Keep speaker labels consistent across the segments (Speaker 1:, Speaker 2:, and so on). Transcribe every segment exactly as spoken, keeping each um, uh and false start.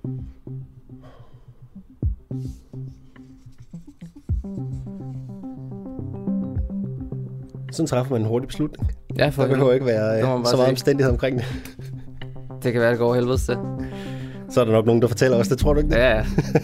Speaker 1: Sådan træffer man en hurtig beslutning.
Speaker 2: Ja, for
Speaker 1: der behøver ikke være så meget
Speaker 2: sige.
Speaker 1: omstændighed omkring det.
Speaker 2: Det kan være, det går helvedes til.
Speaker 1: Så er der nok nogen, der fortæller os det, tror du ikke det?
Speaker 2: Ja, ja.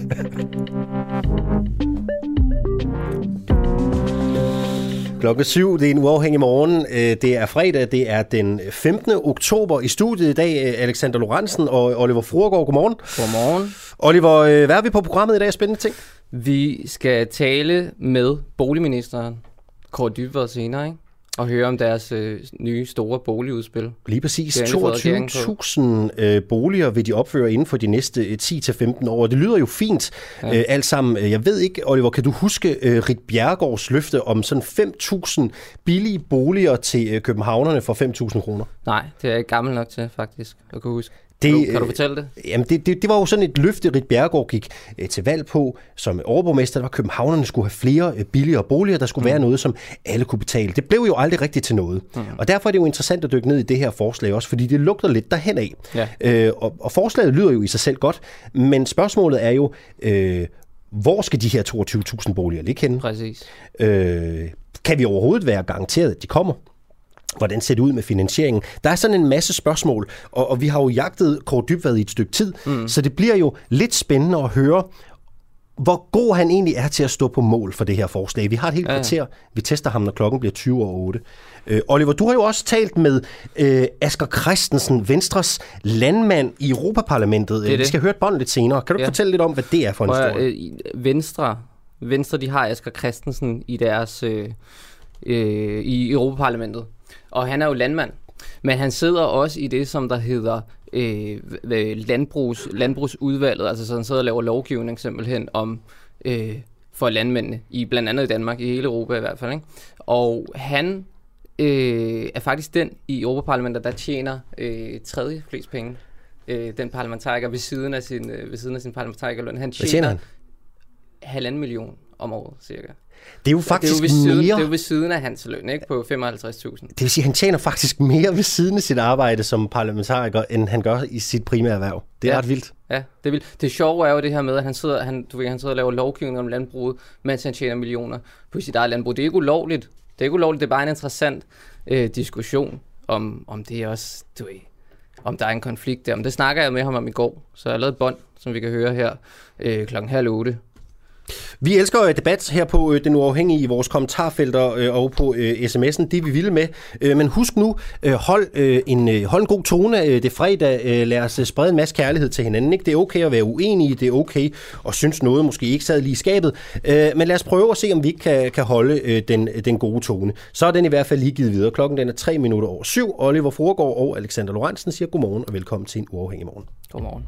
Speaker 1: Klokken syv, det er en uafhængig morgen. Det er fredag, det er den femtende oktober. I studiet i dag, Alexander Lorentzen og Oliver Fruergaard. Godmorgen.
Speaker 2: Godmorgen.
Speaker 1: Oliver, hvad er vi på programmet i dag? Spændende ting.
Speaker 2: Vi skal tale med boligministeren, Kaare Dybvad, senere, ikke? Og høre om deres øh, nye store boligudspil.
Speaker 1: Lige præcis. toogtyve tusind øh, boliger vil de opføre inden for de næste ti til femten år. Det lyder jo fint ja. øh, alt sammen. Jeg ved ikke, Oliver, kan du huske øh, Ritt Bjerregaards løfte om sådan fem tusind billige boliger til øh, københavnerne for fem tusind kroner?
Speaker 2: Nej, det er jeg ikke gammel nok til, faktisk, at kunne huske.
Speaker 1: Det,
Speaker 2: kan, du, kan du fortælle det?
Speaker 1: Jamen det, det, det var jo sådan et løfte, Ritt Bjerregaard gik øh, til valg på som overborgmester. Der var københavnerne skulle have flere øh, billigere boliger. Der skulle mm. være noget, som alle kunne betale. Det blev jo aldrig rigtigt til noget. Mm. Og derfor er det jo interessant at dykke ned i det her forslag også, fordi det lugter lidt derhen af. Ja. Øh, og, og forslaget lyder jo i sig selv godt, men spørgsmålet er jo, øh, hvor skal de her toogtyve tusind boliger ligge henne?
Speaker 2: Præcis.
Speaker 1: Øh, kan vi overhovedet være garanteret, at de kommer? Hvordan ser det ud med finansieringen? Der er sådan en masse spørgsmål, og, og vi har jo jagtet Kaare Dybvad i et stykke tid, mm. så det bliver jo lidt spændende at høre, hvor god han egentlig er til at stå på mål for det her forslag. Vi har et helt ja. kvarter. Vi tester ham, når klokken bliver tyve over otte. Øh, Oliver, du har jo også talt med øh, Asger Christensen, Venstres landmand i Europaparlamentet. Det det. Vi skal høre et bånd lidt senere. Kan du ja. fortælle lidt om, hvad det er for en
Speaker 2: Prøv,
Speaker 1: historie?
Speaker 2: Øh, Venstre, Venstre, de har Asger Christensen i deres øh, øh, i Europaparlamentet. Og han er jo landmand, men han sidder også i det, som der hedder øh, landbrugs, landbrugsudvalget, altså så han sidder og laver lovgivning simpelthen om øh, for landmændene, i blandt andet i Danmark, i hele Europa i hvert fald. Ikke? Og han øh, er faktisk den i Europaparlamentet, der tjener øh, tredje flest penge. Øh, den parlamentariker ved siden af sin, øh, ved siden af sin parlamentarikerløn. Han tjener,
Speaker 1: tjener han?
Speaker 2: halvanden million om året, cirka.
Speaker 1: Det er jo faktisk
Speaker 2: det er jo siden,
Speaker 1: mere...
Speaker 2: Det er jo ved siden af hans løn, ikke? På femoghalvtreds tusind.
Speaker 1: Det vil sige, at han tjener faktisk mere ved siden af sit arbejde som parlamentariker, end han gør i sit primære erhverv. Det er ja. ret vildt.
Speaker 2: Ja, det er vildt. Det sjove er jo det her med, at han sidder, han, du ved, han sidder og laver lovgivning om landbruget, mens han tjener millioner på sit eget landbrug. Det er ikke ulovligt. Det er ikke ulovligt. Det er bare en interessant øh, diskussion om, om det er også, du ved, om der er en konflikt der. Men det snakker jeg med ham om i går. Så jeg har lavet et bånd, som vi kan høre her øh, klokken halv otte.
Speaker 1: Vi elsker debat her på Den Uafhængige i vores kommentarfelter og på sms'en. Det er vi vilde med. Men husk nu, hold en, hold en god tone. Det er fredag. Lad os sprede en masse kærlighed til hinanden. Ikke? Det er okay at være uenige. Det er okay at synes noget måske ikke sad lige i skabet. Men lad os prøve at se, om vi ikke kan, kan holde den, den gode tone. Så er den i hvert fald lige givet videre. Klokken den er tre minutter over syv. Oliver Fruergaard og Alexander Lorentzen siger godmorgen og velkommen til En Uafhængig Morgen.
Speaker 2: Godmorgen.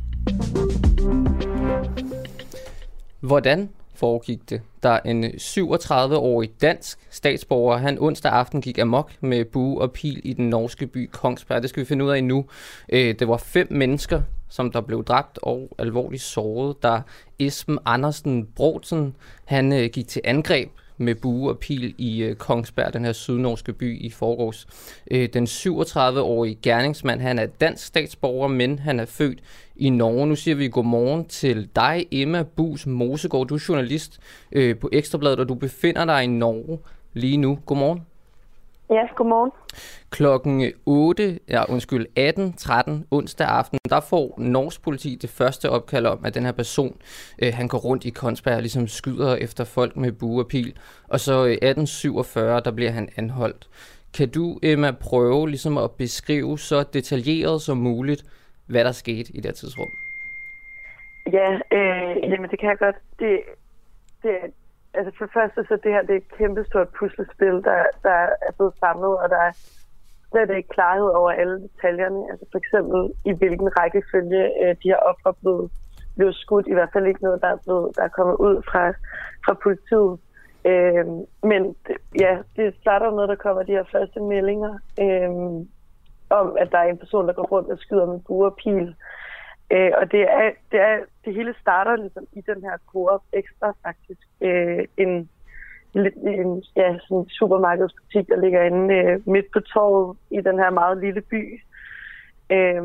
Speaker 2: Hvordan foregik det, da en syvogtredive-årig dansk statsborger, han onsdag aften gik amok med bue og pil i den norske by Kongsberg? Det skal vi finde ud af nu. Det var fem mennesker, som der blev dræbt og alvorligt såret, da Esben Andersen Bråtsen, han gik til angreb med bue og pil i Kongsberg, den her sydnorske by, i forgårs. Den syvogtredive-årige gerningsmand, han er dansk statsborger, men han er født i Norge. Nu siger vi godmorgen til dig, Emma Buus Mosegaard. Du er journalist øh, på Ekstrabladet, og du befinder dig i Norge lige nu. Godmorgen.
Speaker 3: Ja, godmorgen.
Speaker 2: Klokken otte, ja, undskyld, atten tretten onsdag aften, der får norsk politi det første opkald om, at den her person, øh, han går rundt i Kongsberg og ligesom skyder efter folk med bue og pil. Og så øh, atten syvogfyrre, der bliver han anholdt. Kan du, Emma, prøve ligesom at beskrive så detaljeret som muligt, hvad der skete i det tidsrum?
Speaker 3: Ja, øh, jamen det kan jeg godt. Det, det, altså for det første, så det her det er et kæmpestort puslespil, der, der er blevet samlet, og der er slet ikke klarhed over alle detaljerne. Altså for eksempel, i hvilken rækkefølge øh, de her ofre blevet, blevet skudt. I hvert fald ikke noget, der er, blevet, der er kommet ud fra, fra politiet. Øh, men ja, det starter med, at der kommer de her første meldinger øh, om, at der er en person, der går rundt og skyder med bue og pil. Øh, og det er, det er det hele starter ligesom i den her Coop Extra faktisk. Øh, en, en ja, sådan supermarkedsbutik, der ligger inde øh, midt på torvet i den her meget lille by. Øh,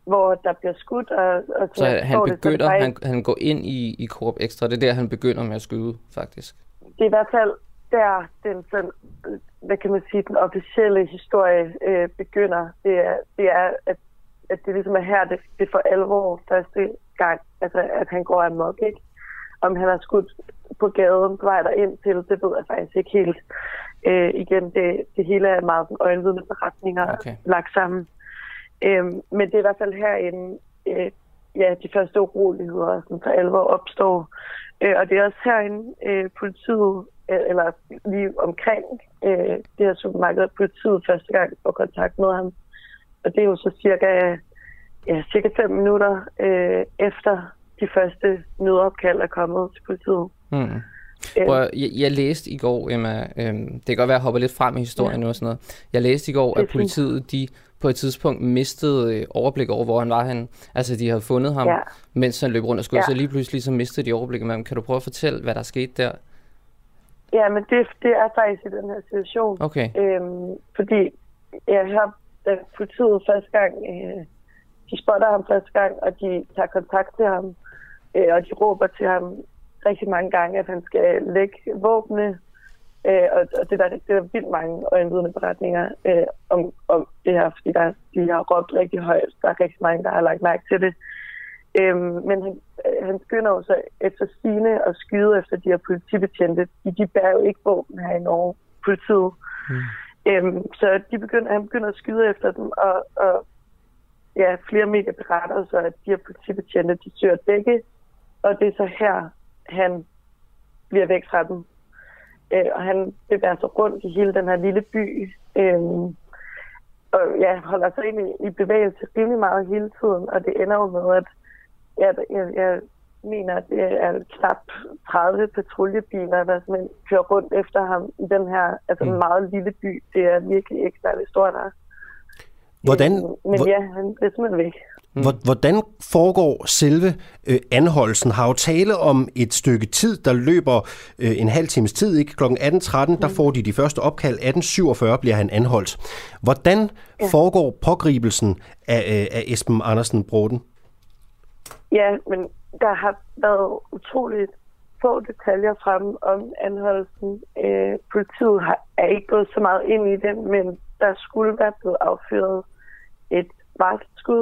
Speaker 3: hvor der bliver skudt. Og, og
Speaker 2: så
Speaker 3: så
Speaker 2: han
Speaker 3: det,
Speaker 2: begynder,
Speaker 3: så det
Speaker 2: han, han går ind i, i Coop Extra, det er der, han begynder med at skyde, faktisk.
Speaker 3: Det er i hvert fald der, den sådan, hvad kan man sige, den officielle historie øh, begynder. Det er, det er at, at det ligesom er her, det, det for alvor første gang, altså at han går amok, ikke? Om han har skudt på gaden på vej derind til, det ved jeg faktisk ikke helt. Øh, igen, det, det hele er meget øjenvidende beretninger okay. lagt sammen. Øh, men det er i hvert fald herinde, øh, ja, de første uroligheder, som for alvor opstår. Øh, og det er også herinde, øh, politiet, øh, eller lige omkring øh, det her supermarked, politiet første gang får kontakt med ham. Og det er jo så cirka, ja, cirka fem minutter øh, efter de første nødopkald er kommet til politiet.
Speaker 2: Hmm. Prøv, jeg, jeg læste i går, Emma, øhm, det kan godt være, at jeg hopper lidt frem i historien ja. nu og sådan noget. Jeg læste i går, at politiet, de på et tidspunkt mistede øh, overblik over, hvor han var henne. Altså, de havde fundet ham, ja. mens han løb rundt og skød, ja. så lige pludselig så mistede de overblikket med ham. Kan du prøve at fortælle, hvad der skete der?
Speaker 3: Ja, men det, det er faktisk i den her situation.
Speaker 2: Okay.
Speaker 3: Øhm, fordi jeg har da politiet første gang, øh, de spotter ham første gang, og de tager kontakt til ham, øh, og de råber til ham rigtig mange gange, at han skal lægge våbne, øh, og, og det der, det er vildt mange øjenvidende beretninger øh, om, om det her, fordi der, de har råbt rigtig højt. Der er rigtig mange, der har lagt mærke til det. Øhm, men han, han skynder jo så efter sigende og skyde efter de her politibetjente. De, de bærer jo ikke våben her i Norge, politiet. Mm. Øhm, så de begynder, han begynder at skyde efter dem, og, og ja, flere medier beretter så, at de her politibetjente, de søger dække, og det er så her, han bliver væk fra dem. Øh, og han bevæger sig rundt i hele den her lille by, øh, og ja, holder sig egentlig i bevægelse rimelig meget hele tiden, og det ender jo med, at ja, jeg, jeg mener, at det er knap tredive patruljebiler, der simpelthen kører rundt efter ham i den her, altså en meget lille by. Det er virkelig ikke særlig stort der.
Speaker 1: Hvordan,
Speaker 3: øh, men ja, han bliver simpelthen væk.
Speaker 1: Hvordan foregår selve øh, anholdelsen? Har jo tale om et stykke tid, der løber øh, en halv times tid, ikke? klokken atten tretten, mm. der får de de første opkald. atten syvogfyrre bliver han anholdt. Hvordan ja. foregår pågribelsen af, øh, af Esben Andersen Bråten?
Speaker 3: Ja, men der har været utroligt få detaljer frem om anholdelsen. Øh, politiet har, er ikke gået så meget ind i den, men der skulle være blevet affyret et varselsskud.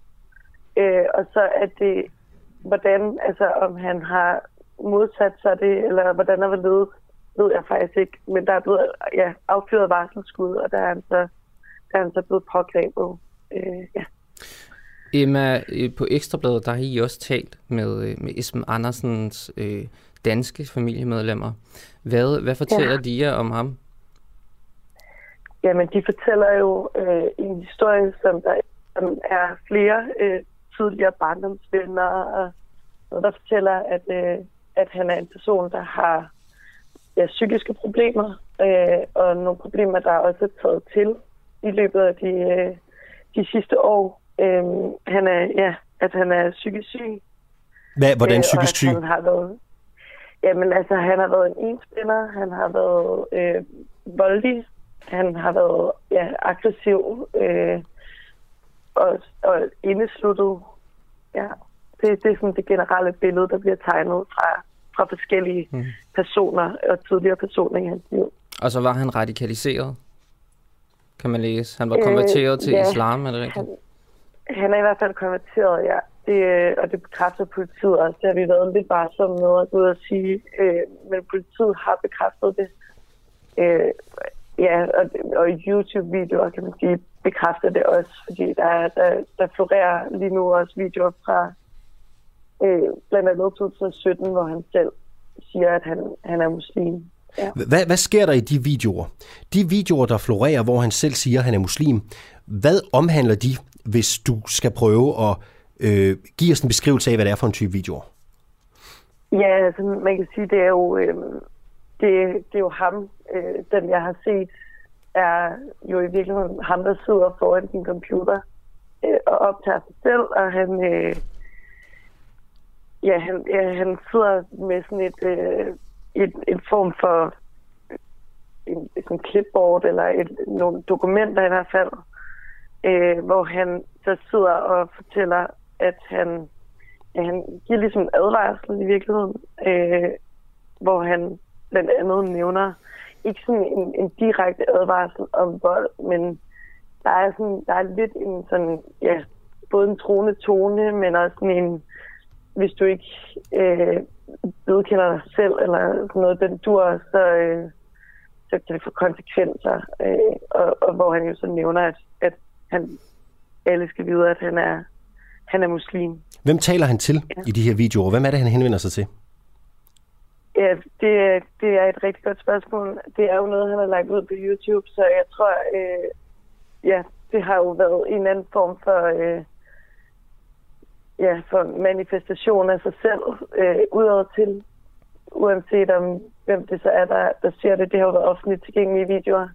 Speaker 3: Øh, og så er det, hvordan, altså om han har modsat sig det, eller hvordan der var ledet, ved jeg faktisk ikke. Men der er blevet ja, affyret varselsskud, og der er han så, der er han så blevet pågrebet. Øh, ja.
Speaker 2: Emma, på Ekstrabladet, der har I også talt med, med Esben Andersens øh, danske familiemedlemmer. Hvad, hvad fortæller ja. de jer om ham?
Speaker 3: Jamen, de fortæller jo øh, en historie, som der som er flere øh, tidligere barndomsvenner, og noget, der fortæller, at, øh, at han er en person, der har ja, psykiske problemer, øh, og nogle problemer, der er også taget til i løbet af de, øh, de sidste år. Øh, han er, ja, at han er psykisk syg.
Speaker 1: Hvad, hvordan psykisk syg?
Speaker 3: Han har været, jamen, altså, han har været en enspænder, han har været øh, voldelig, han har været ja, aggressiv, øh, og, og indesluttet. Ja, det, det er sådan det generelle billede, der bliver tegnet fra, fra forskellige mm. personer og tidligere personer i hans liv.
Speaker 2: Og så var han radikaliseret, kan man læse. Han var konverteret øh, til ja, islam, er det rigtigt?
Speaker 3: Han, han er i hvert fald konverteret, ja. Det, og det bekræfter politiet også. Det har vi været lidt varsomme med at gå ud og sige. Øh, men politiet har bekræftet det. Øh, ja, og, og YouTube-videoer, kan man sige, bekræfter det også, fordi der, der, der florerer lige nu også videoer fra øh, blandt andet to tusind sytten, hvor han selv siger, at han, han er muslim. Ja.
Speaker 1: Hvad, hvad sker der i de videoer? De videoer, der florerer, hvor han selv siger, at han er muslim, hvad omhandler de, hvis du skal prøve at øh, give os en beskrivelse af, hvad det er for en type videoer?
Speaker 3: Ja, altså man kan sige, det er jo, øh, det, det er jo ham, øh, den jeg har set, er jo i virkeligheden ham, der sidder foran sin computer øh, og optager sig selv, og han, øh, ja, han, ja, han sidder med sådan et, øh, et, et form for en, sådan clipboard eller et, nogle dokumenter i hvert fald, øh, hvor han så sidder og fortæller, at han, ja, han giver ligesom en advarsel i virkeligheden, øh, hvor han blandt andet nævner, ikke sådan en, en direkte advarsel om vold, men der er, sådan, der er lidt en sådan, ja, både en troende tone, men også sådan en, hvis du ikke øh, vedkender dig selv, eller sådan noget, den dur, så, øh, så kan det få konsekvenser. Øh, og, og hvor han jo så nævner, at, at han, alle skal vide, at han er, han er muslim.
Speaker 1: Hvem taler han til ja. i de her videoer? Hvem er det, han henvender sig til?
Speaker 3: Ja, det, det er et rigtig godt spørgsmål. Det er jo noget, han har lagt ud på YouTube, så jeg tror, øh, ja, det har jo været en eller anden form for, øh, ja, for manifestation af sig selv, øh, udad til, uanset om hvem det så er, der, der siger det. Det har jo været offentligt tilgængelige videoer.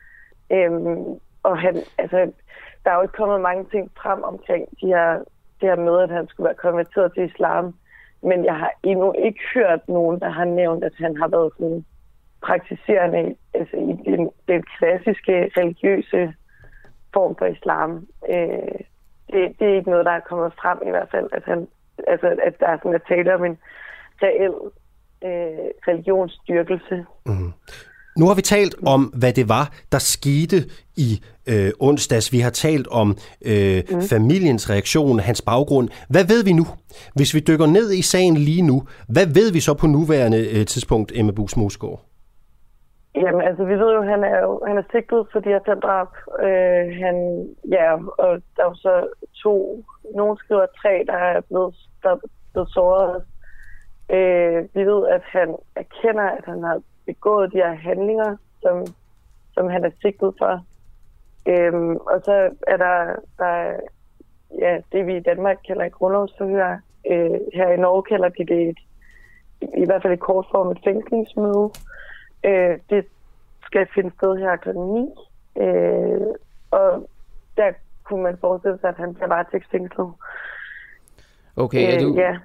Speaker 3: Øhm, og han, altså, der er jo ikke kommet mange ting frem omkring de her, det her med, at han skulle være konverteret til islam. Men jeg har endnu ikke hørt nogen, der har nævnt, at han har været sådan praktiserende altså i den, den klassiske religiøse form for islam. Øh, det, det er ikke noget, der er kommet frem i hvert fald, at, han, altså, at der er sådan at tale om en reel øh, religionsstyrkelse.
Speaker 1: Mm. Nu har vi talt om, hvad det var, der skete i øh, onsdags. Vi har talt om øh, mm. familiens reaktion, hans baggrund. Hvad ved vi nu? Hvis vi dykker ned i sagen lige nu, hvad ved vi så på nuværende øh, tidspunkt, Emma Buus Mosgaard?
Speaker 3: Jamen, altså, vi ved jo, at han er, jo, han er sigtet for de her fem drab. Øh, han, ja, og der er jo så to, nogen skriver tre, der er blevet, der er blevet såret. Øh, vi ved, at han erkender, at han har begået de her handlinger, som, som han er sigtet for. Øhm, og så er der, der ja, det, vi i Danmark kalder et grundlovsforhør. Øh, her i Norge kalder de det et, i hvert fald et kort form et fængslingsmøde. Øh, det skal finde sted her klokken ni. Øh, og der kunne man forestille sig, at han bliver varetægtsfængslet.
Speaker 2: Okay, er du,
Speaker 3: øh, ja.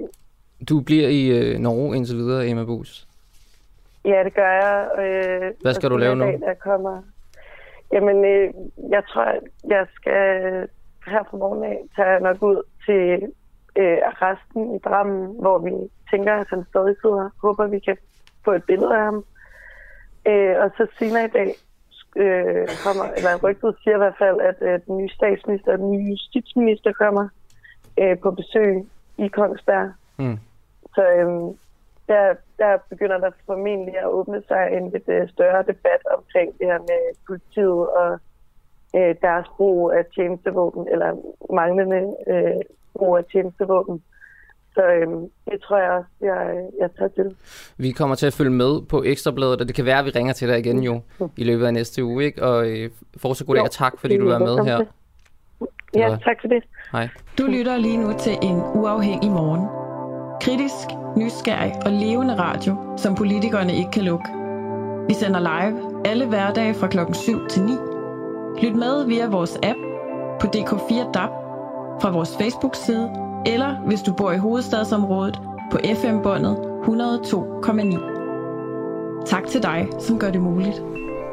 Speaker 2: du bliver i øh, Norge indtil videre, Emma Buus?
Speaker 3: Ja, det gør jeg. Øh,
Speaker 2: Hvad skal du lave nu?
Speaker 3: Dag, der kommer. Jamen, øh, jeg tror, jeg skal her fra morgen af tage nok ud til øh, arresten i Drammen, hvor vi tænker, at han stadig sidder. Håber, vi kan få et billede af ham. Øh, og så senere i dag øh, kommer, eller rygtet siger i hvert fald, at øh, den nye statsminister og den nye justitsminister kommer øh, på besøg i Kongsberg. Mm. Så øh, der, der begynder der formentlig at åbne sig en lidt øh, større debat omkring det her med politiet og øh, deres brug af tjenestevåben, eller manglende øh, brug af tjenestevåben. Så øhm, det tror jeg også, jeg, jeg tager til. Vi
Speaker 2: kommer til at følge med på Ekstrabladet, og det kan være, at vi ringer til dig igen jo i løbet af næste uge, ikke? Og øh, fortsat god dag, og tak fordi du var med her.
Speaker 3: Ja, var... tak for det.
Speaker 2: Hej.
Speaker 4: Du lytter lige nu til en uafhængig morgen. Kritisk, nysgerrig og levende radio, som politikerne ikke kan lukke. Vi sender live alle hverdage fra klokken syv til ni. Lyt med via vores app på D K fire D A B, fra vores Facebook-side, eller hvis du bor i hovedstadsområdet på F M-båndet et hundrede og to komma ni. Tak til dig, som gør det muligt.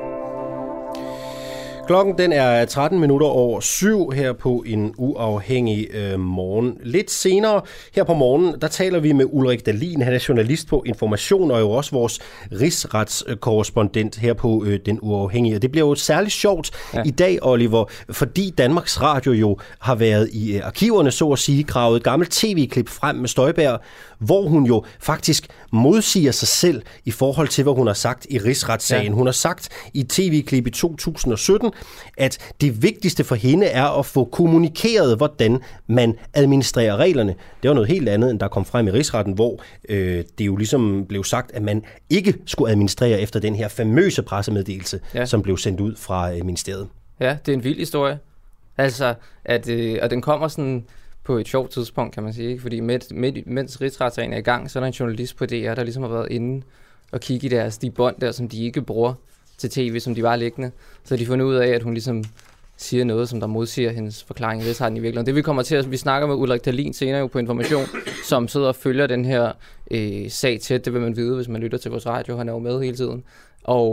Speaker 1: Klokken den er tretten minutter over syv her på en uafhængig øh, morgen. Lidt senere her på morgenen, der taler vi med Ulrik Dahlin. Han er journalist på Information og jo også vores rigsretskorrespondent her på øh, den uafhængige. Og det bliver jo særligt sjovt ja. i dag, Oliver, fordi Danmarks Radio jo har været i øh, arkiverne, så at sige, gravet et gammelt tv-klip frem med Støjberg, hvor hun jo faktisk modsiger sig selv i forhold til, hvad hun har sagt i rigsretssagen. Ja. Hun har sagt i et tv-klip i to tusind og sytten, at det vigtigste for hende er at få kommunikeret, hvordan man administrerer reglerne. Det var noget helt andet, end der kom frem i rigsretten, hvor øh, det jo ligesom blev sagt, at man ikke skulle administrere efter den her famøse pressemeddelelse, ja. som blev sendt ud fra øh, ministeriet. Ja,
Speaker 2: det er en vild historie. Altså, at, øh, og den kommer sådan på et sjovt tidspunkt, kan man sige. Ikke? Fordi med, med, mens rigsretssagen er i gang, så er der en journalist på D R, der ligesom har været inde og kigge i deres de bånd der, som de ikke bruger til tv, som de var liggende. Så de fundet ud af, at hun ligesom siger noget, som der modsiger hendes forklaring i rigsretten i virkeligheden. Det vi kommer til at vi snakker med Ulrik Dahlin senere jo på Information, som sidder og følger den her øh, sag tæt. Det vil man vide, hvis man lytter til vores radio. Han er jo med hele tiden. Og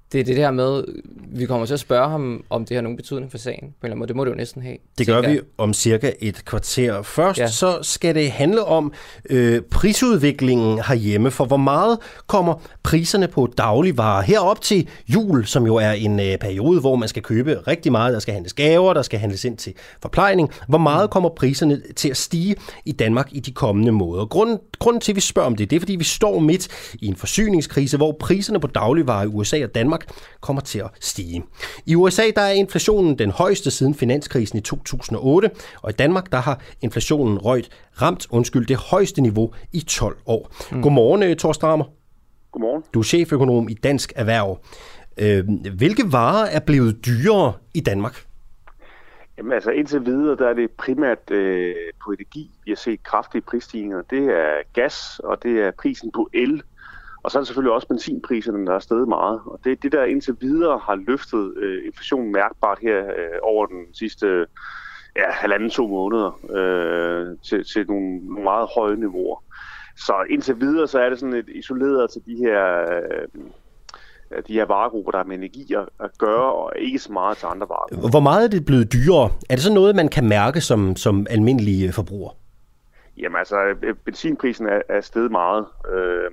Speaker 2: Det er det der med, vi kommer til at spørge ham, om det har nogen betydning for sagen. På en eller anden måde. Det må det jo næsten have.
Speaker 1: Det gør vi om cirka et kvarter. Først ja. så skal det handle om øh, prisudviklingen herhjemme. For hvor meget kommer priserne på dagligvarer herop til jul, som jo er en øh, periode, hvor man skal købe rigtig meget. Der skal handles gaver, der skal handles ind til forplejning. Hvor meget kommer priserne til at stige i Danmark i de kommende måneder? Grunden, grunden til, at vi spørger om det, det er, fordi vi står midt i en forsyningskrise, hvor priserne på dagligvarer i U S A og Danmark kommer til at stige. I U S A der er inflationen den højeste siden finanskrisen i to tusind og otte, og i Danmark der har inflationen røget ramt undskyld, det højeste niveau i tolv år. Mm. Godmorgen, Thor Strammer.
Speaker 5: Godmorgen.
Speaker 1: Du er cheføkonom i Dansk Erhverv. Hvilke varer er blevet dyrere i Danmark?
Speaker 5: Jamen altså indtil videre, der er det primært øh, på energi. Vi har set kraftige prisstigninger. Det er gas, og det er prisen på el. Og så er det selvfølgelig også benzinpriserne, der er steget meget. Og det er det, der indtil videre har løftet øh, inflationen mærkbart her øh, over den sidste ja, halvanden to måneder øh, til, til nogle, nogle meget høje niveauer. Så indtil videre, så er det sådan et isoleret til de her, øh, de her varegrupper, der har med energi at gøre, og ikke så meget til andre varegrupper.
Speaker 1: Hvor meget er det blevet dyrere? Er det så noget, man kan mærke som, som almindelige forbruger?
Speaker 5: Jamen altså, benzinprisen er, er steget meget. Øh,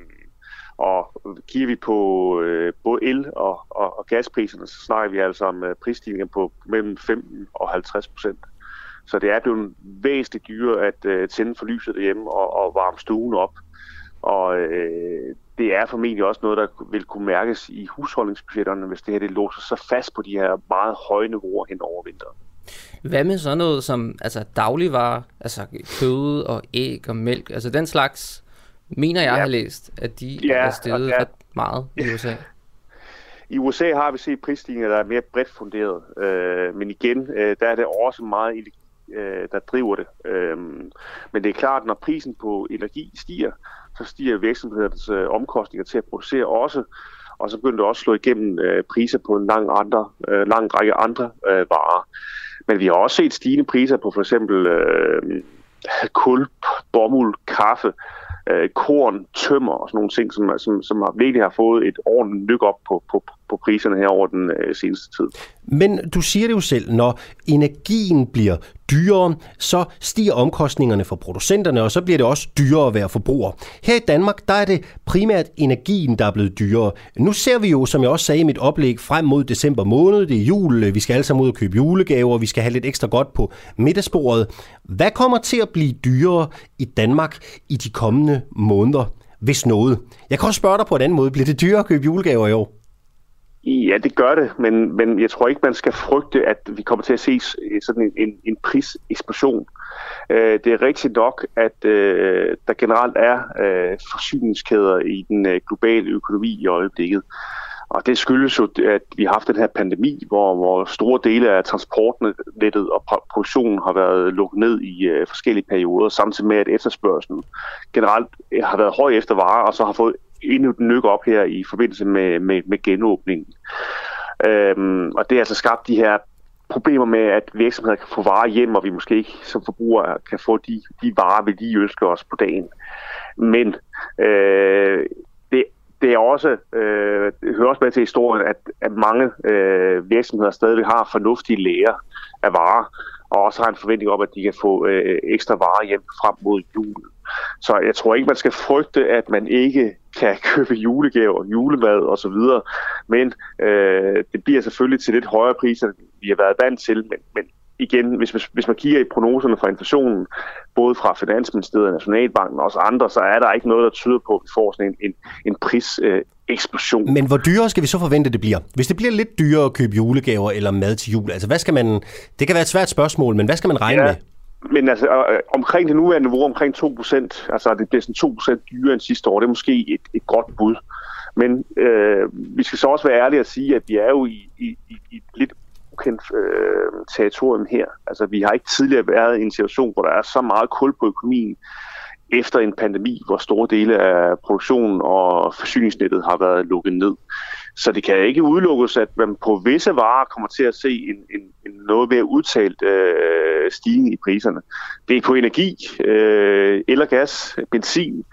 Speaker 5: Og kigger vi på øh, både el- og, og, og gaspriserne, så snakker vi altså om øh, prisstigninger på mellem femten og halvtreds procent. Så det er blevet væsentligt dyrere at øh, tænde for lyset derhjemme og, og varme stuen op. Og øh, det er formentlig også noget, der vil kunne mærkes i husholdningsbudgetterne, hvis det her det låser sig fast på de her meget høje niveauer hen over vinteren.
Speaker 2: Hvad med sådan noget som altså dagligvarer, altså kød og æg og mælk, altså den slags? Mener jeg ja. har læst, at de ja, er steget ja. ret meget i U S A?
Speaker 5: I U S A har vi set prisstigninger, der er mere bredt funderet. Øh, men igen, øh, der er det også meget energi, øh, der driver det. Øh, men det er klart, at når prisen på energi stiger, så stiger virksomhedernes øh, omkostninger til at producere også. Og så begynder det også at slå igennem øh, priser på en lang, andre, øh, lang række andre øh, varer. Men vi har også set stigende priser på for eksempel øh, kul, bomuld, kaffe, øh, korn, tømmer og sådan nogle ting, som, som, som har virkelig har fået et ordentligt nyk op på, på, på priserne her over den øh, seneste tid.
Speaker 1: Men du siger det jo selv, når energien bliver dyrere, så stiger omkostningerne for producenterne, og så bliver det også dyrere at være forbruger. Her i Danmark, der er det primært energien, der er blevet dyrere. Nu ser vi jo, som jeg også sagde i mit oplæg, frem mod december måned, det er jul, vi skal alle sammen ud og købe julegaver, vi skal have lidt ekstra godt på middagsbordet. Hvad kommer til at blive dyrere i Danmark i de kommende måneder, hvis noget? Jeg kan også spørge dig på en anden måde, bliver det dyrere at købe julegaver i år?
Speaker 5: Ja, det gør det, men, men jeg tror ikke, man skal frygte, at vi kommer til at se sådan en, en, en priseksplosion. Øh, det er rigtigt nok, at øh, der generelt er øh, forsyningskæder i den øh, globale økonomi i øjeblikket. Og det skyldes jo, at vi har haft den her pandemi, hvor, hvor store dele af transportnettet og produktionen har været lukket ned i øh, forskellige perioder, samtidig med, at efterspørgselen generelt har været høj efter varer, og så har fået endnu et nyk op her i forbindelse med, med, med genåbningen. Øhm, og det har altså skabt de her problemer med, at virksomheder kan få varer hjem, og vi måske ikke som forbrugere kan få de, de varer, vi lige ønsker os på dagen. Men øh, det, det er også, øh, det hører også med til historien, at, at mange øh, virksomheder stadig har fornuftige lager af varer, og også har en forventning om, at de kan få øh, ekstra varer hjem frem mod julen. Så jeg tror ikke, man skal frygte, at man ikke kan købe julegaver, julemad osv. Men øh, det bliver selvfølgelig til lidt højere priser, end vi har været vant til. Men, men igen, hvis, hvis man kigger i prognoserne fra inflationen, både fra Finansministeriet, Nationalbanken og også andre, så er der ikke noget, der tyder på, at vi får sådan en, en, en priseksplosion. Øh,
Speaker 1: Men hvor dyrere skal vi så forvente, det bliver? Hvis det bliver lidt dyrere at købe julegaver eller mad til jul, altså hvad skal man... Det kan være et svært spørgsmål, men hvad skal man regne ja. med?
Speaker 5: Men altså øh, omkring det nuværende niveau, omkring to procent, altså det bliver sådan to procent dyrere end sidste år, det er måske et, et godt bud. Men øh, vi skal så også være ærlige at sige, at vi er jo i, i, i et lidt ukendt øh, territorium her. Altså vi har ikke tidligere været i en situation, hvor der er så meget kul på økonomien efter en pandemi, hvor store dele af produktionen og forsyningsnettet har været lukket ned. Så det kan ikke udelukkes, at man på visse varer kommer til at se en, en, en noget mere udtalt øh, stigning i priserne. Det er på energi, øh, el og gas, benzin,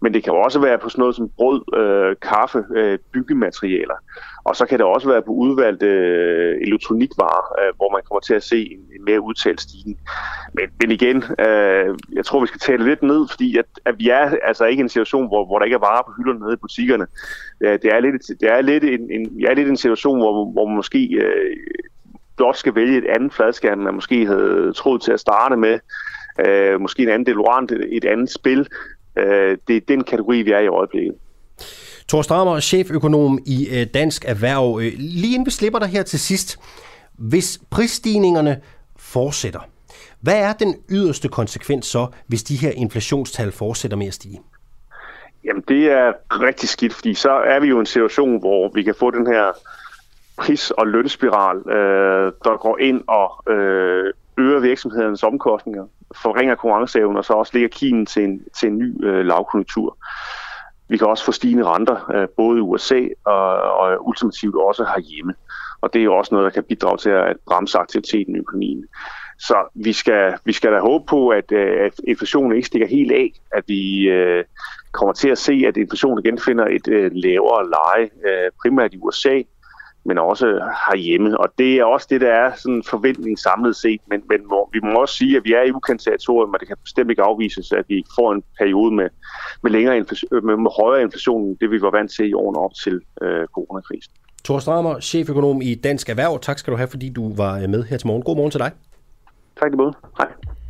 Speaker 5: Men det kan jo også være på sådan noget som brød, øh, kaffe, øh, byggematerialer. Og så kan det også være på udvalgte øh, elektronikvarer, øh, hvor man kommer til at se en, en mere udtalt stigning. Men, men igen, øh, jeg tror, vi skal tale lidt ned, fordi at, at vi er altså ikke i en situation, hvor, hvor der ikke er varer på hylderne nede i butikkerne. Det er lidt, det er lidt, en, en, jeg er lidt en situation, hvor, hvor man måske øh, blot skal vælge et andet fladskærm, man måske havde troet til at starte med. Øh, måske en anden deodorant, et andet spil. Øh, det er den kategori, vi er i øjeblikket.
Speaker 1: Thor Strammer, cheføkonom i Dansk Erhverv. Lige inden vi slipper dig her til sidst. Hvis prisstigningerne fortsætter, hvad er den yderste konsekvens så, hvis de her inflationstal fortsætter med at stige?
Speaker 5: Jamen, det er rigtig skidt, fordi så er vi jo i en situation, hvor vi kan få den her pris- og lønspiral, øh, der går ind og øh, øger virksomhedens omkostninger, forringer konkurrenceevnen og så også lægger kimen til en, til en ny øh, lavkonjunktur. Vi kan også få stigende renter, øh, både i U S A og, og ultimativt også herhjemme. Og det er jo også noget, der kan bidrage til at bremse aktiviteten i økonomien. Så vi skal, vi skal da håbe på, at, at inflationen ikke stikker helt af, at vi øh, kommer til at se, at inflationen igen finder et øh, lavere leje, øh, primært i U S A, men også herhjemme. Og det er også det, der er sådan en forventning samlet set. Men, men vi må også sige, at vi er i ukendt territorium, og det kan bestemt ikke afvises, at vi får en periode med, med, længere inflation, med, med højere inflation, end det vi var vant til i årene op til øh, coronakrisen.
Speaker 1: Thor Strammer, cheføkonom i Dansk Erhverv. Tak skal du have, fordi du var med her til morgen. God morgen til dig.
Speaker 5: Tak det både. Hej.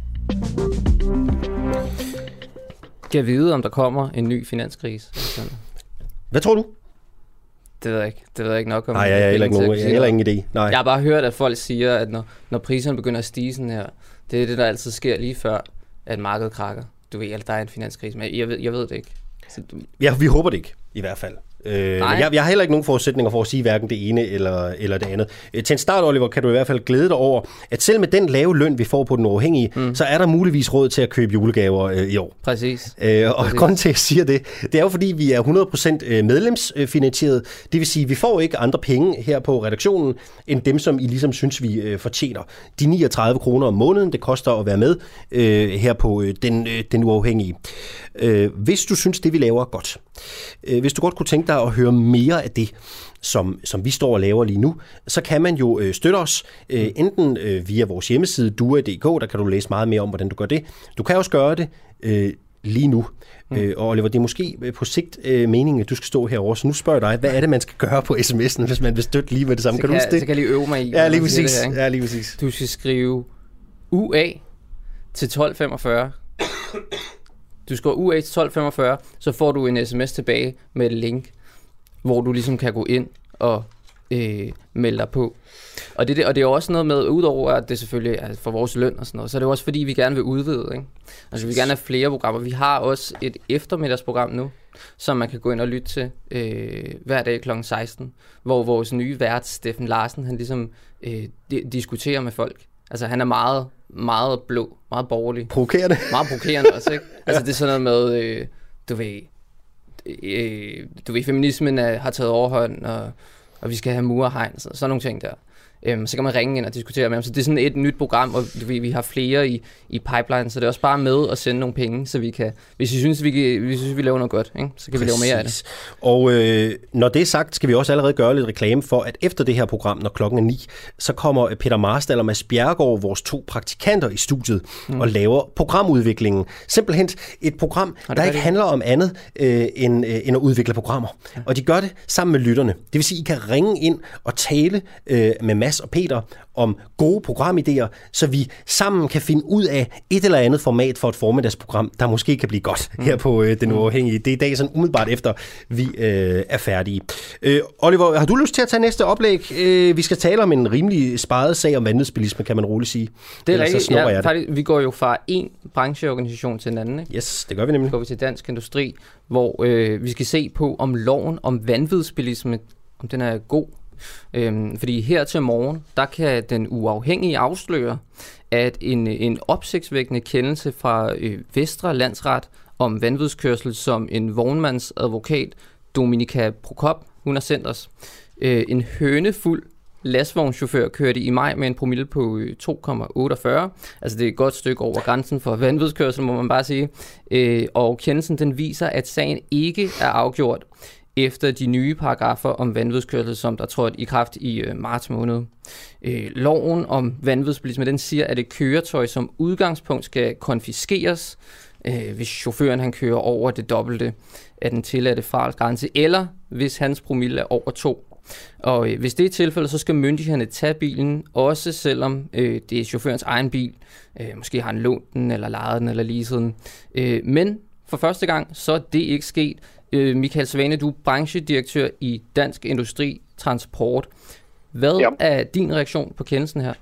Speaker 2: Kan jeg vide, om der kommer en ny finanskrise?
Speaker 1: Hvad tror du?
Speaker 2: Det ved jeg ikke. Det ved jeg ikke nok om.
Speaker 1: Nej, jeg har heller ikke nogen. Jeg har heller ingen idé. Nej.
Speaker 2: Jeg har bare hørt, at folk siger, at når, når priserne begynder at stige sådan her, det er det, der altid sker lige før, at markedet krakker. Du ved, at der er en finanskrise, men jeg ved, jeg ved det ikke. Så du...
Speaker 1: Ja, vi håber det ikke, i hvert fald. Øh, jeg, jeg har heller ikke nogen forudsætninger for at sige hverken det ene eller, eller det andet. Øh, til en start, Oliver, kan du i hvert fald glæde dig over, at selv med den lave løn, vi får på den uafhængige, mm. så er der muligvis råd til at købe julegaver øh, i år.
Speaker 2: Præcis.
Speaker 1: Øh, og
Speaker 2: Præcis.
Speaker 1: grunden til, at jeg siger det, det er jo fordi, vi er hundrede procent medlemsfinansieret. Det vil sige, at vi får ikke andre penge her på redaktionen, end dem, som I ligesom synes, vi øh, fortjener. De niogtredive kroner om måneden, det koster at være med øh, her på øh, den, øh, den uafhængige. Øh, hvis du synes, det vi laver er godt, øh, hvis du godt kunne tænke dig at høre mere af det, som, som vi står og laver lige nu, så kan man jo øh, støtte os, øh, enten øh, via vores hjemmeside dua punktum d k, der kan du læse meget mere om, hvordan du gør det. Du kan også gøre det øh, lige nu. Mm. Øh, og Oliver, det er måske på sigt øh, meningen, at du skal stå herovre, så nu spørger jeg dig, hvad er det, man skal gøre på sms'en, hvis man vil støtte lige med det samme?
Speaker 2: Så
Speaker 1: kan,
Speaker 2: kan,
Speaker 1: du huske det?
Speaker 2: Så kan jeg lige øve mig i.
Speaker 1: Ja, lige præcis.
Speaker 2: Det her,
Speaker 1: ja, lige præcis.
Speaker 2: Du skal skrive U A til tolv femogfyrre. Du skriver U A til tolv femogfyrre, så får du en sms tilbage med et link, hvor du ligesom kan gå ind og øh, melde dig på. Og det, og det er også noget med, udover at det selvfølgelig er for vores løn og sådan noget, så er det også fordi, vi gerne vil udvide, ikke? Altså vi vil gerne have flere programmer. Vi har også et eftermiddagsprogram nu, som man kan gå ind og lytte til øh, hver dag klokken seksten, hvor vores nye vært, Steffen Larsen, han ligesom øh, di- diskuterer med folk. Altså han er meget, meget blå, meget borgerlig.
Speaker 1: Provokerende.
Speaker 2: Meget provokerende også, ikke? Altså det er sådan noget med, øh, du ved, øh, du ved, feminismen er, har taget overhånd, og, og vi skal have mur og hegn, så, sådan nogle ting der. Øhm, så kan man ringe ind og diskutere med ham. Så det er sådan et nyt program, og du ved, vi har flere i, i pipeline, så det er også bare med at sende nogle penge, så vi kan, hvis vi synes, vi, kan, vi, synes, vi laver noget godt, ikke? Så kan Præcis. vi lave mere af det.
Speaker 1: Og øh, når det er sagt, skal vi også allerede gøre lidt reklame for, at efter det her program, når klokken er ni, så kommer Peter Marstal og Mads Bjerregaard, vores to praktikanter i studiet, mm. og laver programudviklingen. Simpelthen et program, der ikke det. handler om andet øh, end, øh, end at udvikle programmer. Ja. Og de gør det sammen med lytterne. Det vil sige, I kan ringe ind og tale øh, med Mads og Peter om gode programidéer, så vi sammen kan finde ud af et eller andet format for et formiddagsprogram, der måske kan blive godt mm. her på øh, Den Uafhængige. Det er i dag sådan umiddelbart efter, vi øh, er færdige. Øh, Oliver, har du lyst til at tage næste oplæg? Øh, vi skal tale om en rimelig sparet sag om vanvidsbilisme, kan man roligt sige.
Speaker 2: Det er rigtigt. Ja, faktisk, vi går jo fra en brancheorganisation til en anden, ikke?
Speaker 1: Yes, det gør vi nemlig.
Speaker 2: Så går vi til Dansk Industri, hvor øh, vi skal se på, om loven om vanvidsbilisme, om den er god. Øhm, fordi her til morgen, der kan Den Uafhængige afsløre, at en, en opsigtsvækkende kendelse fra øh, Vestre Landsret om vanvidskørsel, som en vognmandsadvokat, Dominika Prokop, hun har sendt os, øh, en høne fuld lastvognschauffør kørte i maj med en promille på to komma otteogfyrre. Altså det er et godt stykke over grænsen for vanvidskørsel, må man bare sige. Øh, og kendelsen den viser, at sagen ikke er afgjort efter de nye paragrafer om vanvidskørsel, som der trådte i kraft i øh, marts måned. Øh, loven om vanvidsbilisme, den siger, at et køretøj som udgangspunkt skal konfiskeres, øh, hvis chaufføren han kører over det dobbelte af den tilladte fartgrænse, eller hvis hans promille er over to. Og øh, hvis det er tilfældet, så skal myndighederne tage bilen, også selvom øh, det er chaufførens egen bil. Øh, måske har han lånt den, eller lejet den, eller leaset den. Øh, men for første gang, så er det ikke sket. Øh, Michael Svane, du er branchedirektør i Dansk Industri Transport. Hvad ja. er din reaktion på kendelsen her?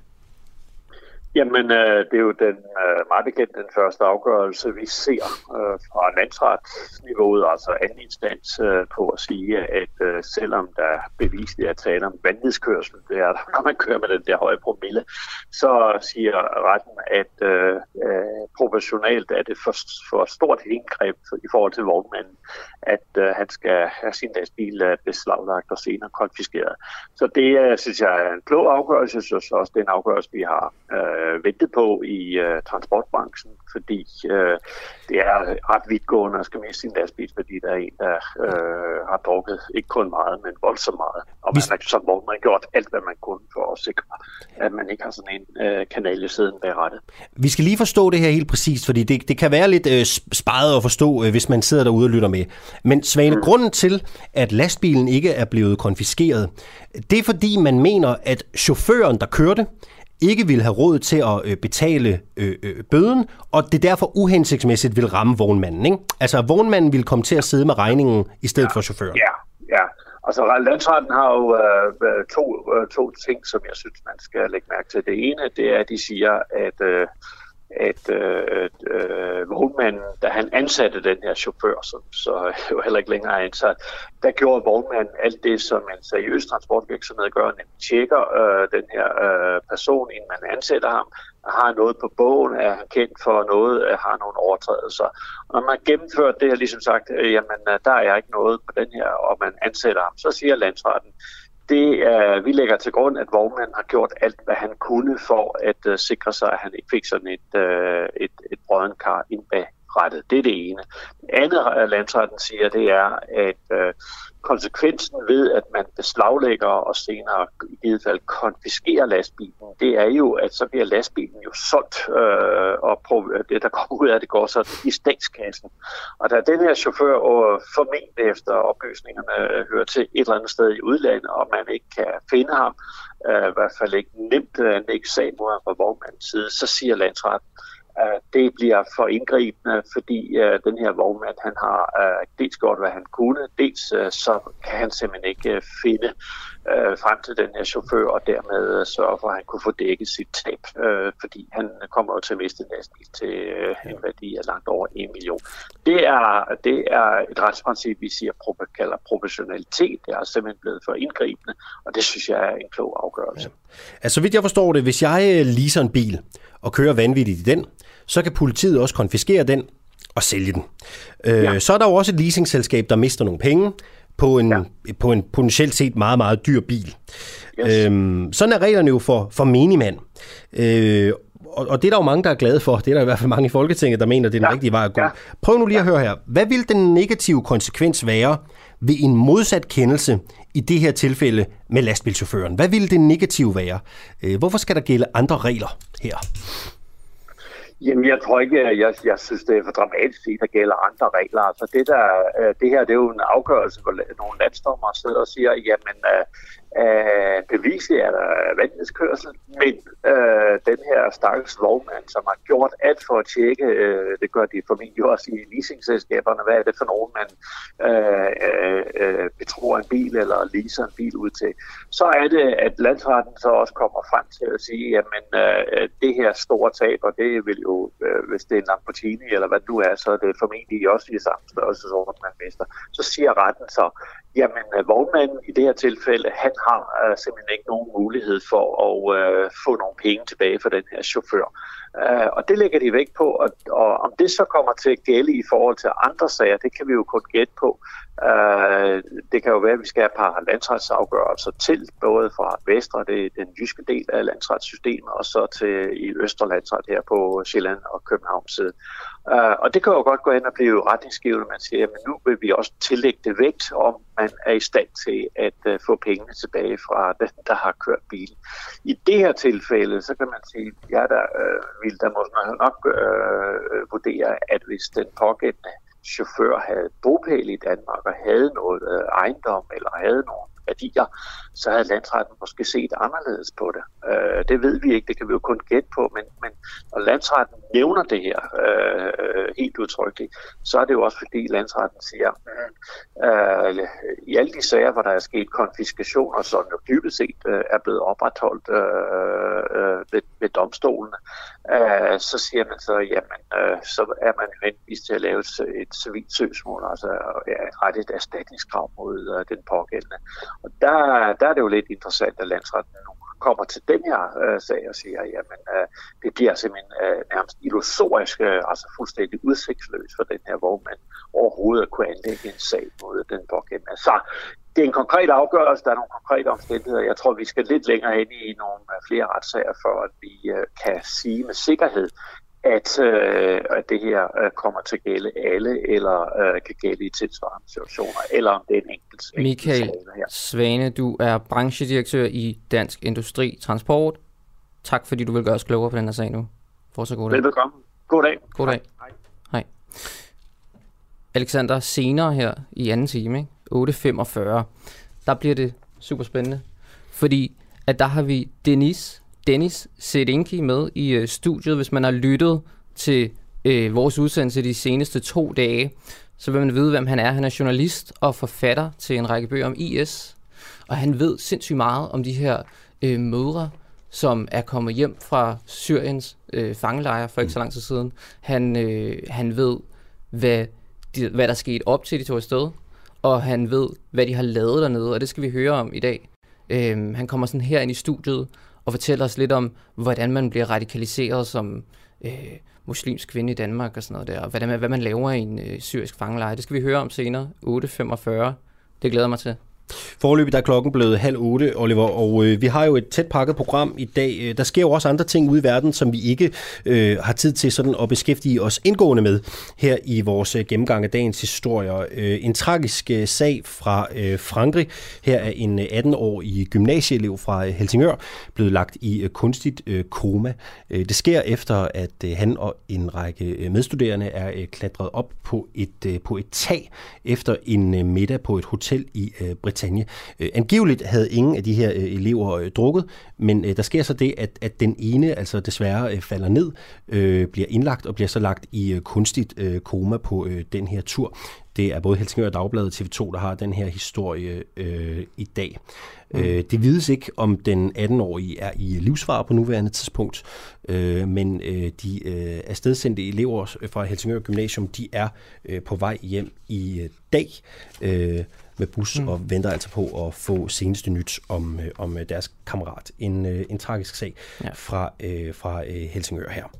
Speaker 6: Jamen, øh, det er jo den øh, meget bekendt den første afgørelse, vi ser øh, fra landsretsniveauet, altså anden instans, øh, på at sige, at øh, selvom der bevisligt er tale om vanvidskørsel, det er, når man kører med den der høje promille, så siger retten, at øh, øh, proportionalt er det for, for stort indgreb i forhold til vognmanden, at øh, han skal have sin lastbil beslaglagt og senere konfiskeret. Så det øh, synes jeg er en klog afgørelse, jeg synes også, det er en afgørelse, vi har øh, ventet på i uh, transportbranchen, fordi uh, det er ret vidtgående at skal miste sin lastbil, fordi der er en, der uh, har drukket ikke kun meget, men voldsomt meget. Og man har som vognmand gjort alt, hvad man kunne for at sikre, at man ikke har sådan en uh, kanal i siden bag rattet.
Speaker 1: Vi skal lige forstå det her helt præcist, fordi det, det kan være lidt uh, sparet at forstå, uh, hvis man sidder derude og lytter med. Men Svane, mm. grunden til, at lastbilen ikke er blevet konfiskeret, det er fordi, man mener, at chaufføren, der kørte, ikke vil have råd til at øh, betale øh, øh, bøden, og det derfor uhensigtsmæssigt vil ramme vognmanden, ikke? Altså, at vognmanden vil komme til at sidde med regningen i stedet ja, for chaufføren.
Speaker 6: Ja, ja. Altså, landsretten har jo øh, to, øh, to ting, som jeg synes, man skal lægge mærke til. Det ene, det er, at de siger, at øh, at øh, øh, vognmanden, da han ansatte den her chauffør, som så jo heller ikke længere er ansat, der gjorde vognmanden alt det, som en seriøs transportvirksomhed gør, nemlig tjekker øh, den her øh, person, inden man ansætter ham, har noget på bogen, er han kendt for noget, har nogle overtrædelser. Og når man gennemfører det her, ligesom sagt, øh, jamen der er ikke noget på den her, og man ansætter ham, så siger landsretten, Det er, vi lægger til grund, at vognmanden har gjort alt, hvad han kunne for at uh, sikre sig, at han ikke fik sådan et, uh, et, et brødent kar ind bag rettet. Det er det ene. Det andet, landsretten siger, det er, at uh, konsekvensen ved, at man beslaglægger og senere i givet fald konfiskerer lastbilen, det er jo, at så bliver lastbilen jo solgt, øh, og det, der kommer ud af det, går så i statskassen. Og da den her chauffør og formentlig efter oplysningerne hører til et eller andet sted i udlandet, og man ikke kan finde ham, øh, i hvert fald ikke nemt anlægge sag mod ham fra vognmandens side, så siger landsretten, det bliver for indgribende, fordi uh, den her vognmand, han har uh, dels gjort, hvad han kunne, dels uh, så kan han simpelthen ikke uh, finde uh, frem til den her chauffør, og dermed uh, sørge for, at han kunne få dækket sit tab, uh, fordi han kommer jo til at miste en lastbil til uh, en værdi af langt over en million. Det er, det er et retsprincip, vi siger, kalder proportionalitet. Det er simpelthen blevet for indgribende, og det synes jeg er en klog afgørelse. Ja.
Speaker 1: Altså, så vidt jeg forstår det, hvis jeg leaser en bil og kører vanvittigt i den, så kan politiet også konfiskere den og sælge den. Øh, ja. Så er der jo også et leasingselskab, der mister nogle penge på en, ja. på en potentielt set meget, meget dyr bil. Yes. Øhm, sådan er reglerne jo for, for menigmand. Øh, og, og det er der jo mange, der er glade for. Det er der i hvert fald mange i Folketinget, der mener, det er den ja. rigtige vej at gå. Ja. Prøv nu lige at høre her. Hvad vil den negative konsekvens være ved en modsat kendelse i det her tilfælde med lastbilchaufføren? Hvad vil det negative være? Øh, hvorfor skal der gælde andre regler her?
Speaker 6: Jamen, jeg tror ikke, jeg, jeg synes, det er for dramatisk, at der gælder andre regler. Altså, det, der, det her, det er jo en afgørelse, hvor nogle landsdommere sidder og siger, jamen, øh, bevisligt er der vanvidskørsel, men øh, den her stakkels vognmand, som har gjort alt for at tjekke, øh, det gør de formentlig også i leasingselskaberne, hvad er det for nogen, man øh, øh, betror en bil eller leaser en bil ud til, så er det, at landsretten så også kommer frem til at sige, jamen, øh, det her store tab, og det vil jo, øh, hvis det er en Lamborghini eller hvad det nu er, så er det formentlig også i samme størrelse, som man mister. Så siger retten så, jamen, vognmanden i det her tilfælde, han har uh, simpelthen ikke nogen mulighed for at uh, få nogle penge tilbage for den her chauffør. Uh, og det lægger de vægt på, og, og om det så kommer til at gælde i forhold til andre sager, det kan vi jo kun gætte på. Uh, det kan jo være, at vi skal have et par landsretsafgørelser til, både fra Vestre, det er den jyske del af landsretssystemet, og så til i Østre Landsret her på Sjælland og Københavns side. Uh, og det kan jo godt gå hen og blive retningsgivende, man siger, men nu vil vi også tillægge det vægt, om man er i stand til at uh, få pengene tilbage fra den, der har kørt bilen. I det her tilfælde, så kan man sige, ja, der uh, vil der måske nok uh, vurdere, at hvis den pågældende chauffør havde bopæl i Danmark og havde noget uh, ejendom eller havde nogle værdier, så havde landsretten måske set anderledes på det. Uh, det ved vi ikke, det kan vi jo kun gætte på, men, men når landsretten nævner det her uh, helt udtrykkeligt, så er det jo også fordi landsretten siger, uh, i alle de sager, hvor der er sket konfiskationer, som jo dybest set uh, er blevet opretholdt uh, uh, ved, ved domstolene, uh, så siger man så, jamen, uh, så er man henvist til at lave et, et civilt søgsmål, altså uh, ret et erstatningskrav mod uh, den pågældende. Og der, der er det jo lidt interessant, at landsretten nu kommer til den her øh, sag og siger, jamen øh, det bliver simpelthen øh, nærmest illusorisk, øh, altså fuldstændig udsigtsløst for den her vognmand overhovedet at kunne anlægge en sag mod den pågældende. Så det er en konkret afgørelse, der er nogle konkrete omstændigheder. Jeg tror, vi skal lidt længere ind i nogle øh, flere retssager, for at vi øh, kan sige med sikkerhed, at, øh, at det her øh, kommer til at gælde alle, eller øh, kan gælde i tilsvarende situationer, eller om det er en enkelt sag.
Speaker 2: Michael Svane, du er branchedirektør i Dansk Industri Transport. Tak fordi du vil gøre os klogere på den her sag nu. Fortsat god dag.
Speaker 6: Velbekomme. God dag.
Speaker 2: God dag. Hej. Hej. Alexander, senere her i anden time, ikke? otte femogfyrre, der bliver det super spændende, fordi at der har vi Dennis Dennis Sedinki med i øh, studiet. Hvis man har lyttet til øh, vores udsendelse de seneste to dage, så vil man vide, hvem han er. Han er journalist og forfatter til en række bøger om I S, og han ved sindssygt meget om de her øh, mødre, som er kommet hjem fra Syriens øh, fangelejre for ikke så lang tid siden. Han, øh, han ved, hvad, de, hvad der skete op til, de tog afsted, og han ved, hvad de har lavet dernede, og det skal vi høre om i dag. Øh, han kommer sådan her ind i studiet og fortæller os lidt om, hvordan man bliver radikaliseret som øh, muslimsk kvinde i Danmark og sådan noget der, og hvad, hvad man laver i en øh, syrisk fangelejre. Det skal vi høre om senere, otte femogfyrre. Det glæder mig til.
Speaker 1: Foreløbig der er klokken blevet halv otte, Oliver, og øh, vi har jo et tæt pakket program i dag. Der sker jo også andre ting ude i verden, som vi ikke øh, har tid til sådan at beskæftige os indgående med her i vores øh, gennemgang af dagens historier. Øh, en tragisk øh, sag fra øh, Frankrig. Her er en atten-årig gymnasieelev fra øh, Helsingør blevet lagt i øh, kunstigt øh, koma. Øh, det sker efter, at øh, han og en række øh, medstuderende er øh, klatret op på et, øh, på et tag efter en øh, middag på et hotel i øh, Britannien. Øh, angiveligt havde ingen af de her øh, elever øh, drukket, men øh, der sker så det, at, at den ene altså desværre øh, falder ned, øh, bliver indlagt og bliver så lagt i øh, kunstigt øh, koma på øh, den her tur. Det er både Helsingør Dagblad og T V to, der har den her historie øh, i dag. Mm. Øh, det vides ikke, om den atten-årige er i livsfare på nuværende tidspunkt, øh, men øh, de øh, afstedsendte elever fra Helsingør Gymnasium, de er øh, på vej hjem i øh, dag øh, med bus mm. og venter altså på at få seneste nyt om, øh, om deres kammerat. En, øh, en tragisk sag ja. fra, øh, fra øh, Helsingør her.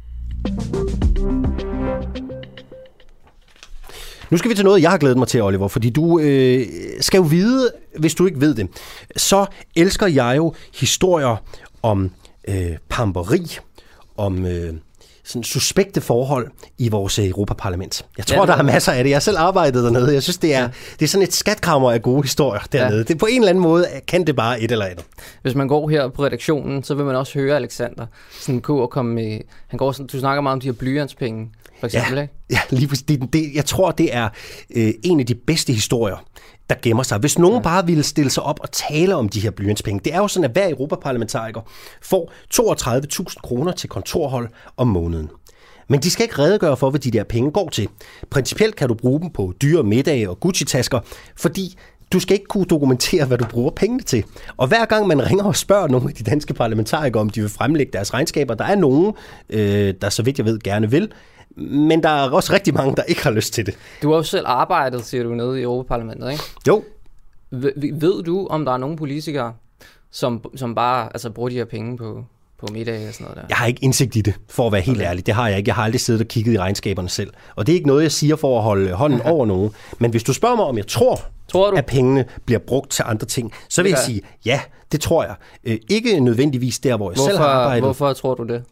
Speaker 1: Nu skal vi til noget, jeg har glædet mig til, Oliver, fordi du øh, skal jo vide, hvis du ikke ved det, så elsker jeg jo historier om øh, pamperi, om øh, sådan suspekte forhold i vores Europaparlament. Jeg tror, ja, der er masser af det. Jeg har selv arbejdet dernede. Jeg synes, det er, ja. det er sådan et skatkrammer af gode historier dernede. Ja. Det, på en eller anden måde kan det bare et eller andet.
Speaker 2: Hvis man går her på redaktionen, så vil man også høre Alexander sådan gå og komme med. Han går sådan, du snakker meget om de her blyantspenge, for eksempel,
Speaker 1: ja,
Speaker 2: ikke?
Speaker 1: Ja, lige præcis. Det, det, jeg tror, det er øh, en af de bedste historier, der gemmer sig. Hvis nogen ja. bare ville stille sig op og tale om de her blyantspenge. Det er jo sådan, at hver europaparlamentariker får toogtredive tusind kroner til kontorhold om måneden. Men de skal ikke redegøre for, hvad de der penge går til. Principielt kan du bruge dem på dyre middage og Gucci-tasker, fordi du skal ikke kunne dokumentere, hvad du bruger pengene til. Og hver gang man ringer og spørger nogle af de danske parlamentarikere, om de vil fremlægge deres regnskaber, der er nogen, øh, der så vidt jeg ved gerne vil, men der er også rigtig mange, der ikke har lyst til det.
Speaker 2: Du har jo selv arbejdet, siger du, nede i Europaparlamentet, ikke?
Speaker 1: Jo.
Speaker 2: Ved du, om der er nogle politikere, som, som bare altså, bruger de her penge på, på middag og sådan noget der?
Speaker 1: Jeg har ikke indsigt i det, for at være helt okay. ærlig. Det har jeg ikke. Jeg har aldrig siddet og kigget i regnskaberne selv. Og det er ikke noget, jeg siger for at holde hånden over nogen. Men hvis du spørger mig, om jeg tror, tror du? at pengene bliver brugt til andre ting, så vil jeg sige, ja, det tror jeg. Øh, ikke nødvendigvis der, hvor jeg hvorfor, selv har arbejdet.
Speaker 2: Hvorfor tror du det?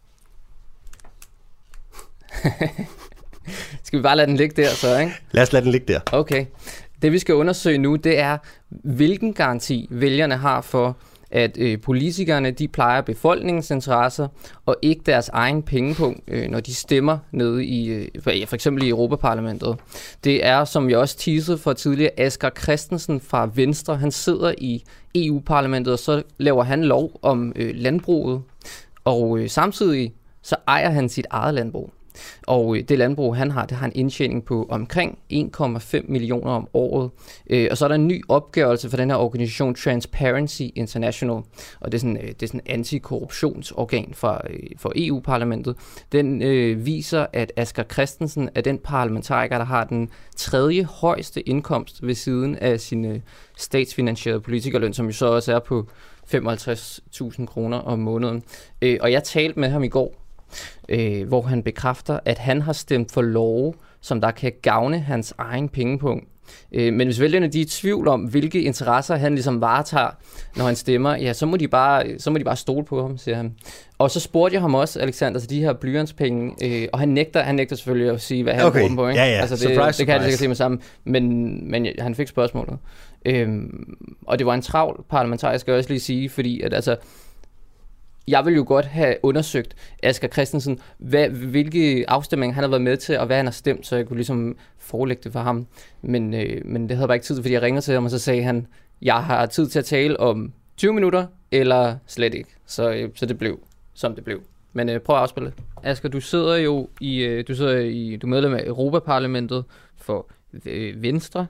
Speaker 2: Skal vi bare lade den ligge der så, ikke?
Speaker 1: Lad os lade den ligge der.
Speaker 2: Okay. Det vi skal undersøge nu, det er, hvilken garanti vælgerne har for, at øh, politikerne de plejer befolkningens interesser og ikke deres egen pengepunkt, øh, når de stemmer nede i øh, for, for eksempel i Europaparlamentet. Det er, som jeg også teasede for tidligere, Asger Christensen fra Venstre. Han sidder i E U-parlamentet, og så laver han lov om øh, landbruget, og øh, samtidig så ejer han sit eget landbrug. Og det landbrug, han har, det har en indtjening på omkring en komma fem millioner om året. Øh, og så er der en ny opgørelse for den her organisation Transparency International. Og det er sådan, det er sådan en antikorruptionsorgan for, for E U-parlamentet. Den øh, viser, at Asger Christensen er den parlamentariker, der har den tredje højeste indkomst ved siden af sin øh, statsfinansierede politikerløn, som jo så også er på femoghalvtreds tusind kroner om måneden. Øh, og jeg talte med ham i går, Øh, hvor han bekræfter, at han har stemt for love, som der kan gavne hans egen pengepunkt. Øh, men hvis vælgerne de er i tvivl om, hvilke interesser han ligesom varetager, når han stemmer, ja, så må de bare, så må de bare stole på ham, siger han. Og så spurgte jeg ham også, Alexander, til de her blyantspenge, øh, og han nægter, han nægter selvfølgelig at sige, hvad han
Speaker 1: okay.
Speaker 2: bruger dem på. Ikke?
Speaker 1: Ja, ja.
Speaker 2: Altså, det,
Speaker 1: surprise,
Speaker 2: det kan
Speaker 1: surprise.
Speaker 2: jeg sikkert se med sammen, men, men han fik spørgsmålet. Øh, og det var en travl parlamentarisk, skal jeg også lige sige, fordi at altså, jeg vil jo godt have undersøgt Asger Christensen, hvad, hvilke afstemninger han har været med til, og hvad han har stemt, så jeg kunne ligesom forelægge det for ham. Men, øh, men det havde bare ikke tid til, fordi jeg ringede til ham, og så sagde han, jeg har tid til at tale om tyve minutter, eller slet ikke. Så, øh, så det blev, som det blev. Men øh, prøv at afspille det. Asger, du sidder jo i, øh, du sidder i, du er medlem af Europaparlamentet for øh, Venstre,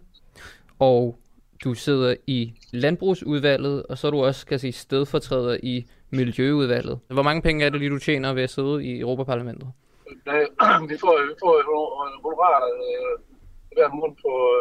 Speaker 2: og du sidder i Landbrugsudvalget, og så er du også, kan jeg sige, stedfortræder i Miljøudvalget. Hvor mange penge er det lige, du tjener ved at sidde i Europaparlamentet?
Speaker 7: Nej, vi får, vi får honorar øh, hver måned på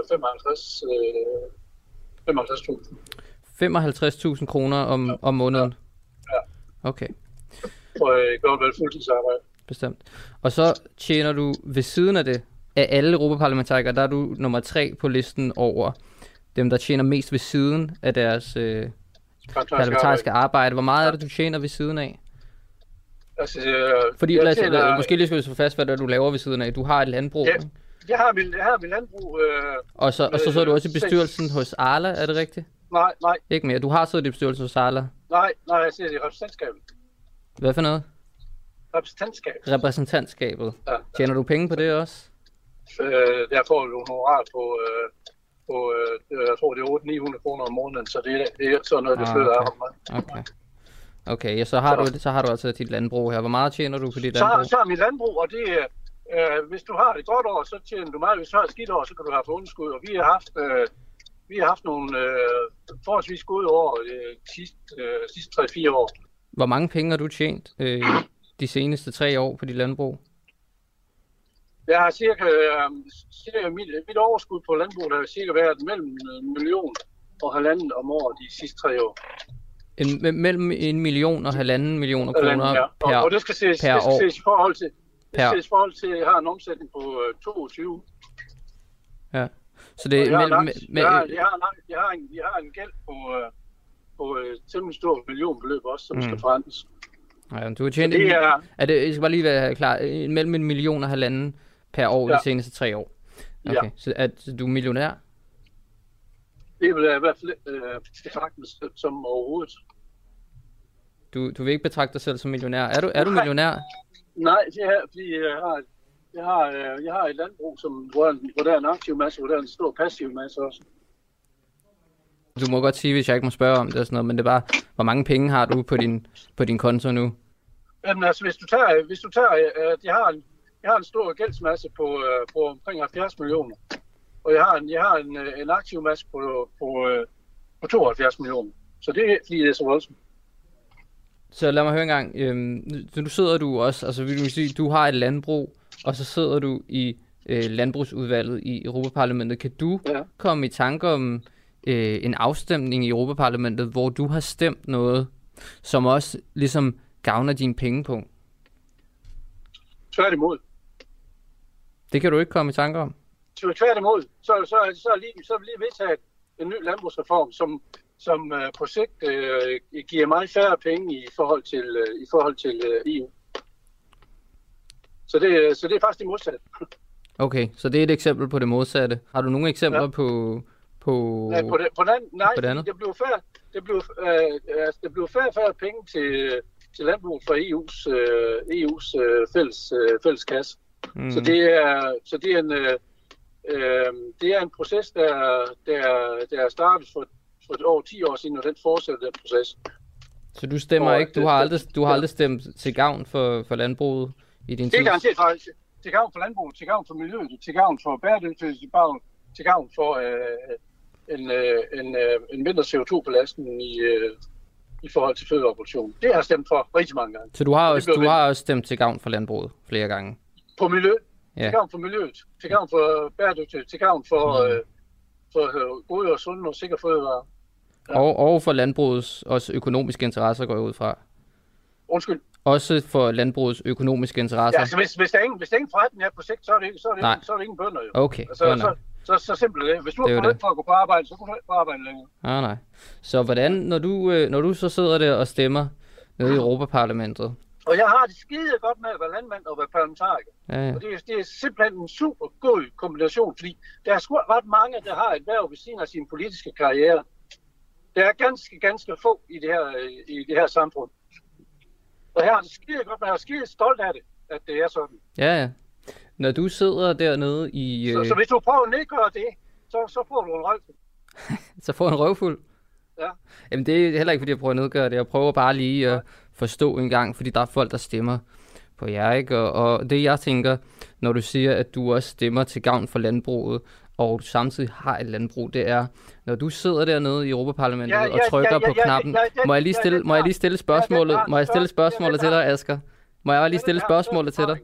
Speaker 7: femoghalvtreds tusind.
Speaker 2: femoghalvtreds tusind kroner om, ja. om måneden?
Speaker 7: Ja.
Speaker 2: Okay.
Speaker 7: For jeg gør vel fuldtidsarbejde.
Speaker 2: Bestemt. Og så tjener du ved siden af det, af alle europaparlamentarikere, der er du nummer tre på listen over dem, der tjener mest ved siden af deres øh, parlamentariske arbejde. arbejde. Hvor meget er det, du tjener ved siden af?
Speaker 7: Altså, øh,
Speaker 2: Fordi, lad os, tjener, måske lige skal vi så fast, hvad det er, du laver ved siden af. Du har et landbrug,
Speaker 7: ja, jeg har mit, jeg har mit landbrug. Øh,
Speaker 2: og så, og så sidder du også i bestyrelsen seks. Hos Arla, er det rigtigt?
Speaker 7: Nej, nej.
Speaker 2: Ikke mere. Du har siddet i bestyrelsen hos Arla?
Speaker 7: Nej, nej, jeg sidder i repræsentantskabet.
Speaker 2: Hvad for noget?
Speaker 7: Repræsentantskabet.
Speaker 2: Repræsentantskabet.
Speaker 7: Ja.
Speaker 2: Tjener du penge på det også?
Speaker 7: Øh, der får du honorar på, øh, på øh, jeg tror det er otte til ni hundrede kroner om måneden, så det, det er sådan noget, det ah, flytter
Speaker 2: okay. af mig. Okay. Okay, ja, så har, så. Du, så har du altså dit landbrug her. Hvor meget tjener du på dit
Speaker 7: så,
Speaker 2: landbrug?
Speaker 7: Så er mit landbrug, og det er, øh, hvis du har et godt år, så tjener du meget. Hvis du har et skidt år, så kan du have for underskud. Og vi har haft, øh, vi har haft nogle øh, forholdsvis gode år øh, sidste, øh, sidste tre fire år.
Speaker 2: Hvor mange penge har du tjent øh, de seneste tre år på dit landbrug?
Speaker 7: Jeg har cirka, øh, cirka mit, mit overskud på landbruget har cirka været mellem en million og halvanden om året de sidste tre år.
Speaker 2: En, me- mellem en million og halvanden millioner kroner
Speaker 7: ja.
Speaker 2: per,
Speaker 7: og, og det skal ses,
Speaker 2: per
Speaker 7: det skal
Speaker 2: år.
Speaker 7: ses i forhold til, det
Speaker 2: per.
Speaker 7: skal ses i forhold til, at jeg har en omsætning på uh, toogtyve.
Speaker 2: Ja. Så det er
Speaker 7: jeg,
Speaker 2: mellem...
Speaker 7: har lagt, jeg, har, jeg, har lagt, jeg, har en, jeg har en gæld på, uh, på uh, temmelig stor millionbeløb også, som mm. skal forrentes.
Speaker 2: Ja, du har tjent... Det er, en, er det, jeg skal bare lige være klar. Mellem en million og halvanden per år ja. de seneste tre år. Okay, ja. Så er du millionær?
Speaker 7: Det vil jeg i hvert fald øh, betragte som overhovedet.
Speaker 2: Du, du vil ikke betragte dig selv som millionær. Er du, er du millionær?
Speaker 7: Nej, det er, fordi jeg har, jeg har, jeg har et landbrug, som, hvor, hvor der er en aktiv masse, hvor der er en stor passiv masse også.
Speaker 2: Du må godt sige, hvis jeg ikke må spørge om det og sådan noget, men det er bare, hvor mange penge har du på din, på din konto nu?
Speaker 7: Jamen altså, hvis du tager, hvis du tager at jeg har en, jeg har en stor gældsmasse på, på omkring halvfjerds millioner, og jeg har en, jeg har en, en aktiv masse på, på, på tooghalvfjerds millioner, så det er fordi det er så voldsomt.
Speaker 2: Så lad mig høre en gang, øhm, nu sidder du også, altså vil du sige, du har et landbrug, og så sidder du i øh, landbrugsudvalget i Europaparlamentet. Kan du ja. komme i tanke om øh, en afstemning i Europaparlamentet, hvor du har stemt noget, som også ligesom gavner dine pengepunkt?
Speaker 7: Tværtimod.
Speaker 2: Det kan du ikke komme i tanke om?
Speaker 7: Tværtimod. Så, så, så, er lige, så er vi lige vedtaget en ny landbrugsreform, som, som uh, på sigt uh, giver meget færre penge i forhold til, uh, i forhold til uh, E U. Så det, så det er faktisk det modsatte.
Speaker 2: Okay, så det er et eksempel på det modsatte. Har du nogle eksempler ja. på... På,
Speaker 7: nej, på det, på den, nej,
Speaker 2: på det andet?
Speaker 7: det blev færre, det blev, øh, altså, det blev færre, færre penge til, til landbrug fra E U's, øh, E U's øh, fælles, øh, fælles kasse. Mm. Så det er, så det er en, øh, øh, det er en proces, der, der, der er startet for, for over ti år siden, og den fortsætter den proces.
Speaker 2: Så du stemmer og ikke? Du har aldrig, du har aldrig stemt til gavn for, for landbruget i din tid?
Speaker 7: Det er garanteret faktisk til gavn for landbruget, til gavn for miljøet, til gavn for bæredygtighed, til gavn, til gavn for øh, en, øh, en, øh, en mindre C O to belastning i, øh, i forhold til fødevareproduktion. Det har jeg stemt for rigtig mange gange.
Speaker 2: Så du har, også, du har også stemt til gavn for landbruget flere gange?
Speaker 7: På miljø.
Speaker 2: Ja.
Speaker 7: Til gavn for miljøet. Til gavn for bæredygtighed. Til gavn for, mm. øh, for øh, gode og sunde og sikre fødevarer.
Speaker 2: Ja. Og, og for landbrugets også økonomiske interesser går jeg ud fra?
Speaker 7: Undskyld?
Speaker 2: Også for landbrugets økonomiske interesser?
Speaker 7: Ja, altså hvis, hvis, der er ingen, hvis der er ingen forretning her på sigt, så er det ikke, så er det, ikke, så er det ingen bønder jo.
Speaker 2: Okay,
Speaker 7: altså, så, så, så, så simpelt er det. Hvis du har fået for at gå på arbejde, så kan du ikke på arbejde længere.
Speaker 2: Ah, nej. Så hvordan, når du, når du så sidder der og stemmer nede i Europaparlamentet?
Speaker 7: Og jeg har det skide godt med at være landmand og være parlamentariker.
Speaker 2: Ja, ja.
Speaker 7: Og det er, det er simpelthen en super god kombination, fordi der er sgu ret mange, der har et hverv ved siden af sin politiske karriere. Der er ganske, ganske få i det her, i det her samfund. Og her er det skide godt, men jeg er skide stolt af det, at det er sådan.
Speaker 2: Ja, ja. Når du sidder dernede i...
Speaker 7: Så, øh... så hvis du prøver at nedgøre det, så, så får du en røvfuld.
Speaker 2: Så får du en røvfuld?
Speaker 7: Ja.
Speaker 2: Jamen det er heller ikke, fordi jeg prøver at nedgøre det. Jeg prøver bare lige at ja. forstå en gang, fordi der er folk, der stemmer på jer, ikke? Og, og det jeg tænker, når du siger, at du også stemmer til gavn for landbruget, og du samtidig har et landbrug, det er, når du sidder dernede i Europaparlamentet ja, ja, og trykker ja, ja, på ja, knappen, ja, ja, ja, må jeg lige stille, ja, må jeg lige stille spørgsmålet, må jeg stille spørgsmålet til dig, Asger? Må jeg lige stille spørgsmålet til dig?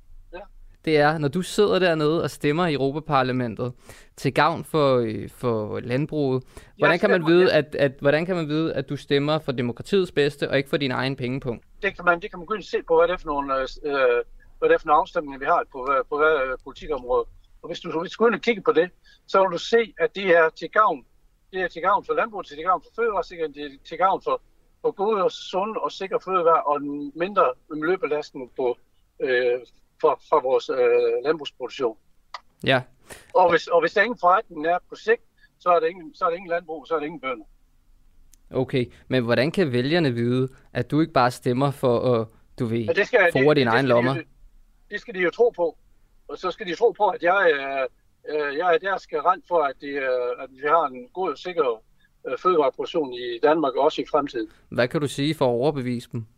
Speaker 2: Det er, når du sidder dernede og stemmer i Europaparlamentet til gavn for, for landbruget, hvordan kan man vide, at, at hvordan kan man vide, at du stemmer for demokratiets bedste og ikke for din egen pengepunkt?
Speaker 7: Det kan man, det kan man begynde at se på, hvad det er for nogle, øh, hvad det er for nogle afstemninger, vi har på, på hver politikområde. Og hvis du, hvis du går ind og kigger på det, så vil du se, at det er til gavn. Det er til gavn for landbruget, det er til gavn for fødevaresikkerheden, det er til gavn for, for gode og sunde og sikre fødevarer og en mindre miljøbelastning på øh, for, for vores øh, landbrugsproduktion.
Speaker 2: Ja.
Speaker 7: Og hvis, og hvis der ingen forretning er på sigt, så er det ingen, så er det ingen landbrug, så er det ingen bønder.
Speaker 2: Okay, men hvordan kan vælgerne vide, at du ikke bare stemmer for at, du ved, ja, forre dine egne lommer?
Speaker 7: Det, det skal de jo tro på. Og så skal de tro på, at jeg, øh, jeg er deres garant for, at, de, øh, at vi har en god og sikker øh, fødevareproduktion i Danmark, også i fremtiden.
Speaker 2: Hvad kan du sige for at overbevise dem?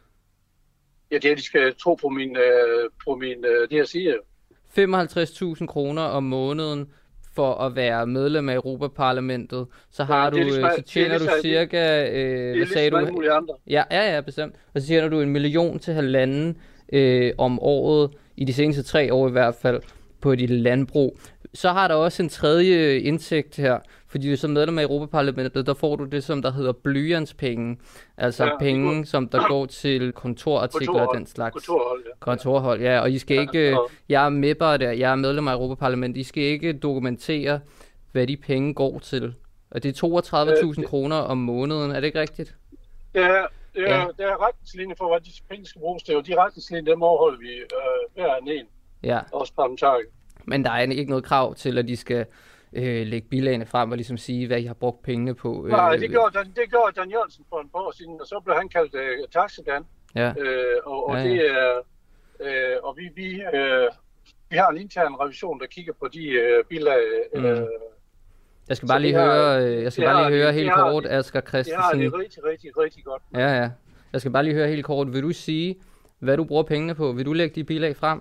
Speaker 7: Ja, det er, at de skal tro på min, øh, på min øh, det, jeg siger.
Speaker 2: femoghalvtreds tusind kroner om måneden for at være medlem af Europaparlamentet. Så har ja, du, ligesom, så tjener ligesom, du cirka, øh, hvad sagde
Speaker 7: ligesom du? Andre.
Speaker 2: Ja, ja, ja, bestemt. Og så tjener du en million til halvanden øh, om året, i de seneste tre år i hvert fald, på dit landbrug. Så har der også en tredje indtægt her, fordi du som medlem af Europaparlamentet, der får du det, som der hedder blyantspenge. Altså ja, penge, som der går til kontorartikler og den slags.
Speaker 7: Kontorhold, ja.
Speaker 2: Kontorhold, ja. Og I skal ikke, jeg er med bare der, jeg er medlem af Europaparlamentet, I skal ikke dokumentere, hvad de penge går til. Og det er toogtredive tusind kroner om måneden, er det ikke rigtigt?
Speaker 7: Ja, det er, ja. Det er retningslinjer for, hvad de penge skal bruges til, og de retningslinjer, dem overholder vi øh, hver en.
Speaker 2: Ja.
Speaker 7: Også parlamentarikere.
Speaker 2: Men der er ikke noget krav til, at de skal øh, lægge bilagene frem og ligesom sige, hvad I har brugt pengene på. Øh,
Speaker 7: Nej, det gjorde, Dan, det gjorde Dan Jørgensen for en par år siden, og så blev han kaldt øh, Taxedan.
Speaker 2: Ja.
Speaker 7: Øh, og, og,
Speaker 2: ja, ja.
Speaker 7: Det er, øh, og vi, vi, øh, vi har en intern revision, der kigger på de øh, bilag. Øh, mm.
Speaker 2: Jeg skal bare lige høre, jeg skal bare lige høre helt kort, Asger Christensen.
Speaker 7: Det er rigtig, rigtig, rigtig godt.
Speaker 2: Ja, ja. Jeg skal bare lige høre helt kort. Vil du sige, hvad du bruger pengene på? Vil du lægge de bilag frem?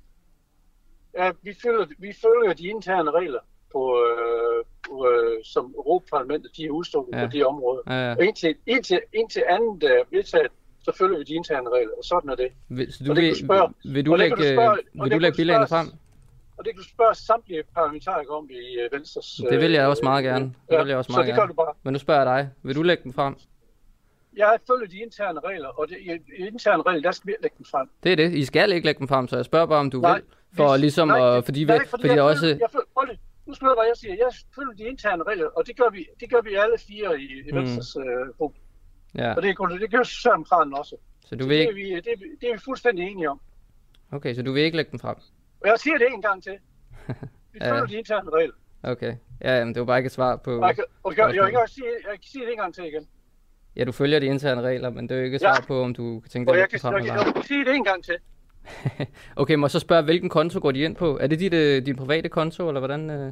Speaker 7: Ja, vi følger, vi følger de interne regler, på, øh, øh, som Europaparlamentet de er udstukket ja. på de områder. Ja, ja. Og indtil, indtil, indtil andet er vedtaget, så følger vi de interne regler, og sådan er det.
Speaker 2: Vil, så du vil, spørge, vil du lægge, spørge, vil du lægge bilagene frem?
Speaker 7: og det kan du spørge samtlige parlamentarikere om i uh, Venstres...
Speaker 2: Det vil jeg også meget gerne. Det
Speaker 7: ja,
Speaker 2: vil jeg også
Speaker 7: så
Speaker 2: meget
Speaker 7: det
Speaker 2: gerne.
Speaker 7: gør du bare.
Speaker 2: Men nu spørger jeg dig. Vil du lægge den frem?
Speaker 7: Jeg følger de interne regler, og det, i interne regler, der skal vi lægge dem frem.
Speaker 2: Det er det. I skal ikke lægge dem frem, så jeg spørger bare, om du
Speaker 7: nej,
Speaker 2: vil. For
Speaker 7: hvis,
Speaker 2: ligesom
Speaker 7: nej,
Speaker 2: at... Fordi,
Speaker 7: nej,
Speaker 2: fordi,
Speaker 7: fordi
Speaker 2: fordi
Speaker 7: jeg
Speaker 2: også...
Speaker 7: Følger, jeg følger, nu skal jeg hvad jeg siger. Jeg følger de interne regler, og det gør vi, det gør vi alle fire i, i Venstres mm. gruppe.
Speaker 2: Ja.
Speaker 7: Og det, det gør Socialdemokraterne også.
Speaker 2: Så du vil ikke...
Speaker 7: Det er, vi, det, er, det er vi fuldstændig enige om.
Speaker 2: Okay, så du vil ikke lægge dem frem?
Speaker 7: Og jeg siger det en gang til. Vi følger ja. de interne regler.
Speaker 2: Okay. Ja, jamen, det var bare ikke et svar på...
Speaker 7: Og jeg, kan, og jeg, jeg, jeg, kan sige, jeg kan sige det en gang til igen.
Speaker 2: Ja, du følger de interne regler, men det er jo ikke et svar ja. på, om du kan tænke dig at lægge dem frem.
Speaker 7: Og jeg, jeg, jeg kan sige det en gang til.
Speaker 2: Okay, må jeg så spørge, hvilken konto går de ind på? Er det dit, uh, din private konto, eller hvordan? Uh...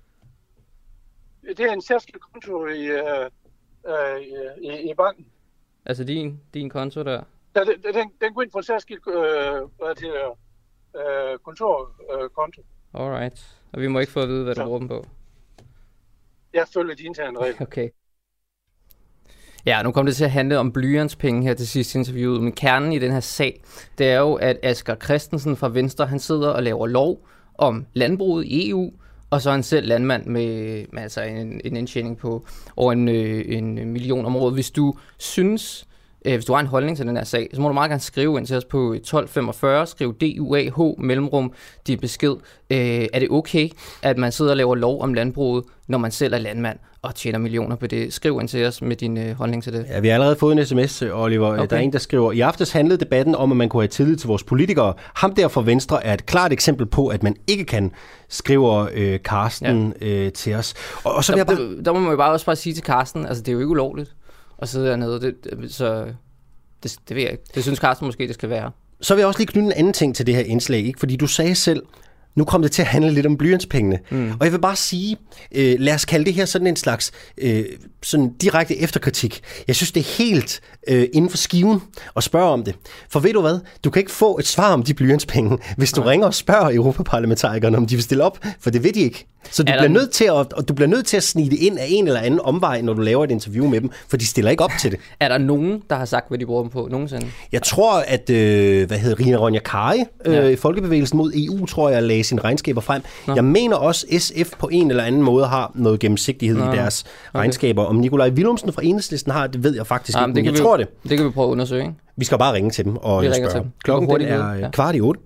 Speaker 7: Det er en særskilt konto i, uh, uh, i, i banken.
Speaker 2: Altså din, din konto der?
Speaker 7: Ja, den, den, den går ind på en særskilt uh, til, uh, kontorkonto. Uh,
Speaker 2: Alright. Og vi må ikke få at vide, hvad du bruger dem på?
Speaker 7: Jeg følger de interne regler.
Speaker 2: Okay. Ja, nu kommer det til at handle om blyantspenge her til sidst i interviewet, men kernen i den her sag, det er jo, at Asger Christensen fra Venstre, han sidder og laver lov om landbruget i E U, og så er han selv landmand med, med altså en, en indtjening på over en, en million om året. Hvis du synes, øh, hvis du har en holdning til den her sag, så må du meget gerne skrive ind til os på tolv femogfyrre, skriv D U A H mellemrum din besked. Øh, er det okay, at man sidder og laver lov om landbruget, når man selv er landmand og tjener millioner på det? Skriv ind til os med din øh, holdning til det.
Speaker 1: Ja, vi har allerede fået en sms, Oliver. Okay. Der er en, der skriver, i aftes handlede debatten om, at man kunne have tillid til vores politikere. Ham der fra Venstre er et klart eksempel på, at man ikke kan, skriver øh, Carsten ja. øh, til os. Og, og så
Speaker 2: der,
Speaker 1: vil jeg bare...
Speaker 2: der må man jo bare også bare sige til Carsten, altså det er jo ikke ulovligt at sidde dernede, det, så det, det ved jeg ikke. Det synes Carsten måske, det skal være.
Speaker 1: Så vil jeg også lige knytte en anden ting til det her indslag, ikke? Fordi du sagde selv, nu kom det til at handle lidt om blyantspengene. Mm. Og jeg vil bare sige, øh, lad os kalde det her sådan en slags øh, sådan direkte efterkritik. Jeg synes, det er helt øh, inden for skiven at spørge om det. For ved du hvad? Du kan ikke få et svar om de blyantspenge, hvis du ja. ringer og spørger europaparlamentarikerne, om de vil stille op, for det ved de ikke. Så du bliver, nødt til at, og du bliver nødt til at snige det ind af en eller anden omvej, når du laver et interview med dem, for de stiller ikke op til det.
Speaker 2: Er der nogen, der har sagt, hvad de bruger dem på nogensinde?
Speaker 1: Jeg tror, at øh, hvad hedder Rina Ronja Kari, øh, ja. Folkebevægelsen mod E U, tror jeg, lagde sine regnskaber frem. Nå. Jeg mener også, S F på en eller anden måde har noget gennemsigtighed Nå. i deres okay. regnskaber. Om Nikolaj Villumsen fra Enhedslisten har, det ved jeg faktisk ja, ikke, men jeg vi, tror det.
Speaker 2: Det kan vi prøve at undersøge, ikke?
Speaker 1: Vi skal bare ringe til dem og spørge. Til dem. Klokken den er ja. kvart i otte.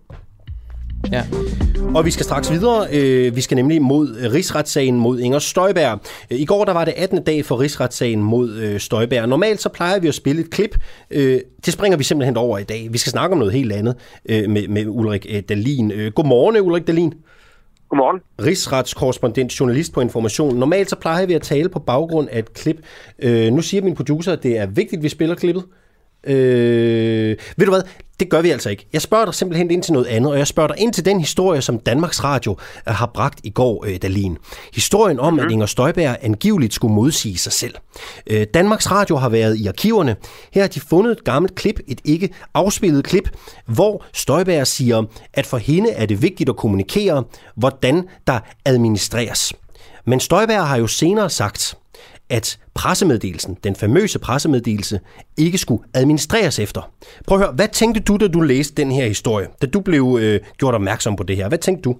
Speaker 2: Ja.
Speaker 1: Og vi skal straks videre. Vi skal nemlig mod rigsretssagen mod Inger Støjberg. I går der var det attende dag for rigsretssagen mod Støjberg. Normalt så plejer vi at spille et klip. Det springer vi simpelthen over i dag. Vi skal snakke om noget helt andet med, med Ulrik Dahlin. Godmorgen, Ulrik Dahlin.
Speaker 5: Godmorgen.
Speaker 1: Rigsretskorrespondent, journalist på Information. Normalt så plejer vi at tale på baggrund af et klip. Nu siger min producer, at det er vigtigt, at vi spiller klippet. Øh, ved du hvad? Det gør vi altså ikke. Jeg spørger dig simpelthen ind til noget andet, og jeg spørger dig ind til den historie, som Danmarks Radio har bragt i går, øh, Dahlin. Historien om, mm-hmm. at Inger Støjberg angiveligt skulle modsige sig selv. Øh, Danmarks Radio har været i arkiverne. Her har de fundet et gammelt klip, et ikke afspillet klip, hvor Støjberg siger, at for hende er det vigtigt at kommunikere, hvordan der administreres. Men Støjberg har jo senere sagt, at pressemeddelelsen, den famøse pressemeddelelse, ikke skulle administreres efter. Prøv at høre, hvad tænkte du, da du læste den her historie? Da du blev øh, gjort opmærksom på det her. Hvad tænkte du?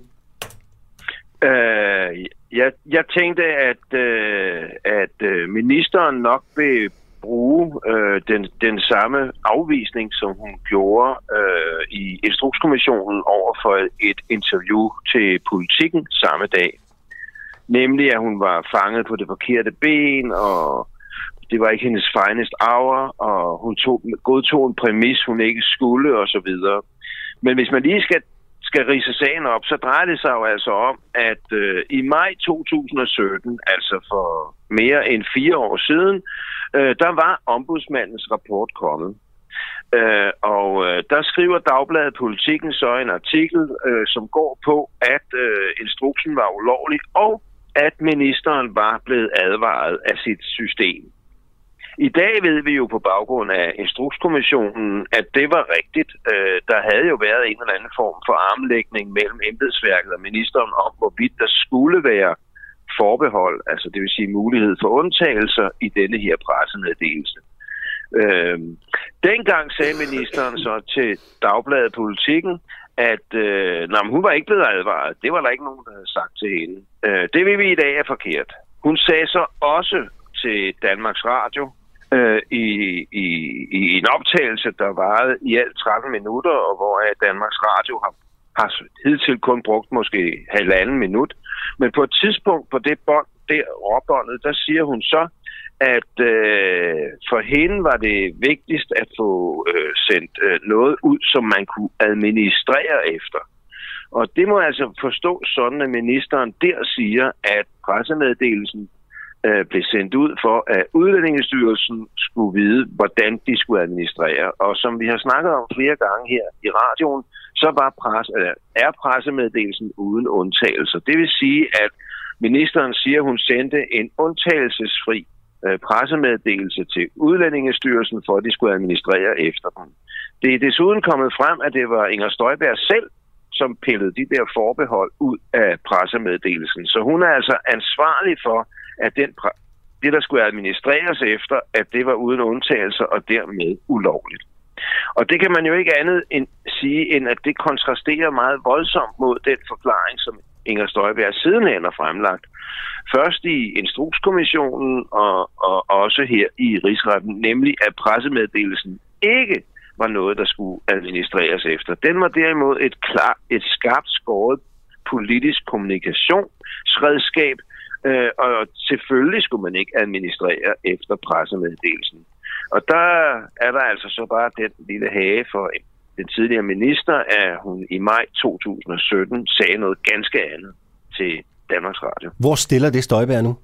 Speaker 8: Øh, jeg, jeg tænkte, at, øh, at øh, ministeren nok vil bruge øh, den, den samme afvisning, som hun gjorde øh, i Instrukskommissionen over for et interview til Politikken samme dag. Nemlig, at hun var fanget på det forkerte ben, og det var ikke hendes finest hour, og hun tog, godtog en præmis, hun ikke skulle, og så videre. Men hvis man lige skal, skal ridse sagen op, så drejer det sig jo altså om, at øh, i maj to tusind og sytten, altså for mere end fire år siden, øh, der var ombudsmandens rapport kommet. Øh, og øh, der skriver Dagbladet Politikken så en artikel, øh, som går på, at øh, instruksen var ulovlig, og at ministeren var blevet advaret af sit system. I dag ved vi jo på baggrund af Instrukskommissionen, at det var rigtigt. Øh, der havde jo været en eller anden form for armlægning mellem embedsværket og ministeren om, hvorvidt der skulle være forbehold, altså det vil sige mulighed for undtagelser i denne her pressemeddelelse. Øh, dengang sagde ministeren så til Dagbladet Politikken, at øh, nej, hun var ikke blevet advaret. Det var der ikke nogen, der havde sagt til hende. Øh, det vil vi i dag er forkert. Hun sagde så også til Danmarks Radio øh, i, i, i en optagelse, der varede i alt tretten minutter, og hvor Danmarks Radio har, har hidtil kun brugt måske halvanden minut. Men på et tidspunkt på det bånd, der råbåndet, der siger hun så, at øh, for hende var det vigtigst at få øh, sendt øh, noget ud, som man kunne administrere efter. Og det må altså forstå sådan, at ministeren der siger, at pressemeddelelsen øh, blev sendt ud for, at Udlændingestyrelsen skulle vide, hvordan de skulle administrere. Og som vi har snakket om flere gange her i radioen, så var pres, øh, er pressemeddelelsen uden undtagelser. Det vil sige, at ministeren siger, at hun sendte en undtagelsesfri øh, pressemeddelelse til Udlændingestyrelsen, for at de skulle administrere efter den. Det er desuden kommet frem, at det var Inger Støjberg selv, som pillede de der forbehold ud af pressemeddelelsen. Så hun er altså ansvarlig for, at den det, der skulle administreres efter, at det var uden undtagelser og dermed ulovligt. Og det kan man jo ikke andet end sige, end at det kontrasterer meget voldsomt mod den forklaring, som Inger Støjberg sidenhen har fremlagt. Først i Instrukskommissionen og, og også her i Rigsretten, nemlig at pressemeddelelsen ikke var noget, der skulle administreres efter. Den var derimod et, klar, et skarpt skåret politisk kommunikationsredskab, øh, og selvfølgelig skulle man ikke administrere efter pressemeddelelsen. Og der er der altså så bare den lille hage for den tidligere minister, at hun i maj to tusind og sytten sagde noget ganske andet til Danmarks Radio.
Speaker 1: Hvor stiller det Støjberg nu?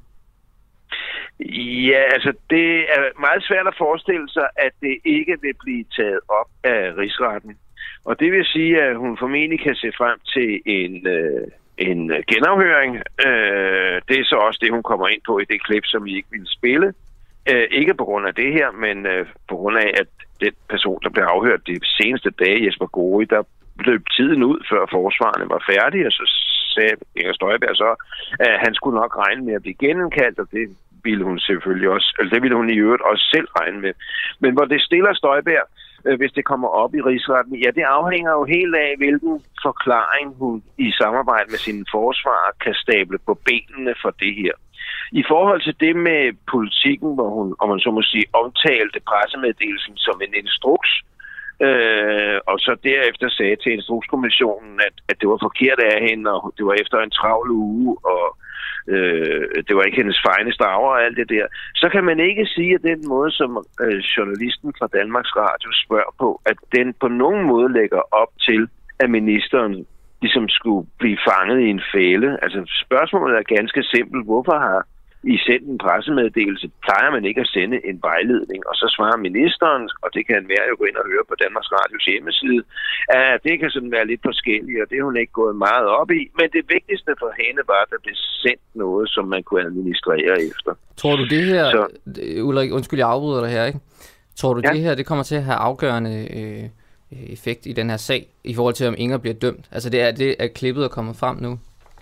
Speaker 8: Ja, altså det er meget svært at forestille sig, at det ikke vil blive taget op af Rigsretten. Og det vil sige, at hun formentlig kan se frem til en, øh, en genafhøring. Øh, det er så også det, hun kommer ind på i det klip, som vi ikke ville spille. Øh, ikke på grund af det her, men øh, på grund af, at den person, der blev afhørt de seneste dage, Jesper Gori, der løb tiden ud, før forsvarerne var færdige, og så sagde Inger Støjberg så, at han skulle nok regne med at blive genindkaldt, og det ville hun selvfølgelig også, eller det ville hun i øvrigt også selv regne med. Men hvor det stiller Støjberg, øh, hvis det kommer op i Rigsretten, ja, det afhænger jo helt af, hvilken forklaring hun i samarbejde med sine forsvarer kan stable på benene for det her. I forhold til det med politikken, hvor hun, om man så må sige, omtalte pressemeddelelsen som en instruks, øh, og så derefter sagde til Instrukskommissionen, at, at det var forkert af hende, og det var efter en travl uge, og øh, det var ikke hendes fineste hour og alt det der, så kan man ikke sige, at den måde, som øh, journalisten fra Danmarks Radio spørger på, at den på nogen måde lægger op til, at ministeren ligesom skulle blive fanget i en fælde. Altså spørgsmålet er ganske simpelt. Hvorfor har I sendt en pressemeddelelse? Plejer man ikke at sende en vejledning? Og så svarer ministeren, og det kan være jo gå ind og høre på Danmarks Radios hjemmeside, at det kan sådan være lidt forskelligt, og det er hun ikke gået meget op i. Men det vigtigste for hende var, at der blev sendt noget, som man kunne administrere efter.
Speaker 2: Tror du det her,
Speaker 8: så,
Speaker 2: Ulrik, undskyld, jeg afbryder dig her, ikke? Tror du
Speaker 8: ja.
Speaker 2: det her, det kommer til at have afgørende øh, effekt i den her sag, i forhold til om Inger bliver dømt? Altså det er, det er klippet og kommet frem nu?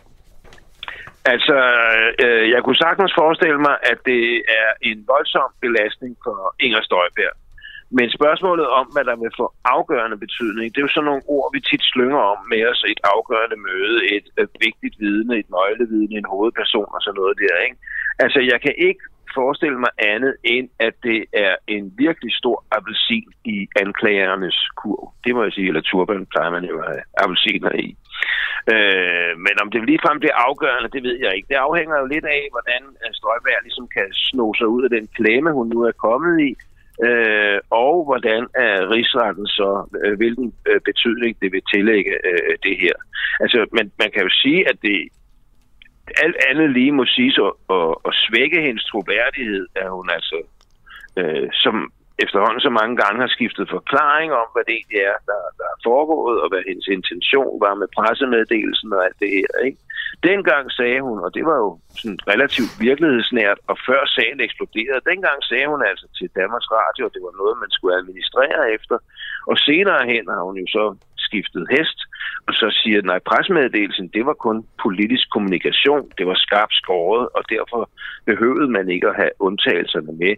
Speaker 8: Altså, øh, jeg kunne sagtens forestille mig, at det er en voldsom belastning for Inger Støjberg. Men spørgsmålet om, hvad der vil få afgørende betydning, det er jo sådan nogle ord, vi tit slynger om med os. Et afgørende møde, et, et vigtigt vidne, et nøglevidne, en hovedperson og sådan noget der, ikke? Altså, jeg kan ikke forestille mig andet end, at det er en virkelig stor appelsin i anklagernes kurv. Det må jeg sige, eller turban plejer man jo at have appelsiner i. Øh, men om det ligefrem bliver afgørende, det ved jeg ikke. Det afhænger jo lidt af, hvordan Støjberg ligesom kan sno sig ud af den klemme, hun nu er kommet i, øh, og hvordan er Rigsretten så, øh, hvilken øh, betydning det vil tillægge øh, det her. Altså, man, man kan jo sige, at det alt andet lige må siges at, at, at svække hendes troværdighed, at hun altså, øh, som efterhånden så mange gange har skiftet forklaring om, hvad det egentlig er, der, der er foregået, og hvad hendes intention var med pressemeddelelsen og alt det her, ikke? Dengang sagde hun, og det var jo sådan relativt virkelighedsnært, og før sagen eksploderede, dengang sagde hun altså til Danmarks Radio, at det var noget, man skulle administrere efter, og senere hen har hun jo så skiftet hest, og så siger, at nej, pressemeddelelsen, det var kun politisk kommunikation, det var skarpt skåret, og derfor behøvede man ikke at have undtagelserne med.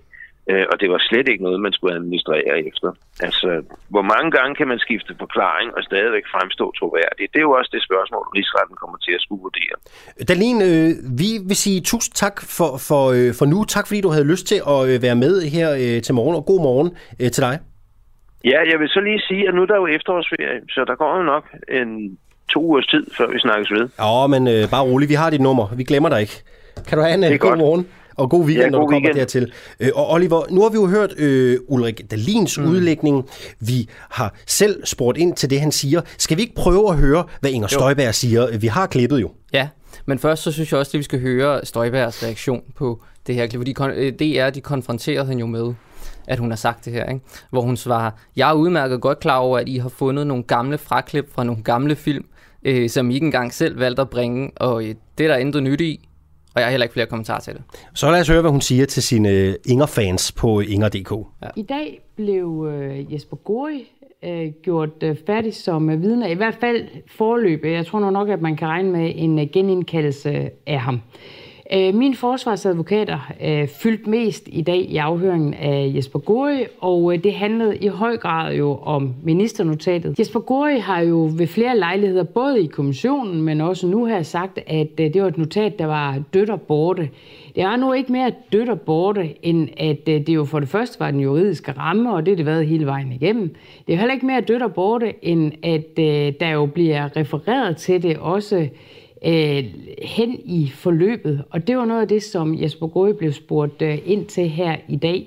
Speaker 8: Øh, og det var slet ikke noget, man skulle administrere efter. Altså, hvor mange gange kan man skifte forklaring og stadigvæk fremstå troværdigt? Det er jo også det spørgsmål, Rigsretten kommer til at skulle vurdere.
Speaker 1: Dahlin, øh, vi vil sige tusind tak for, for, øh, for nu. Tak fordi du havde lyst til at øh, være med her øh, til morgen, og god morgen øh, til dig.
Speaker 8: Ja, jeg vil så lige sige, at nu er der jo efterårsferie, så der går jo nok en to ugers tid, før vi snakkes ved.
Speaker 1: Ja, men øh, bare rolig, vi har dit nummer. Vi glemmer dig ikke. Kan du have en god godt. morgen? Og god weekend, ja, god når du kommer weekend. dertil. Øh, og Oliver, nu har vi jo hørt øh, Ulrik Dahlins mm. udlægning. Vi har selv spurgt ind til det, han siger. Skal vi ikke prøve at høre, hvad Inger jo. Støjberg siger? Vi har klippet jo.
Speaker 2: Ja, men først så synes jeg også, at vi skal høre Støjbergs reaktion på det her klip. Fordi D R, de konfronterede hende jo med, at hun har sagt det her, ikke? Hvor hun svarer, jeg er udmærket godt klar over, at I har fundet nogle gamle fraklip fra nogle gamle film, øh, som I ikke engang selv valgte at bringe, og øh, det er der intet nyt i. Og jeg har heller ikke flere kommentarer til det.
Speaker 1: Så lad os høre, hvad hun siger til sine Inger-fans på Inger punktum d k.
Speaker 9: Ja. I dag blev øh, Jesper Gori øh, gjort øh, færdig som øh, vidne. I hvert fald forløb. Jeg tror nok, at man kan regne med en øh, genindkaldelse af ham. Øh, mine forsvarsadvokater øh, fyldte mest i dag i afhøringen af Jesper Gori, og øh, det handlede i høj grad jo om ministernotatet. Jesper Gori har jo ved flere lejligheder, både i kommissionen, men også nu her sagt, at øh, det var et notat, der var dødt og borte. Det er nu ikke mere dødt og borte, end at øh, det jo for det første var den juridiske ramme, og det har det været hele vejen igennem. Det er heller ikke mere dødt og borte, end at øh, der jo bliver refereret til det også Øh, hen i forløbet, og det var noget af det, som Jesper Gori blev spurgt øh, ind til her i dag.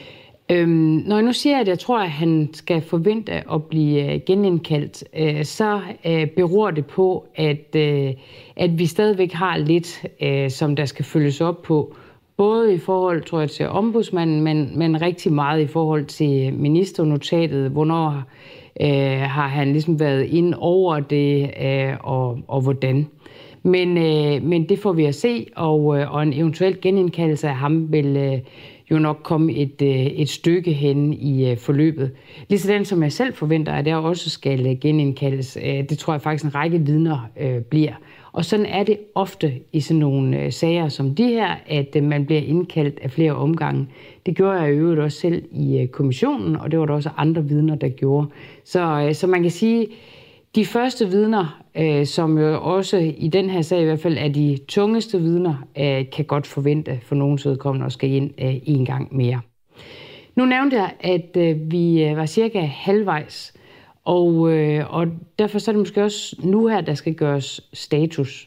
Speaker 9: Øhm, når jeg nu siger, at jeg tror, at han skal forvente at blive øh, genindkaldt, øh, så øh, beror det på, at, øh, at vi stadigvæk har lidt, øh, som der skal følges op på, både i forhold, tror jeg, til ombudsmanden, men, men rigtig meget i forhold til ministernotatet. Hvornår øh, har han ligesom været inde over det, øh, og, og hvordan. Men, øh, men det får vi at se, og, øh, og en eventuel genindkaldelse af ham vil øh, jo nok komme et, øh, et stykke hen i øh, forløbet. Ligesådan som jeg selv forventer, at jeg også skal øh, genindkaldes. Øh, det tror jeg faktisk en række vidner øh, bliver. Og sådan er det ofte i sådan nogle øh, sager som de her, at øh, man bliver indkaldt af flere omgange. Det gjorde jeg i øvrigt også selv i øh, kommissionen, og det var der også andre vidner, der gjorde. Så, øh, så man kan sige, de første vidner, øh, som jo også i den her sag i hvert fald er de tungeste vidner, øh, kan godt forvente for nogens vedkommende og skal ind øh, en gang mere. Nu nævnte jeg, at øh, vi øh, var cirka halvvejs, og, øh, og derfor så er det måske også nu her, der skal gøres status.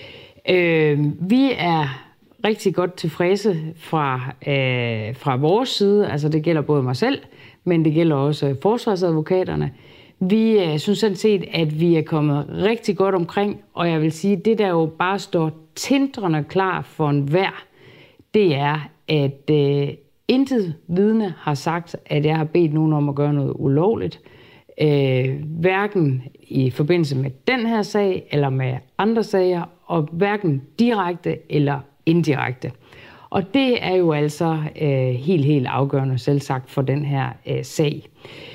Speaker 9: Øh, vi er rigtig godt tilfredse fra, øh, fra vores side, altså det gælder både mig selv, men det gælder også forsvarsadvokaterne. Vi øh, synes sådan set, at vi er kommet rigtig godt omkring, og jeg vil sige, det der jo bare står tindrende klar for enhver, det er, at øh, intet vidne har sagt, at jeg har bedt nogen om at gøre noget ulovligt. Øh, hverken i forbindelse med den her sag, eller med andre sager, og hverken direkte eller indirekte. Og det er jo altså øh, helt, helt afgørende selvsagt for den her øh, sag.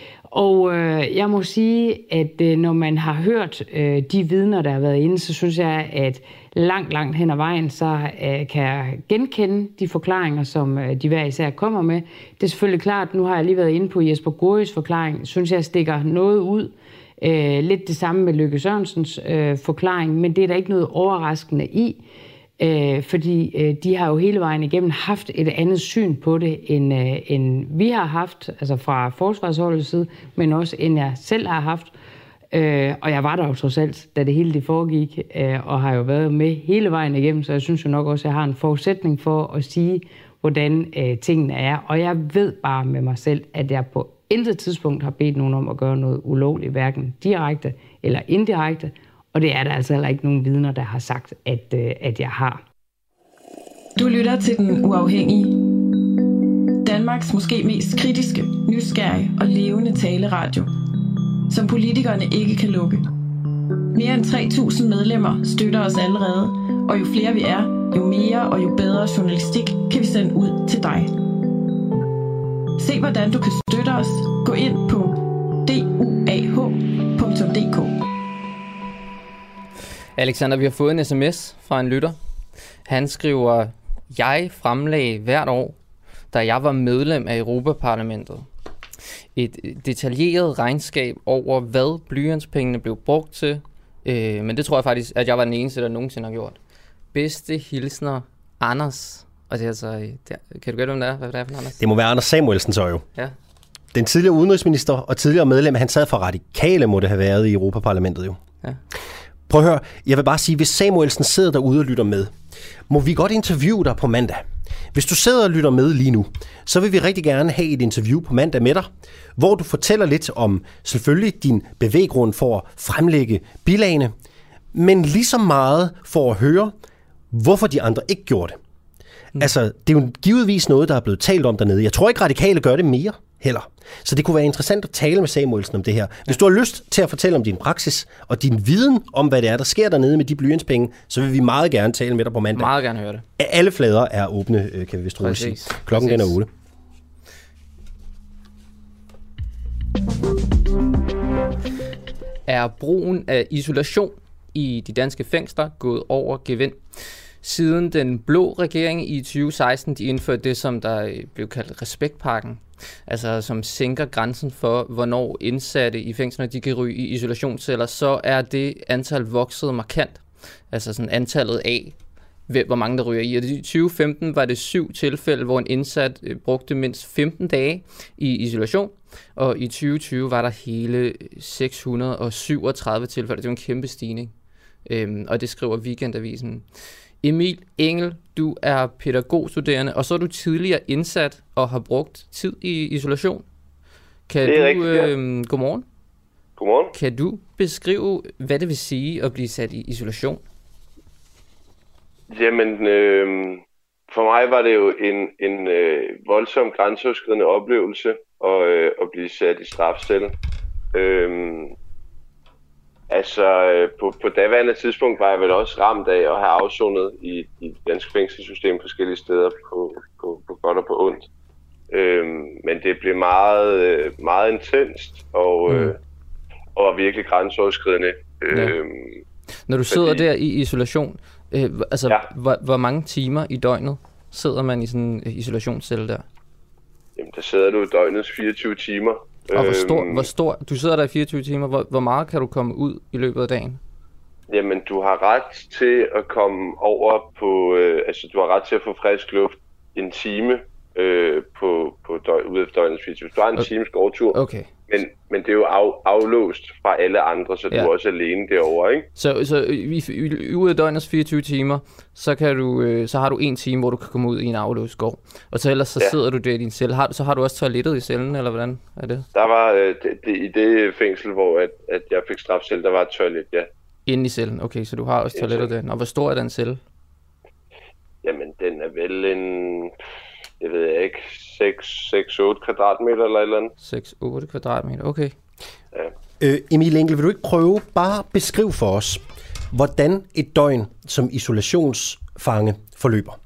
Speaker 9: Og øh, jeg må sige, at øh, når man har hørt øh, de vidner, der har været inde, så synes jeg, at langt, langt hen ad vejen, så øh, kan jeg genkende de forklaringer, som øh, de hver især kommer med. Det er selvfølgelig klart, nu har jeg lige været inde på Jesper Goris forklaring, synes jeg stikker noget ud. Øh, lidt det samme med Løkke Sørensens øh, forklaring, men det er der ikke noget overraskende i. Øh, fordi øh, de har jo hele vejen igennem haft et andet syn på det, end, øh, end vi har haft, altså fra forsvarsholdets side, men også end jeg selv har haft. Øh, og jeg var der jo trods alt, da det hele det foregik, øh, og har jo været med hele vejen igennem, så jeg synes jo nok også, at jeg har en forudsætning for at sige, hvordan øh, tingene er. Og jeg ved bare med mig selv, at jeg på intet tidspunkt har bedt nogen om at gøre noget ulovligt, hverken direkte eller indirekte. Og det er der altså heller ikke nogen vidner, der har sagt, at, øh, at jeg har.
Speaker 4: Du lytter til Den Uafhængige. Danmarks måske mest kritiske, nysgerrige og levende taleradio, som politikerne ikke kan lukke. Mere end tre tusind medlemmer støtter os allerede, og jo flere vi er, jo mere og jo bedre journalistik kan vi sende ud til dig. Se hvordan du kan støtte os. Gå ind på d u a h punktum d k.
Speaker 2: Alexander, vi har fået en sms fra en lytter. Han skriver, jeg fremlagde hvert år da jeg var medlem af Europaparlamentet, et detaljeret regnskab over, hvad blyantspengene blev brugt til. Øh, men det tror jeg faktisk, at jeg var den eneste, der nogensinde har gjort. Bedste hilsner, Anders. Og det er altså, det er, kan du gætte, hvem det er? Hvad det er for Anders?
Speaker 1: Det må være Anders Samuelsen så jo.
Speaker 2: Ja.
Speaker 1: Den tidligere udenrigsminister og tidligere medlem, han sad for Radikale, må det have været i Europaparlamentet jo.
Speaker 2: Ja.
Speaker 1: Prøv at høre, jeg vil bare sige, hvis Samuelsen sidder derude og lytter med, må vi godt interviewe dig på mandag. Hvis du sidder og lytter med lige nu, så vil vi rigtig gerne have et interview på mandag med dig, hvor du fortæller lidt om selvfølgelig din bevæggrund for at fremlægge bilagene, men lige så meget for at høre, hvorfor de andre ikke gjorde det. Mm. Altså, det er jo givetvis noget, der er blevet talt om dernede. Jeg tror ikke, Radikale gør det mere heller. Så det kunne være interessant at tale med Samuelsen om det her. Hvis du har lyst til at fortælle om din praksis og din viden om, hvad det er, der sker dernede med de blyantspenge, så vil vi meget gerne tale med dig på mandag.
Speaker 2: Meget gerne høre det.
Speaker 1: Alle flader er åbne, kan vi vist roligt sige. Klokken den er otte.
Speaker 2: Er brugen af isolation i de danske fængsler gået over gevind? Siden den blå regering i tyve seksten, de indførte det, som der blev kaldt respektpakken, altså som sænker grænsen for, hvornår indsatte i fængslerne de kan ryge i isolationsceller, så er det antal vokset markant. Altså sådan antallet af, hvor mange der ryger i. Og i tyve femten var det syv tilfælde, hvor en indsat brugte mindst femten dage i isolation, og i tyve tyve var der hele seks hundrede og syvogtredive tilfælde. Det er jo en kæmpe stigning, øhm, og det skriver Weekendavisen. Emil Engel, du er pædagogstuderende, og så er du tidligere indsat og har brugt tid i isolation. Kan
Speaker 10: det er
Speaker 2: du,
Speaker 10: rigtigt, ja.
Speaker 2: øh, godmorgen.
Speaker 10: Godmorgen.
Speaker 2: Kan du beskrive, hvad det vil sige at blive sat i isolation?
Speaker 10: Jamen, øh, for mig var det jo en, en øh, voldsom grænseoverskridende oplevelse at, øh, at blive sat i strafcelle. Øh, Altså, på, på daværende tidspunkt var jeg vel også ramt af at have afsonet i, i det danske fængselssystem forskellige steder på, på, på godt og på ondt. Øhm, men det blev meget, meget intenst og, mm. øh, og virkelig grænseoverskridende.
Speaker 2: Ja.
Speaker 10: Øhm,
Speaker 2: Når du sidder fordi, der i isolation, øh, altså, ja. hvor, hvor mange timer i døgnet sidder man i sådan en isolationscelle der?
Speaker 10: Jamen, der sidder du døgnets fireogtyve timer.
Speaker 2: Og hvor stor, hvor stor, du sidder der i fireogtyve timer, hvor, hvor meget kan du komme ud i løbet af dagen?
Speaker 10: Jamen, du har ret til at komme over på, øh, altså du har ret til at få frisk luft en time øh, på, på døg, ude efter døgnets fireogtyve. Du har en okay. times gårdtur,
Speaker 2: okay.
Speaker 10: men, men det er jo af, aflåst fra alle andre, så ja. Du er også alene derovre, ikke?
Speaker 2: Så, så i, i, ude af døgnets fireogtyve timer, så, kan du, øh, så har du en time, hvor du kan komme ud i en aflåst gård. Og så ellers så ja. Sidder du der i din celle. Har, så har du også toilettet i cellen, eller hvordan er det?
Speaker 10: Der var øh, det, det, i det fængsel, hvor at, at jeg fik strafcelle, der var et toilet, ja.
Speaker 2: Inde i cellen, okay, så du har også toilettet der. Og hvor stor er den celle?
Speaker 10: Jamen, den er vel en, jeg ved ikke, seks otte kvadratmeter eller et eller andet.
Speaker 2: seks otte kvadratmeter, okay.
Speaker 10: Ja.
Speaker 1: Øh, Emil Engel, vil du ikke prøve bare beskrive for os, hvordan et døgn som isolationsfange forløber?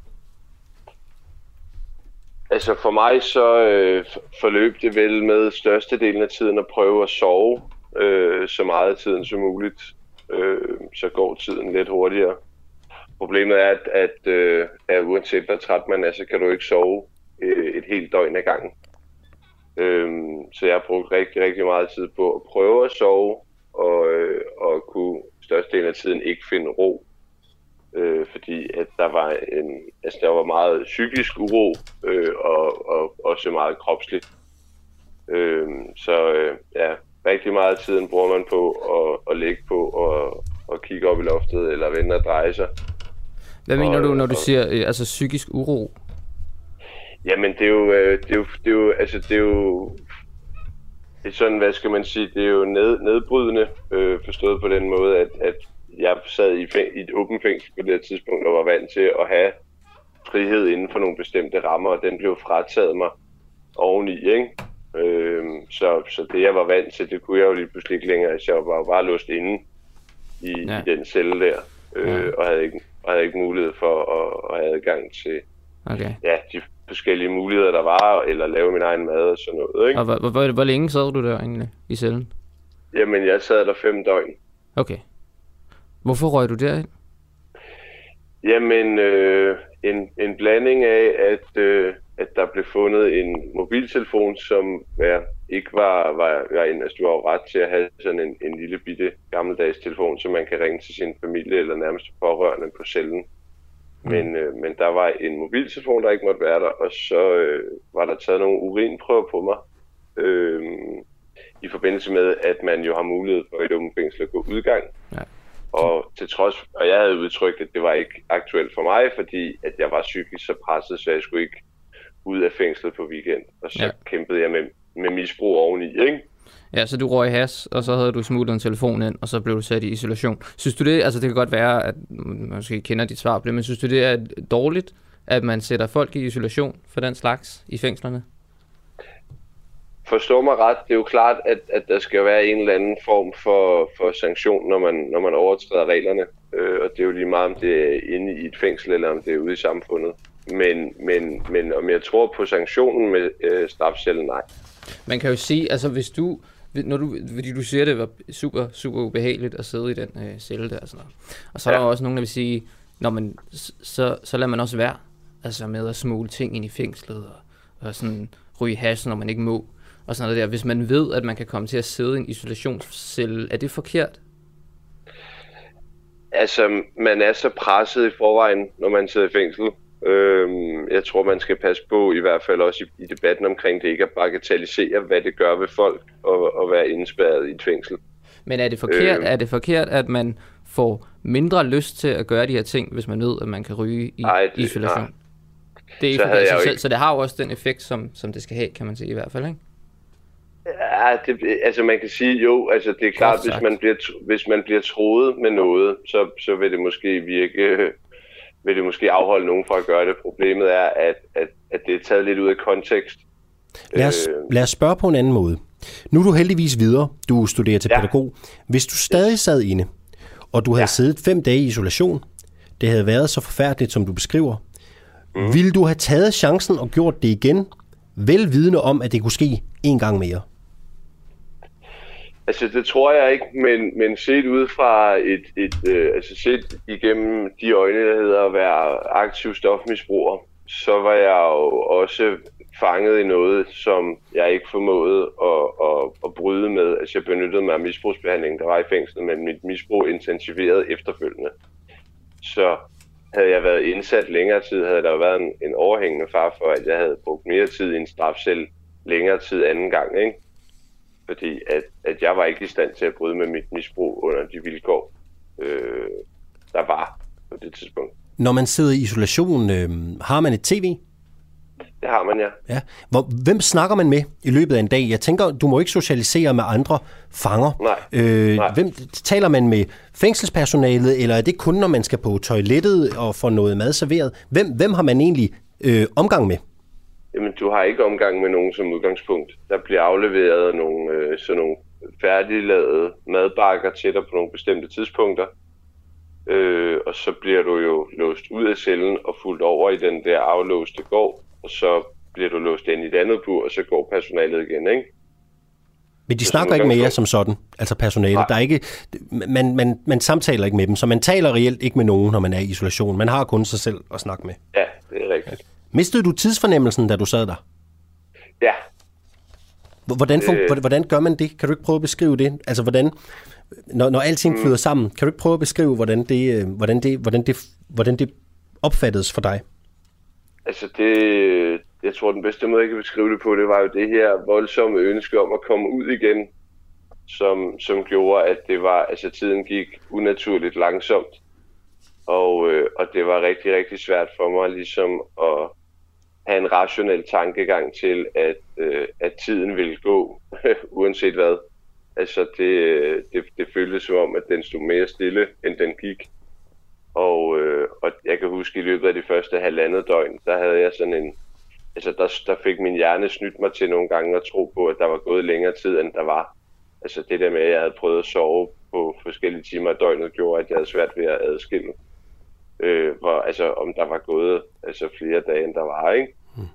Speaker 10: Altså for mig så øh, forløb det vel med størstedelen af tiden at prøve at sove øh, så meget af tiden som muligt. Øh, så går tiden lidt hurtigere. Problemet er, at, at, øh, at uanset hvor træt man er, så kan du ikke sove øh, et helt døgn ad gangen. Øh, så jeg har brugt rigtig, rigtig meget tid på at prøve at sove og, øh, og kunne størstedelen af tiden ikke finde ro. Øh, fordi at der var en, altså der var meget psykisk uro øh, og, og også meget kropsligt. Øh, så øh, ja, rigtig meget af tiden bruger man på at, at ligge på og, og kigge op i loftet eller vende og dreje sig.
Speaker 2: Hvad mener
Speaker 10: og,
Speaker 2: du, når du
Speaker 10: og,
Speaker 2: siger øh, altså psykisk uro?
Speaker 10: Jamen det er jo, øh, det er jo, det er jo, altså det er jo, det er sådan, hvad skal man sige, det er jo ned, nedbrydende, øh, forstået på den måde, at, at jeg sad i, fæng- i et åbent fængsel på det her tidspunkt og var vant til at have frihed inden for nogle bestemte rammer, og den blev frataget mig oveni, ikke? Øh, så, så det jeg var vant til, det kunne jeg jo lige pludselig ikke længere, altså jeg var jo bare låst inde i, ja. i den celle der, øh, ja. og, havde ikke, og havde ikke mulighed for at, at have adgang til
Speaker 2: okay.
Speaker 10: ja, de forskellige muligheder, der var, eller lave min egen mad og sådan noget, ikke?
Speaker 2: Og hvor, hvor, hvor længe sad du der egentlig i cellen?
Speaker 10: Jamen, jeg sad der fem døgn.
Speaker 2: Okay. Hvorfor røg du derind?
Speaker 10: Jamen, øh, en, en blanding af, at, øh, at der blev fundet en mobiltelefon, som ja, ikke var, var, var en, altså du har jo ret til at have sådan en, en lille bitte gammeldags telefon, så man kan ringe til sin familie eller nærmest pårørende på cellen. Mm. Men, øh, men der var en mobiltelefon, der ikke måtte være der, og så øh, var der taget nogle urinprøver på mig, øh, i forbindelse med, at man jo har mulighed for i et åbent fængsel at gå udgang. Ja. Og til trods, og jeg havde udtrykt, at det var ikke aktuelt for mig, fordi at jeg var psykisk så presset, så jeg skulle ikke ud af fængslet på weekend. Og så ja. kæmpede jeg med, med misbrug oveni, ikke?
Speaker 2: Ja, så du røg has, og så havde du smuglet en telefon ind, og så blev du sat i isolation. Synes du det, altså det kan godt være, at man måske kender dit svar på det, men synes du det er dårligt, at man sætter folk i isolation for den slags i fængslerne?
Speaker 10: Forstår mig ret, det er jo klart, at, at der skal være en eller anden form for, for sanktion, når man, når man overtræder reglerne. Øh, og det er jo lige meget, om det er inde i et fængsel, eller om det er ude i samfundet. Men, men, men om jeg tror på sanktionen med øh, strafcellen, nej.
Speaker 2: Man kan jo sige, altså hvis du, når du, fordi du siger, det var super, super ubehageligt at sidde i den øh, celle der og sådan noget. Og så ja. er der også nogen, der vil sige, når man, så, så lader man også være, altså med at smugle ting ind i fængslet, og, og sådan ryge hash, når man ikke må. Og sådan noget der. Hvis man ved, at man kan komme til at sidde i en isolationscelle, er det forkert?
Speaker 10: Altså, man er så presset i forvejen, når man sidder i fængsel. Øhm, jeg tror, man skal passe på, i hvert fald også i, i debatten omkring det, ikke at bagatellisere, hvad det gør ved folk at, at være indespærret i et fængsel.
Speaker 2: Men er det forkert, øhm, er det forkert, at man får mindre lyst til at gøre de her ting, hvis man ved, at man kan ryge i nej, det, isolation? Nej. Det er så, ikke, altså, selv, så det har jo også den effekt, som, som det skal have, kan man sige i hvert fald, ikke?
Speaker 10: Ja, det, altså man kan sige jo, altså det er klart, hvis man bliver hvis man bliver troet med noget, så så vil det måske virke, vil det måske afholde nogen fra at gøre det. Problemet er, at at at det er taget lidt ud af kontekst.
Speaker 1: Lad os, øh, lad os spørge på en anden måde. Nu er du heldigvis videre. Du studerer til ja. pædagog. Hvis du stadig sad inde, og du havde ja. siddet fem dage i isolation, det havde været så forfærdeligt, som du beskriver, mm. ville du have taget chancen og gjort det igen, vel vidende om, at det kunne ske en gang mere?
Speaker 10: Altså det tror jeg ikke, men, men set ud fra et, et øh, altså set igennem de øjne, der hedder at være aktiv stofmisbruger, så var jeg jo også fanget i noget, som jeg ikke formåede at, at, at bryde med. Altså jeg benyttede mig af misbrugsbehandling, der var i fængslet, men mit misbrug intensiverede efterfølgende. Så havde jeg været indsat længere tid, havde der været en, en overhængende far for, at jeg havde brugt mere tid i en strafcelle længere tid anden gang, ikke? Fordi at, at jeg var ikke i stand til at bryde med mit misbrug under de vilkår, øh, der var på det tidspunkt.
Speaker 1: Når man sidder i isolation, øh, har man et tv?
Speaker 10: Det har man, ja.
Speaker 1: ja. Hvor, hvem snakker man med i løbet af en dag? Jeg tænker, du må ikke socialisere med andre fanger.
Speaker 10: Nej.
Speaker 1: Øh,
Speaker 10: Nej.
Speaker 1: Hvem taler man med fængselspersonalet, eller er det kun, når man skal på toilettet og få noget mad serveret? Hvem, hvem har man egentlig øh, omgang med?
Speaker 10: Jamen, du har ikke omgang med nogen som udgangspunkt. Der bliver afleveret nogle, øh, sådan nogle færdiglavede madbakker til dig på nogle bestemte tidspunkter. Øh, og så bliver du jo låst ud af cellen og fuldt over i den der aflåste gård. Og så bliver du låst ind i et andet bur, og så går personalet igen, ikke?
Speaker 1: Men de snakker ikke med jer som sådan, altså personalet. Der er ikke, man, man, man samtaler ikke med dem, så man taler reelt ikke med nogen, når man er i isolation. Man har kun sig selv at snakke med.
Speaker 10: Ja, det er rigtigt.
Speaker 1: Mistede du tidsfornemmelsen, da du sad der?
Speaker 10: Ja.
Speaker 1: Hvordan, øh... hvordan gør man det? Kan du ikke prøve at beskrive det? Altså, hvordan, når, når alting flyder mm. sammen, kan du ikke prøve at beskrive, hvordan det, hvordan det, hvordan det, hvordan det opfattedes for dig?
Speaker 10: Altså, det, jeg tror, den bedste måde, jeg kan beskrive det på, det var jo det her voldsomme ønske om at komme ud igen, som, som gjorde, at det var, altså, tiden gik unaturligt langsomt. Og, øh, og det var rigtig, rigtig svært for mig ligesom at have en rationel tankegang til, at, øh, at tiden ville gå, uanset hvad. Altså det, det, det føltes som om, at den stod mere stille, end den gik. Og, øh, og jeg kan huske, at i løbet af de første halvandet døgn, der havde jeg sådan en... Altså der, der fik min hjerne snydt mig til nogle gange at tro på, at der var gået længere tid, end der var. Altså det der med, at jeg havde prøvet at sove på forskellige timer af døgnet, gjorde, at jeg havde svært ved at adskille. Øh, hvor, altså om der var gået altså, flere dage, end der var, ikke? Hmm.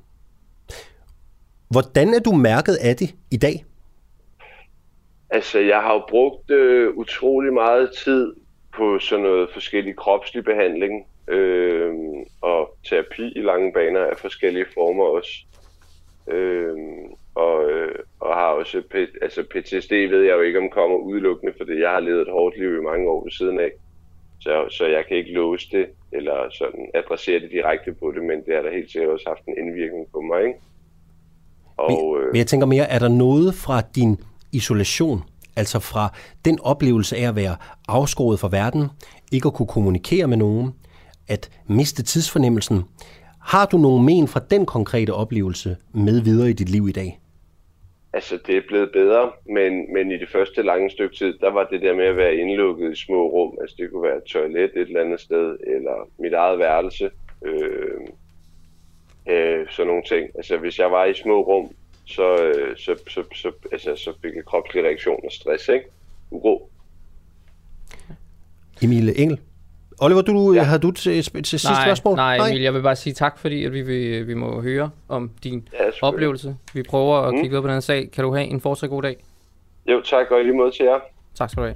Speaker 1: Hvordan er du mærket af det i dag?
Speaker 10: Altså, jeg har jo brugt øh, utrolig meget tid på sådan noget forskellig kropslig behandling, øh, og terapi i lange baner af forskellige former også. Øh, og, øh, og har også P- altså P T S D ved jeg jo ikke om kommer udelukkende, fordi jeg har levet et hårdt liv i mange år ved siden af. Så, så jeg kan ikke låse det, eller sådan adressere det direkte på det, men det har da helt sikkert også haft en indvirkning på mig, ikke? Og, øh,
Speaker 1: men jeg tænker mere, er der noget fra din isolation, altså fra den oplevelse af at være afskåret fra verden, ikke at kunne kommunikere med nogen, at miste tidsfornemmelsen, har du nogen men fra den konkrete oplevelse med videre i dit liv i dag?
Speaker 10: Altså, det er blevet bedre, men, men i det første lange stykke tid, der var det der med at være indlukket i små rum. Altså, det kunne være et toilet et eller andet sted, eller mit eget værelse. Øh, øh, sådan nogle ting. Altså, hvis jeg var i små rum, så, øh, så, så, så, altså, så fik jeg kropslig reaktion og stress, ikke? Uro.
Speaker 1: Emil Engel? Oliver, du, ja. har du til, til sidste
Speaker 2: nej,
Speaker 1: spørgsmål?
Speaker 2: Nej, Emil, jeg vil bare sige tak, fordi at vi, vi, vi må høre om din
Speaker 10: ja,
Speaker 2: oplevelse. Vi prøver at
Speaker 10: mm.
Speaker 2: kigge ud på den her sag. Kan du have en fortsat god dag?
Speaker 10: Jo, tak, og i lige måde til jer.
Speaker 2: Tak skal du have.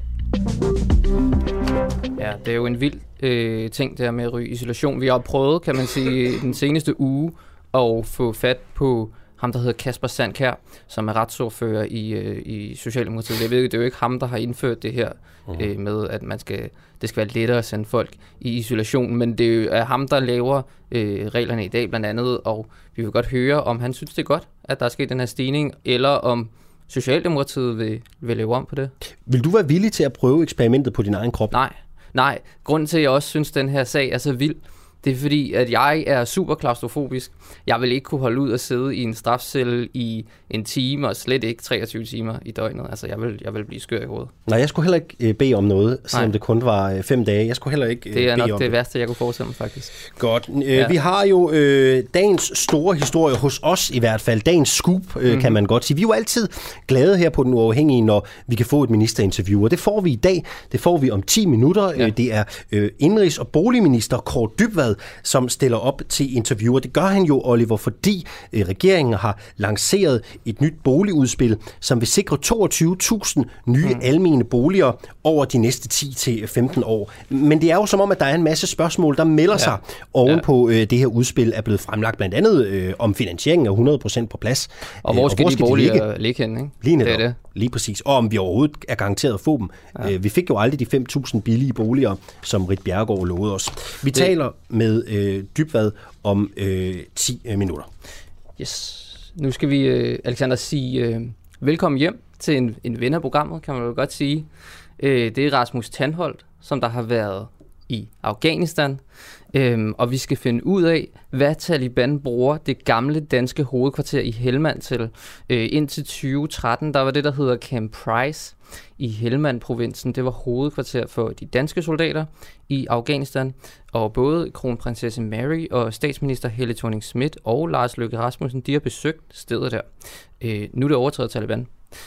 Speaker 2: Ja, det er jo en vild øh, ting, det her med at ryge isolation. Vi har prøvet, kan man sige, den seneste uge at få fat på ham, der hedder Kasper Sandkjær, som er retsordfører i, øh, i Socialdemokratiet. Jeg ved, det er jo ikke ham, der har indført det her øh, med, at man skal, det skal være lettere at sende folk i isolation, men det er ham, der laver øh, reglerne i dag blandt andet, og vi vil godt høre, om han synes, det er godt, at der er sket den her stigning, eller om Socialdemokratiet vil, vil lave om på det.
Speaker 1: Vil du være villig til at prøve eksperimentet på din egen krop?
Speaker 2: Nej, nej. Grunden til, at jeg også synes, at den her sag er så vild, det er fordi, at jeg er super klaustrofobisk. Jeg vil ikke kunne holde ud at sidde i en strafcelle i en time, og slet ikke treogtyve timer i døgnet. Altså, jeg vil, jeg vil blive skør i hovedet.
Speaker 1: Nej, jeg skulle heller ikke øh, bede om noget, selvom Nej. det kun var øh, fem dage. Jeg skulle heller ikke øh,
Speaker 2: Det er
Speaker 1: bede
Speaker 2: nok
Speaker 1: om
Speaker 2: det
Speaker 1: det.
Speaker 2: værste, jeg kunne forestille mig, faktisk.
Speaker 1: Godt. Øh, ja. Vi har jo øh, dagens store historie hos os i hvert fald. Dagens scoop, øh, mm-hmm. kan man godt sige. Vi er jo altid glade her på Den Uafhængige, når vi kan få et ministerinterview. Og det får vi i dag. Det får vi om ti minutter. Ja. Det er øh, indrigs- og boligminister Kaare Dybvad, som stiller op til interviewer. Det gør han jo, Oliver, fordi øh, regeringen har lanceret et nyt boligudspil, som vil sikre toogtyve tusind nye mm. almene boliger over de næste ti til femten år. Men det er jo som om, at der er en masse spørgsmål, der melder ja. sig ovenpå øh, det her udspil, er blevet fremlagt blandt andet øh, om finansieringen er hundrede procent på plads.
Speaker 2: Og hvor skal, og hvor skal de boliger ligge, ligge hen, ikke?
Speaker 1: Lige netop. Det er det. Lige præcis. Og om vi overhovedet er garanteret at få dem. Ja. Vi fik jo aldrig de fem tusind billige boliger, som Ritt Bjerregaard lovede os. Vi det. taler med øh, Dybvad om øh, ti minutter.
Speaker 2: Yes. Nu skal vi, øh, Alexander, sige øh, velkommen hjem til en, en ven af programmet, kan man jo godt sige. Øh, det er Rasmus Tandholt, som der har været i Afghanistan. Øhm, og vi skal finde ud af, hvad Taliban bruger det gamle danske hovedkvarter i Helmand til. Øh, indtil tyve tretten, der var det, der hedder Camp Price i Helmand-provinsen. Det var hovedkvarter for de danske soldater i Afghanistan. Og både kronprinsesse Mary og statsminister Helle Thorning-Schmidt og Lars Løkke Rasmussen, de har besøgt stedet der. Øh, nu er det overtaget Taliban.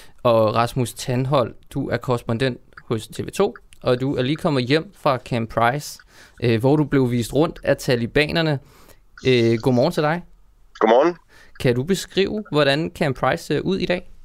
Speaker 2: Og Rasmus Tandholt, du er korrespondent hos T V to, og du er lige kommet hjem fra Camp Price, øh, hvor du blev vist rundt af talibanerne. Øh, godmorgen til dig.
Speaker 10: Godmorgen.
Speaker 2: Kan du beskrive, hvordan Camp Price ser ud i dag?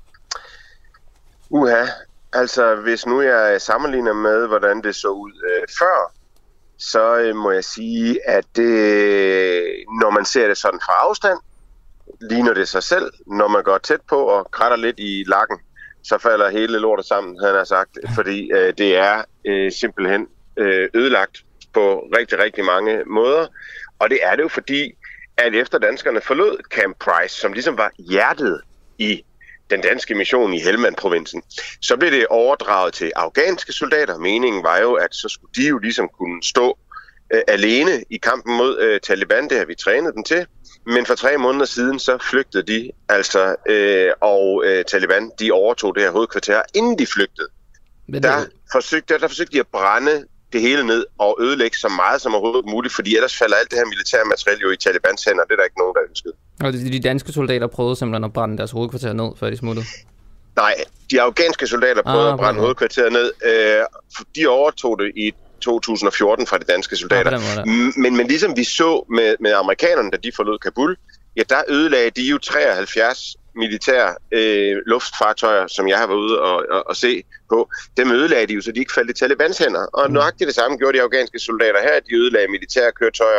Speaker 10: Uha, altså hvis nu jeg sammenligner med, hvordan det så ud øh, før, så øh, må jeg sige, at det, når man ser det sådan fra afstand, ligner det sig selv. Når man går tæt på og kratter lidt i lakken, så falder hele lortet sammen, han har sagt, fordi øh, det er øh, simpelthen øh, ødelagt på rigtig, rigtig mange måder. Og det er det jo fordi, at efter danskerne forlod Camp Price, som ligesom var hjertet i den danske mission i Helmand-provinsen, så blev det overdraget til afghanske soldater. Meningen var jo, at så skulle de jo ligesom kunne stå øh, alene i kampen mod øh, Taliban. Det har vi trænet dem til. Men for tre måneder siden, så flygtede de, altså, øh, og øh, Taliban, de overtog det her hovedkvarter, inden de flygtede. Det... Der, forsøgte, der, der forsøgte de at brænde det hele ned og ødelægge så meget som overhovedet muligt, fordi ellers falder alt det her militære materiel jo i Talibans hænder, det er der ikke nogen, der ønskede.
Speaker 2: Og de danske soldater prøvede simpelthen at brænde deres hovedkvarter ned, før de smuttede?
Speaker 10: Nej, de afghanske soldater prøvede ah, at brænde hovedkvarteret ned. Øh, de overtog det i to tusind og fjorten fra de danske soldater. Ja, men, men ligesom vi så med, med amerikanerne, da de forlod Kabul, ja, der ødelagde de jo treoghalvfjerds militære øh, luftfartøjer, som jeg har været ude og, og, og se på. Dem ødelagde de jo, så de ikke faldt i Talibans hænder. Og nøjagtigt det samme gjorde de afghanske soldater her. De ødelagde militære køretøjer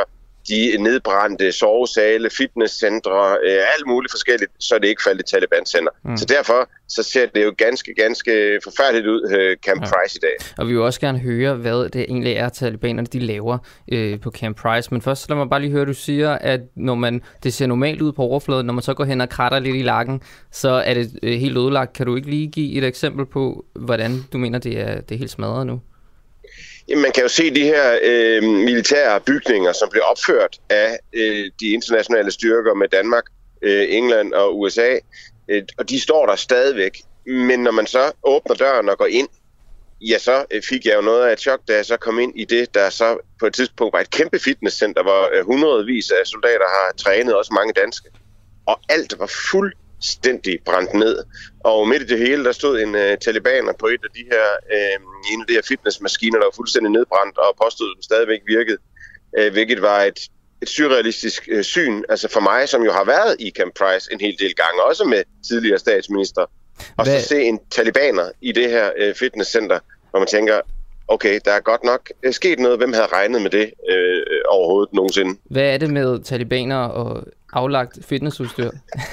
Speaker 10: de nedbrændte sovesale, fitnesscentre, øh, alt muligt forskelligt, så er det ikke faldet i Talibans hænder. Mm. Så derfor så ser det jo ganske, ganske forfærdeligt ud, øh, Camp ja. Price i dag.
Speaker 2: Og vi vil også gerne høre, hvad det egentlig er, talibanerne de laver øh, på Camp Price. Men først lad mig bare lige høre, du siger, at når man, det ser normalt ud på overfladen, når man så går hen og kratter lidt i lakken, så er det øh, helt ødelagt. Kan du ikke lige give et eksempel på, hvordan du mener, det er, det er helt smadret nu?
Speaker 10: Jamen, man kan jo se de her øh, militære bygninger, som blev opført af øh, de internationale styrker med Danmark, øh, England og U S A, øh, og de står der stadigvæk. Men når man så åbner døren og går ind, ja, så øh, fik jeg jo noget af et chok, da jeg så kom ind i det, der så på et tidspunkt var et kæmpe fitnesscenter, hvor øh, hundredvis af soldater har trænet, også mange danske. Og alt var fuld fuldstændig brændt ned. Og midt i det hele, der stod en uh, talibaner på et af de her, uh, en af de her fitnessmaskiner, der var fuldstændig nedbrændt og påstod, at den stadigvæk virkede. Uh, hvilket var et, et surrealistisk uh, syn, altså for mig, som jo har været i Camp Price en hel del gange, også med tidligere statsminister. Og Hvad? Så se en talibaner i det her uh, fitnesscenter, hvor man tænker, okay, der er godt nok sket noget. Hvem havde regnet med det uh, overhovedet nogensinde?
Speaker 2: Hvad er det med talibaner og aflagt fitnessudstyr?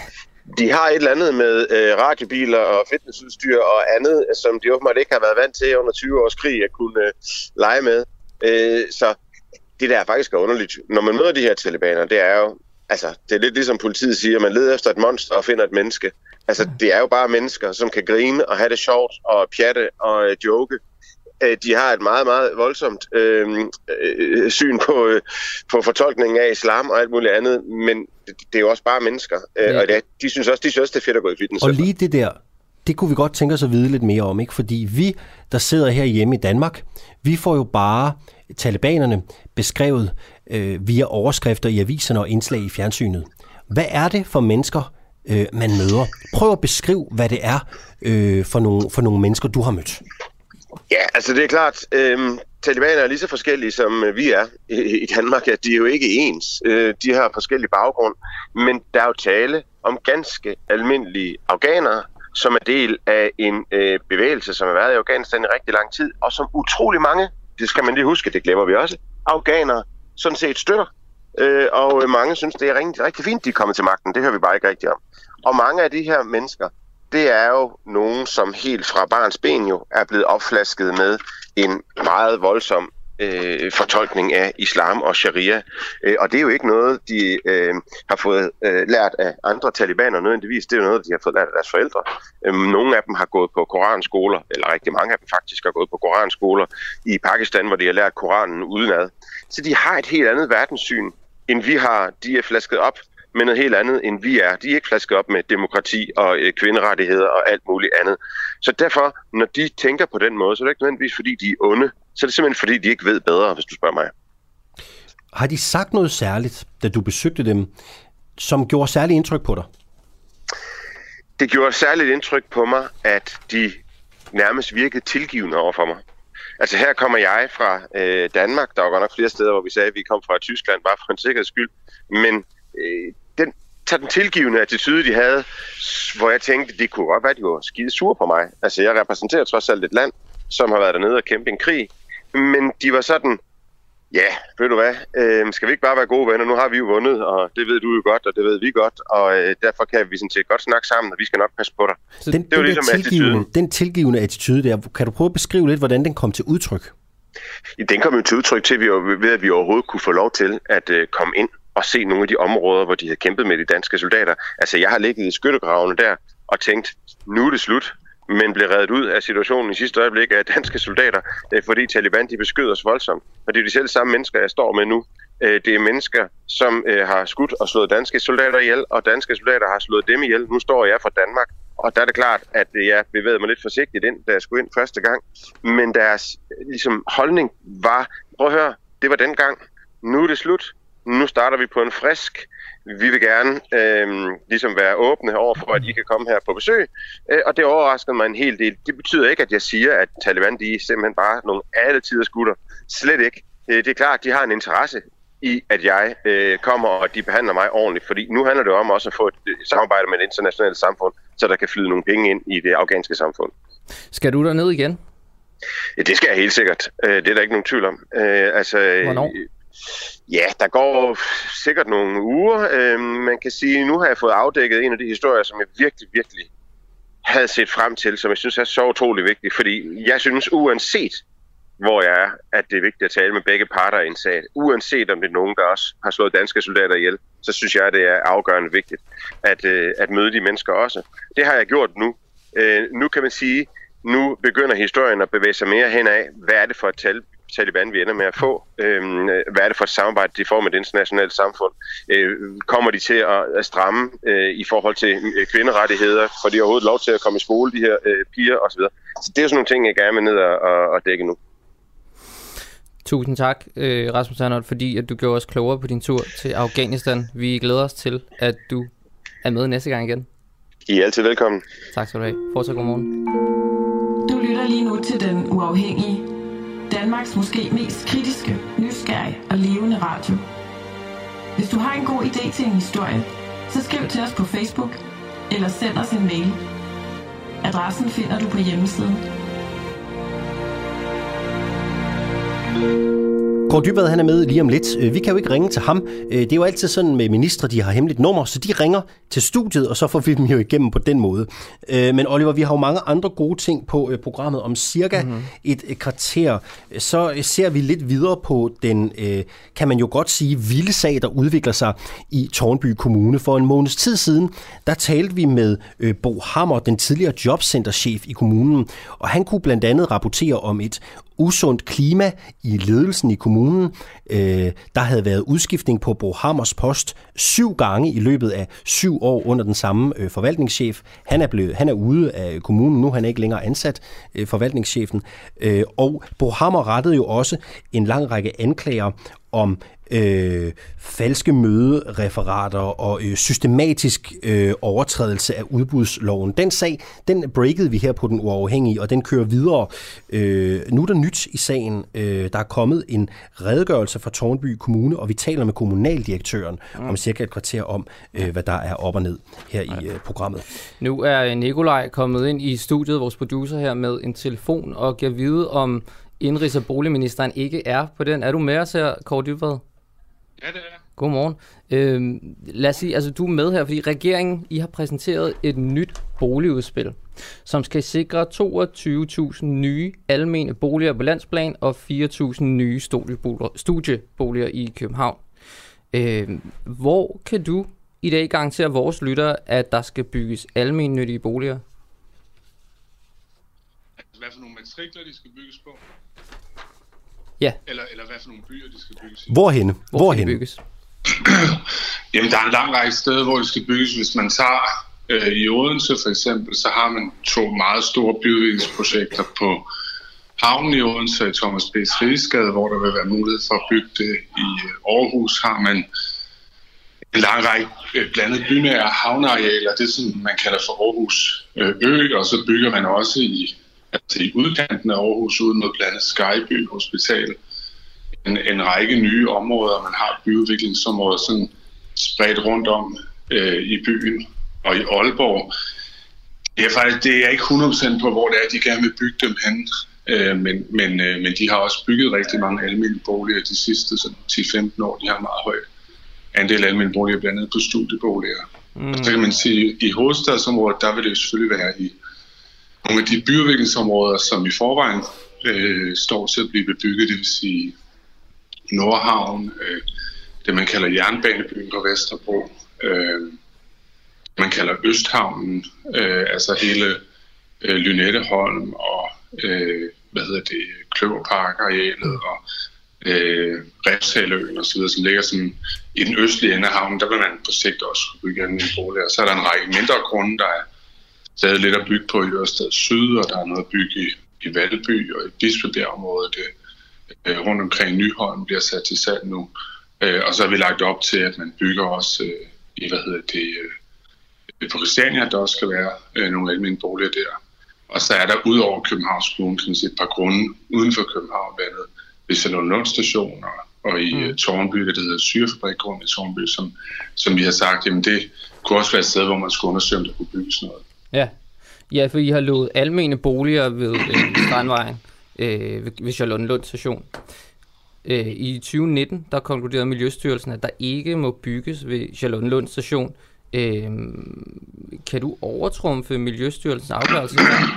Speaker 10: De har et eller andet med øh, radiobiler og fitnessudstyr og andet, som de åbenbart ikke har været vant til under tyve års krig at kunne øh, lege med. Øh, så det der er faktisk underligt. Når man møder de her talibaner, det er jo, altså, det er lidt ligesom politiet siger, man leder efter et monster og finder et menneske. Altså, det er jo bare mennesker, som kan grine og have det sjovt og pjatte og øh, joke. De har et meget, meget voldsomt øh, øh, syn på, øh, på fortolkningen af islam og alt muligt andet, men det, det er jo også bare mennesker. Øh, ja. Og det, de, synes også, de synes også, det er fedt at gå i fitness.
Speaker 1: Og lige det der, det kunne vi godt tænke os at vide lidt mere om, ikke? Fordi vi, der sidder her hjemme i Danmark, vi får jo bare talibanerne beskrevet øh, via overskrifter i aviserne og indslag i fjernsynet. Hvad er det for mennesker, øh, man møder? Prøv at beskrive, hvad det er øh, for, nogle, for nogle mennesker, du har mødt.
Speaker 10: Ja, altså det er klart, øh, talibaner er lige så forskellige som vi er i, i Danmark, at de er jo ikke ens. Øh, de har forskellige baggrund, men der er jo tale om ganske almindelige afghanere, som er del af en øh, bevægelse, som har været i Afghanistan i rigtig lang tid, og som utrolig mange, det skal man lige huske, det glemmer vi også, afghanere sådan set støtter. Øh, og mange synes, det er rigtig, rigtig fint, de er kommet til magten. Det hører vi bare ikke rigtigt om. Og mange af de her mennesker, det er jo nogen, som helt fra barns ben jo er blevet opflasket med en meget voldsom øh, fortolkning af islam og sharia. Øh, og det er jo ikke noget, de øh, har fået øh, lært af andre talibaner nødvendigvis. Det er jo noget, de har fået lært af deres forældre. Øh, nogle af dem har gået på koranskoler, eller rigtig mange af dem faktisk har gået på koranskoler i Pakistan, hvor de har lært Koranen udenad. Så de har et helt andet verdenssyn, end vi har. De er flasket op med noget helt andet, end vi er. De er ikke flasket op med demokrati og øh, kvinderettigheder og alt muligt andet. Så derfor, når de tænker på den måde, så er det ikke nødvendigvis, fordi de er onde. Så er det simpelthen, fordi de ikke ved bedre, hvis du spørger mig.
Speaker 1: Har de sagt noget særligt, da du besøgte dem, som gjorde særligt indtryk på dig?
Speaker 10: Det gjorde særligt indtryk på mig, at de nærmest virkede tilgivende over for mig. Altså her kommer jeg fra øh, Danmark. Der var godt nok flere steder, hvor vi sagde, at vi kom fra Tyskland, bare for en sikkerheds skyld. Men øh, den, tager den tilgivende attitude, de havde, hvor jeg tænkte, det kunne godt være, at de var skide sure på mig. Altså jeg repræsenterer trods alt et land, som har været dernede og kæmpe en krig. Men de var sådan, ja, ved du hvad, øh, skal vi ikke bare være gode venner? Nu har vi jo vundet, og det ved du jo godt, og det ved vi godt. Og øh, derfor kan vi sådan set godt snakke sammen, og vi skal nok passe på dig.
Speaker 1: Så den, det var ligesom attituden. Den tilgivende attitude der, kan du prøve at beskrive lidt, hvordan den kom til udtryk?
Speaker 10: Den kom jo til udtryk til, ved at vi overhovedet kunne få lov til at øh, komme ind og se nogle af de områder, hvor de havde kæmpet med de danske soldater. Altså jeg har ligget i skyttegravene der og tænkt, nu er det slut, men blev reddet ud af situationen i sidste øjeblik af danske soldater, fordi Taliban de beskød os voldsomt. Og det er de selv samme mennesker, jeg står med nu. Det er mennesker, som har skudt og slået danske soldater ihjel, og danske soldater har slået dem ihjel. Nu står jeg fra Danmark, og der er det klart, at jeg bevægede mig lidt forsigtigt ind, da jeg skulle ind første gang. Men deres ligesom, holdning var, prøv at høre, det var den gang, nu er det slut. Nu starter vi på en frisk. Vi vil gerne øh, ligesom være åbne over for, at I kan komme her på besøg. Øh, og det overrasker mig en hel del. Det betyder ikke, at jeg siger, at Taliban de er simpelthen bare nogle alle tiders gutter. Slet ikke. Øh, det er klart, at de har en interesse i, at jeg øh, kommer, og de behandler mig ordentligt. Fordi nu handler det om også at få et samarbejde med det internationale samfund, så der kan flyde nogle penge ind i det afghanske samfund.
Speaker 2: Skal du derned igen?
Speaker 10: Ja, det skal jeg helt sikkert. Øh, det er der ikke nogen tvivl om. Øh, altså,
Speaker 2: Hvornår?
Speaker 10: Ja, der går sikkert nogle uger. Øh, man kan sige, nu har jeg fået afdækket en af de historier, som jeg virkelig, virkelig havde set frem til, som jeg synes er så utrolig vigtigt. Fordi jeg synes, uanset hvor jeg er, at det er vigtigt at tale med begge parter i en sag. Uanset om det er nogen, der også har slået danske soldater ihjel, så synes jeg, det er afgørende vigtigt at, øh, at møde de mennesker også. Det har jeg gjort nu. Øh, nu kan man sige, nu begynder historien at bevæge sig mere hen af, hvad er det for et tal, Taliban vi ender med at få? Øh, hvad er det for et samarbejde, de får med det internationale samfund? Øh, kommer de til at, at stramme øh, i forhold til øh, kvinderettigheder? Får de overhovedet lov til at komme i skole, de her øh, piger osv.? Så det er sådan nogle ting, jeg gerne vil ned og, og, og dække nu.
Speaker 2: Tusind tak, Rasmus Arnold, fordi at du gjorde os klogere på din tur til Afghanistan. Vi glæder os til, at du er med næste gang igen.
Speaker 10: I er altid velkommen.
Speaker 2: Tak skal du have. Fortsat god morgen.
Speaker 4: Du lytter lige nu til Den Uafhængige. Danmarks måske mest kritiske, nysgerrige og levende radio. Hvis du har en god idé til en historie, så skriv til os på Facebook eller send os en mail. Adressen finder du på hjemmesiden.
Speaker 1: Kaare Dybvad, han er med lige om lidt. Vi kan jo ikke ringe til ham. Det er jo altid sådan med ministre, de har hemmeligt nummer, så de ringer til studiet, og så får vi dem jo igennem på den måde. Men Oliver, vi har jo mange andre gode ting på programmet. Om cirka mm-hmm. et kvarter, så ser vi lidt videre på den, kan man jo godt sige, vilde sag, der udvikler sig i Tårnby Kommune. For en måneds tid siden, der talte vi med Bo Hammer, den tidligere jobcenterchef i kommunen, og han kunne blandt andet rapportere om et usundt klima i ledelsen i kommunen. Øh, der havde været udskiftning på Bo Hammers post syv gange i løbet af syv år under den samme øh, forvaltningschef. Han er, blevet, han er ude af kommunen nu, han er ikke længere ansat, øh, forvaltningschefen. Øh, og Bo Hammer rettede jo også en lang række anklager om øh, falske mødereferater og øh, systematisk øh, overtrædelse af udbudsloven. Den sag, den breakede vi her på Den Uafhængige, og den kører videre. Øh, nu er der nyt i sagen. Øh, der er kommet en redegørelse fra Tårnby Kommune, og vi taler med kommunaldirektøren mm. om cirka et kvarter om, øh, hvad der er op og ned her i øh, programmet.
Speaker 2: Nu er Nikolaj kommet ind i studiet, vores producer her, med en telefon og giver vide om Indenrigs- og boligministeren ikke er på den. Er du med os her, Kaare Dybvad?
Speaker 11: Ja, det er jeg.
Speaker 2: Godmorgen. Øhm, lad os sige, altså du er med her, fordi regeringen, I har præsenteret et nyt boligudspil, som skal sikre toogtyve tusind nye almene boliger på landsplan og fire tusind nye studieboliger i København. Øhm, hvor kan du i dag garantere vores lyttere, at der skal bygges almennyttige boliger?
Speaker 11: Hvad for nogle matrikler, de skal bygges på?
Speaker 2: Ja.
Speaker 11: Eller, eller hvad for nogle byer, de skal bygges i?
Speaker 1: Hvorhenne?
Speaker 2: Hvor
Speaker 1: Hvorhenne?
Speaker 2: skal de bygges?
Speaker 11: Jamen, der er en lang række steder, hvor de skal bygges. Hvis man tager øh, i Odense for eksempel, så har man to meget store byudviklingsprojekter på havnen i Odense i Thomas B. Rigsgade, hvor der vil være mulighed for at bygge det. I Aarhus har man en lang række blandet bynære havnearealer. Det er sådan, man kalder for Aarhus Ø, og så bygger man også i altså i udkanten af Aarhus, ud mod blandt andet Skyby Hospital, en, en række nye områder. Man har byudviklingsområder sådan spredt rundt om øh, i byen. Og i Aalborg, det er faktisk det er ikke hundrede procent på, hvor det er, de gerne vil bygge dem hen. Øh, men, men, øh, men de har også bygget rigtig mange almene boliger de sidste ti til femten år. De har meget højt andel almene boliger, blandt andet på studieboliger. Mm. Og så kan man sige, at i hovedstadsområdet, der vil det jo selvfølgelig være i nogle af de byudviklingsområder, som i forvejen øh, står til at blive bebygget, det vil sige Nordhavn, øh, det man kalder Jernbanebyen på Vesterbro, øh, man kalder Østhavnen, øh, altså hele øh, Lynetteholm og øh, hvad hedder det, Kløverpark-arealet og øh, Refshaløen og så videre, som ligger sådan i den østlige ende af havnen. Der vil man på sigt også bygge en bolig. Så er der en række mindre grunde, der er stadig lidt at bygge på i Ørestad Syd, og der er noget at bygge i, i Valby og i Bispebjerg-området. Det, øh, rundt omkring Nyholm bliver sat til salg nu. Øh, og så har vi lagt op til, at man bygger også øh, i, hvad hedder det, øh, på Christiania, der også skal være øh, nogle almene boliger der. Og så er der ud over Københavns Kommune, kan man sige, et par grunde uden for København, blandt andet ved Charlottenlund Station og, og i mm. Tårnby, det hedder Syrefabrikgrund i Tårnby, som, som vi har sagt, jamen det kunne også være et sted, hvor man skulle undersøge, om der kunne bygges noget.
Speaker 2: Ja, ja, for I har lovet almene boliger ved øh, Strandvejen, øh, ved Charlottenlund Station. Øh, I tyve nitten, der konkluderede Miljøstyrelsen, at der ikke må bygges ved Charlottenlund Station. Øh, kan du overtrumfe Miljøstyrelsens afgørelse?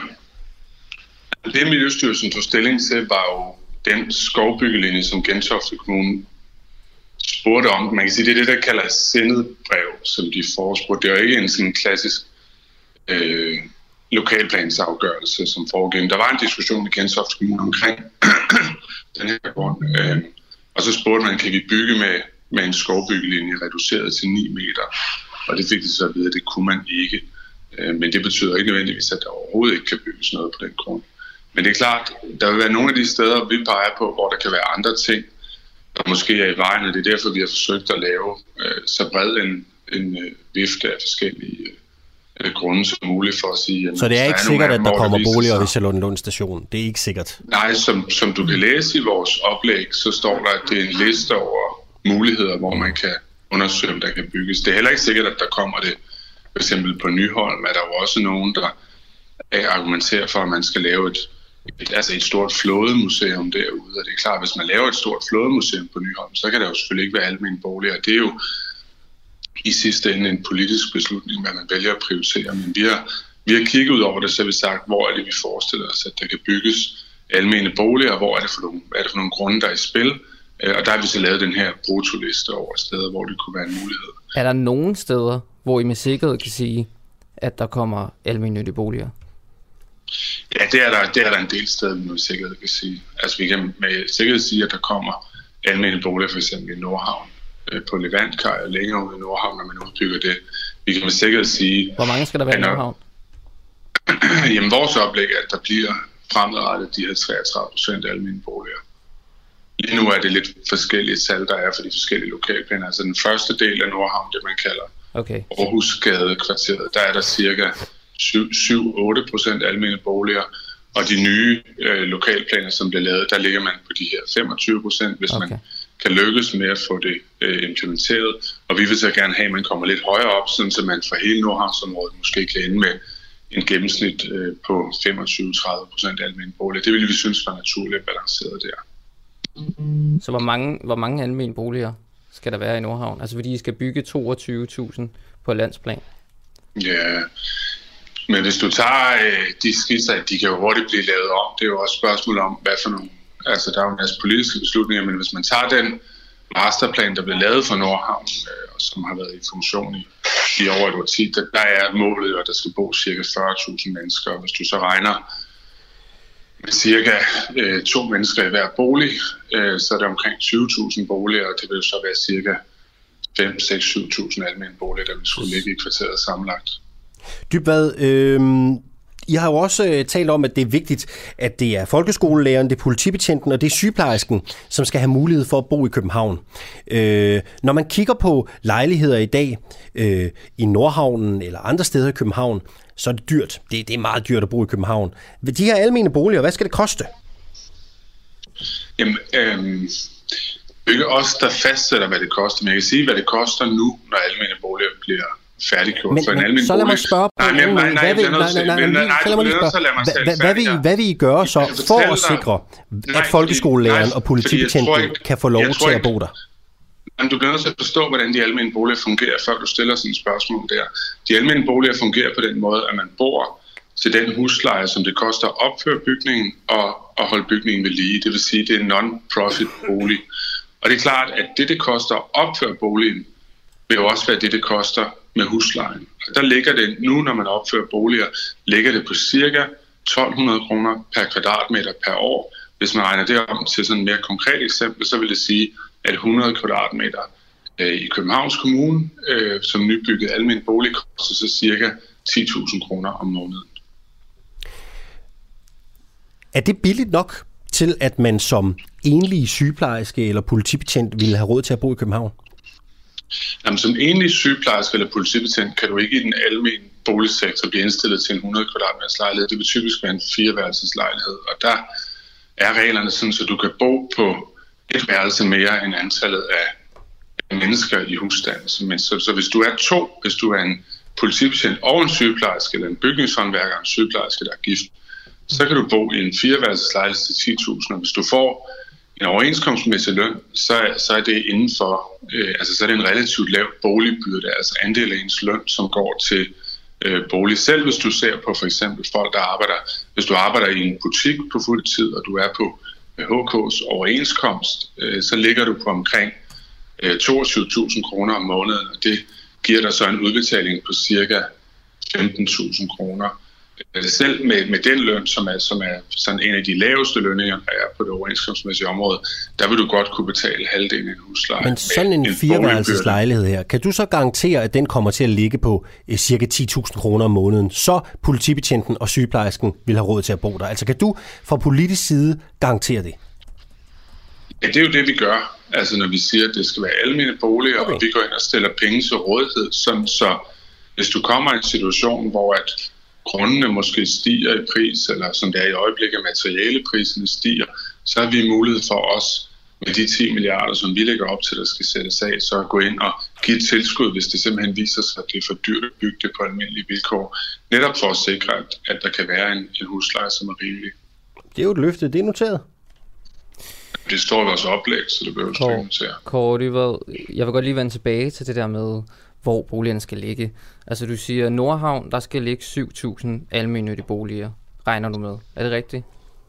Speaker 11: Det Miljøstyrelsen tog stilling til, var jo den skovbyggelinje, som Gentofte Kommune spurgte om. Man kan sige, det er det, der kalder sendet brev, som de forespurgte. Det er jo ikke en sådan klassisk øh, lokalplansafgørelse, som foregik. Der var en diskussion i Gentofte Kommune omkring den her grund. Øh, og så spurgte man, kan vi bygge med, med en skovbyggelinje reduceret til ni meter? Og det fik de så at vide, at det kunne man ikke. Øh, men det betyder ikke nødvendigvis, at der overhovedet ikke kan bygges noget på den grund. Men det er klart, der vil være nogle af de steder, vi peger på, hvor der kan være andre ting, der måske er i vejen, og det er derfor, vi har forsøgt at lave øh, så bred en, en øh, vifte af forskellige øh, grunde som muligt for at sige... Jamen,
Speaker 1: så det er ikke
Speaker 11: er
Speaker 1: sikkert,
Speaker 11: nogle,
Speaker 1: at der kommer boliger
Speaker 11: sig.
Speaker 1: ved Charlottenlund Station? Det er ikke sikkert?
Speaker 11: Nej, som, som du kan læse i vores oplæg, så står der, at det er en liste over muligheder, hvor man kan undersøge, om der kan bygges. Det er heller ikke sikkert, at der kommer det. For eksempel på Nyholm er der jo også nogen, der argumenterer for, at man skal lave et Et, altså et stort flådemuseum derude, og det er klart, hvis man laver et stort flådemuseum på Nyholm, så kan der jo selvfølgelig ikke være almene boliger. Det er jo i sidste ende en politisk beslutning, hvad man vælger at prioritere, men vi har, vi har kigget ud over det, så har vi sagt, hvor er det, vi forestiller os, at der kan bygges almene boliger, og hvor er det for nogle, er det for nogle grunde, der er i spil, og der har vi så lavet den her brutoliste over steder, hvor det kunne være en mulighed. Er
Speaker 2: der nogen steder, hvor I med sikkerhed kan sige, at der kommer almennyttige boliger?
Speaker 11: Ja, det er der, det er der en del steder, vi med sikkerhed kan sige. Altså vi kan med sikkerhed sige, at der kommer almene boliger, for eksempel i Nordhavn, øh, på Levantkaj og længere ude i Nordhavn, når man udbygger det. Vi kan med sikkerhed sige...
Speaker 2: Hvor mange skal der være i Nordhavn?
Speaker 11: Jamen vores oplæg er, at der bliver fremadrettet de her treogtredive procent almene boliger. Lige nu er det lidt forskellige tal, der er for de forskellige lokalplaner. Altså den første del af Nordhavn, det man kalder
Speaker 2: okay.
Speaker 11: Aarhusgade-kvarteret, der er der cirka syv til otte procent almene boliger, og de nye øh, lokalplaner, som bliver lavet, der ligger man på de her femogtyve procent, hvis okay. man kan lykkes med at få det øh, implementeret. Og vi vil så gerne have, at man kommer lidt højere op, sådan så man for hele Nordhavnsområdet måske kan ende med en gennemsnit øh, på femogtyve til tredive procent almene boliger. Det ville vi synes var naturligt balanceret der.
Speaker 2: Så hvor mange, hvor mange almene boliger skal der være i Nordhavn? Altså fordi I skal bygge toogtyve tusind på landsplan?
Speaker 11: Ja, men hvis du tager øh, de skitser, de kan jo hurtigt blive lavet om. Det er jo også et spørgsmål om, hvad for nogle... Altså, der er jo en masse politiske beslutninger, men hvis man tager den masterplan, der blev lavet for Nordhavn, øh, og som har været i funktion i, i over et årti, der, der er målet jo, at der skal bo cirka fyrre tusind mennesker. Og hvis du så regner med cirka øh, to mennesker i hver bolig, øh, så er det omkring tyve tusind boliger, og det vil så være cirka fem, seks, syv tusind almene boliger, der vil skulle ligge i kvarteret sammenlagt.
Speaker 1: Dybvad, øh, I har jo også øh, talt om, at det er vigtigt, at det er folkeskolelæreren, det er politibetjenten og det er sygeplejersken, som skal have mulighed for at bo i København. Øh, når man kigger på lejligheder i dag øh, i Nordhavnen eller andre steder i København, så er det dyrt. Det, det er meget dyrt at bo i København. Ved de her almene boliger, hvad skal det koste?
Speaker 11: Jamen, øh, det er ikke os, der fastsætter, hvad det koster, men jeg kan sige, hvad det koster nu, når almene boliger bliver færdiggjort.
Speaker 1: Men,
Speaker 11: for en
Speaker 1: men
Speaker 11: almen
Speaker 1: så lad mig
Speaker 11: bolig.
Speaker 1: spørge på,
Speaker 11: nej, nej, nej,
Speaker 1: hvad vil I gøre så for at sikre, at folkeskolelæreren og politibetjenten kan få lov til at bo der?
Speaker 11: Jamen, du bliver nødt til at forstå, hvordan de almene boliger fungerer, før du stiller sådan et spørgsmål der. De almene boliger fungerer på den måde, at man bor til den husleje, som det koster at opføre bygningen og at holde bygningen ved lige. Det vil sige, at det er en non-profit bolig. Og det er klart, at det, det koster at opføre boligen, vil jo også være det, det koster med huslejen. Og der ligger det nu, når man opfører boliger, ligger det på cirka tolv hundrede kroner per kvadratmeter per år. Hvis man regner det om til sådan et mere konkret eksempel, så vil det sige, at hundrede kvadratmeter øh, i Københavns Kommune, øh, som nybygget almen bolig, koster så cirka ti tusind kroner om måneden.
Speaker 1: Er det billigt nok til, at man som enlig sygeplejerske eller politibetjent ville have råd til at bo i København?
Speaker 11: Jamen, som enlig sygeplejerske eller politibetjent kan du ikke i den almene boligsektor blive indstillet til en hundrede kvadratmeters lejlighed. Det vil typisk være en fireværelseslejlighed, og der er reglerne sådan, så du kan bo på et værelse mere end antallet af mennesker i husstanden. Men så, så hvis du er to, hvis du er en politibetjent og en sygeplejerske, eller en bygningshåndværker og en sygeplejerske, der er gift, så kan du bo i en fireværelseslejlighed til ti tusind, og hvis du får en overenskomstmæssig løn, så, så er det inden for, øh, altså så er det en relativt lav boligbyrde, altså andel af ens løn, som går til øh, bolig. Selv hvis du ser på for eksempel folk, der arbejder, hvis du arbejder i en butik på fuld tid, og du er på H K's overenskomst, øh, så ligger du på omkring øh, toogtyve tusind kroner om måneden, og det giver dig så en udbetaling på cirka femten tusind kroner. Selv med, med den løn, som er, som er sådan en af de laveste lønninger, der er på det overenskomstmæssige område, der vil du godt kunne betale halvdelen af en husleje.
Speaker 1: Men sådan en, en fireværelseslejlighed her, kan du så garantere, at den kommer til at ligge på eh, cirka ti tusind kroner om måneden, så politibetjenten og sygeplejersken vil have råd til at bo der? Altså kan du fra politisk side garantere det?
Speaker 11: Ja, det er jo det, vi gør. Altså når vi siger, at det skal være almene boliger, okay. Og vi går ind og stiller penge til rådighed, sådan så hvis du kommer i en situation, hvor at grundene måske stiger i pris, eller som det er i øjeblikket, materialepriserne stiger, så har vi mulighed for os med de ti milliarder, som vi lægger op til, der skal sættes af, så at gå ind og give et tilskud, hvis det simpelthen viser sig, at det er for dyrt at bygge det på almindelige vilkår. Netop for at sikre, at der kan være en, en husleje, som er rimelig.
Speaker 1: Det er jo et løfte, det er noteret.
Speaker 11: Det står i vores oplæg, så det behøver ikke notere.
Speaker 2: Kåre, jeg vil godt lige vende tilbage til det der med, hvor boligerne skal ligge. Altså du siger, Nordhavn, der skal ligge syv tusind almennyttige boliger. Regner du med? Er det rigtigt?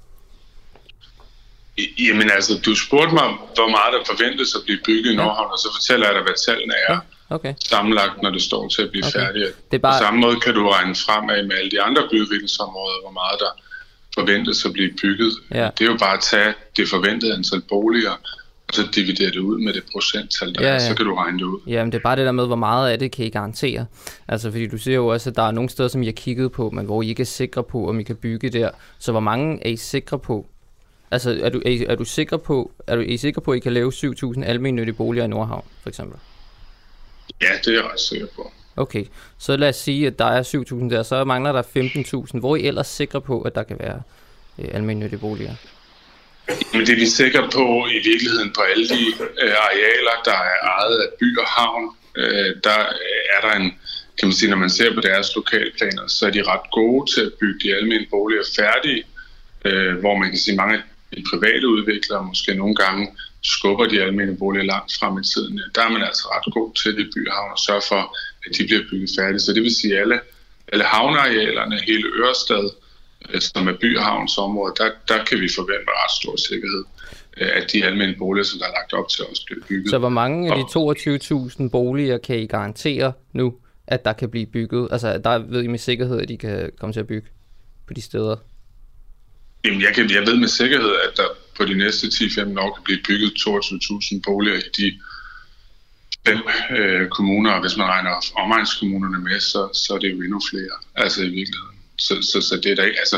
Speaker 11: Jamen altså, du spurgte mig, hvor meget der forventes at blive bygget i Nordhavn, ja. Og så fortæller jeg dig, hvad tallene er
Speaker 2: ja. Okay.
Speaker 11: sammenlagt, når det står til at blive okay. færdigt.
Speaker 2: Det er bare...
Speaker 11: På samme måde kan du regne fremad med alle de andre byudviklingsområder, hvor meget der forventes at blive bygget. Ja. Det er jo bare at tage det forventede antal boliger, og så dividerer det ud med det procenttal, der ja, ja. Er, så kan du regne det ud.
Speaker 2: Jamen det er bare det der med, hvor meget af det kan I garantere. Altså fordi du siger jo også, at der er nogle steder, som I har kigget på, men hvor I ikke er sikre på, om I kan bygge der. Så hvor mange er I sikre på? Altså er du, er I, er du sikre på, er du er I sikre på, at I kan lave syv tusind almennyttige boliger i Nordhavn, for eksempel?
Speaker 11: Ja, det er jeg ret sikker på.
Speaker 2: Okay, så lad os sige, at der er syv tusind der, så mangler der femten tusind. Hvor er I ellers sikre på, at der kan være øh, almennyttige boliger?
Speaker 11: Men det er vi sikre på i virkeligheden på alle de øh, arealer, der er ejet af by og havn. Øh, der er der en, kan man sige, når man ser på deres lokalplaner, så er de ret gode til at bygge de almene boliger færdige, øh, hvor man kan sige, mange af de private udviklere måske nogle gange skubber de almene boliger langt frem i tiden. Der er man altså ret god til det by og havn og sørge for, at de bliver bygget færdige. Så det vil sige, at alle, alle havnearealerne, hele Ørestad, som er by og havns område, der, der kan vi forvente ret stor sikkerhed, at de almene boliger, som der er lagt op til os, bliver bygget.
Speaker 2: Så hvor mange af de toogtyve tusind boliger kan I garantere nu, at der kan blive bygget? Altså der ved I med sikkerhed, at I kan komme til at bygge på de steder?
Speaker 11: Jamen jeg, kan, jeg ved med sikkerhed, at der på de næste ti til femten år kan blive bygget toogtyve tusind boliger i de fem øh, kommuner, og hvis man regner omegnskommunerne med, så, så er det jo endnu flere, altså i virkeligheden. Så, så, så det er der ikke, altså,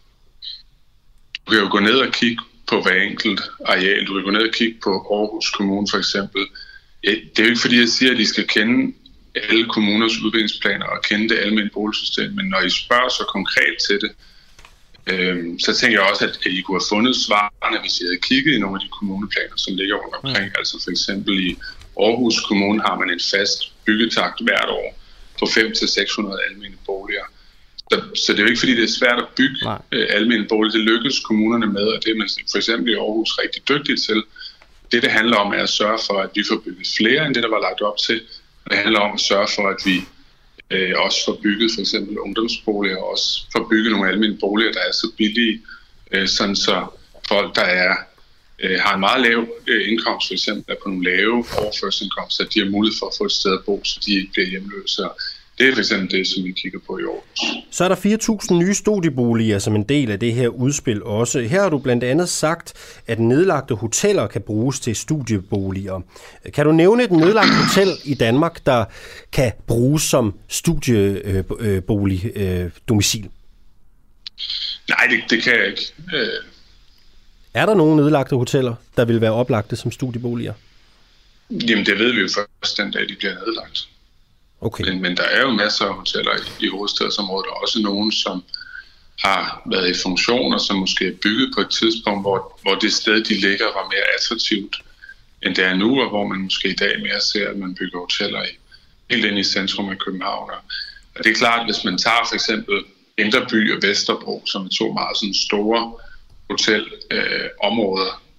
Speaker 11: du kan jo gå ned og kigge på hver enkelt areal. Du kan gå ned og kigge på Aarhus Kommune for eksempel. Det er jo ikke fordi, jeg siger, at de skal kende alle kommuners udviklingsplaner og kende det almindelige boligsystem, men når I spørger så konkret til det, øhm, så tænker jeg også, at, at I kunne have fundet svarene, hvis I havde kigget i nogle af de kommuneplaner, som ligger rundt omkring. Mm. Altså for eksempel i Aarhus Kommune har man en fast byggetakt hvert år på fem til seks hundrede almene boliger. Så, så det er jo ikke fordi, det er svært at bygge øh, almene boliger. Det lykkes kommunerne med, og det er man for eksempel i Aarhus rigtig dygtigt til. Det, det handler om, er at sørge for, at vi får bygget flere end det, der var lagt op til. Det handler om at sørge for, at vi øh, også får bygget for eksempel ungdomsboliger, og også får bygget nogle almene boliger, der er så billige, øh, sådan så folk, der er, øh, har en meget lav øh, indkomst, for eksempel er på nogle lave overførselsindkomster, at de har mulighed for at få et sted at bo, så de ikke bliver hjemløse. Det er for eksempel det, som vi kigger på i år.
Speaker 1: Så er der fire tusind nye studieboliger som en del af det her udspil også. Her har du blandt andet sagt, at nedlagte hoteller kan bruges til studieboliger. Kan du nævne et nedlagt hotel i Danmark, der kan bruges som studiebolig øh, domicil?
Speaker 11: Nej, det, det kan jeg ikke. Øh...
Speaker 1: Er der nogle nedlagte hoteller, der vil være oplagte som studieboliger?
Speaker 11: Jamen, det ved vi jo først den dag, de bliver nedlagt.
Speaker 1: Okay.
Speaker 11: Men, men der er jo masser af hoteller i, i hovedstadsområdet, og også nogen, som har været i funktion, og som måske er bygget på et tidspunkt, hvor, hvor det sted, de ligger, var mere attraktivt, end det er nu, og hvor man måske i dag mere ser, at man bygger hoteller i, helt ind i centrum af København. Og det er klart, hvis man tager for eksempel Indre By og Vesterbro, som er to meget sådan store hotelområder,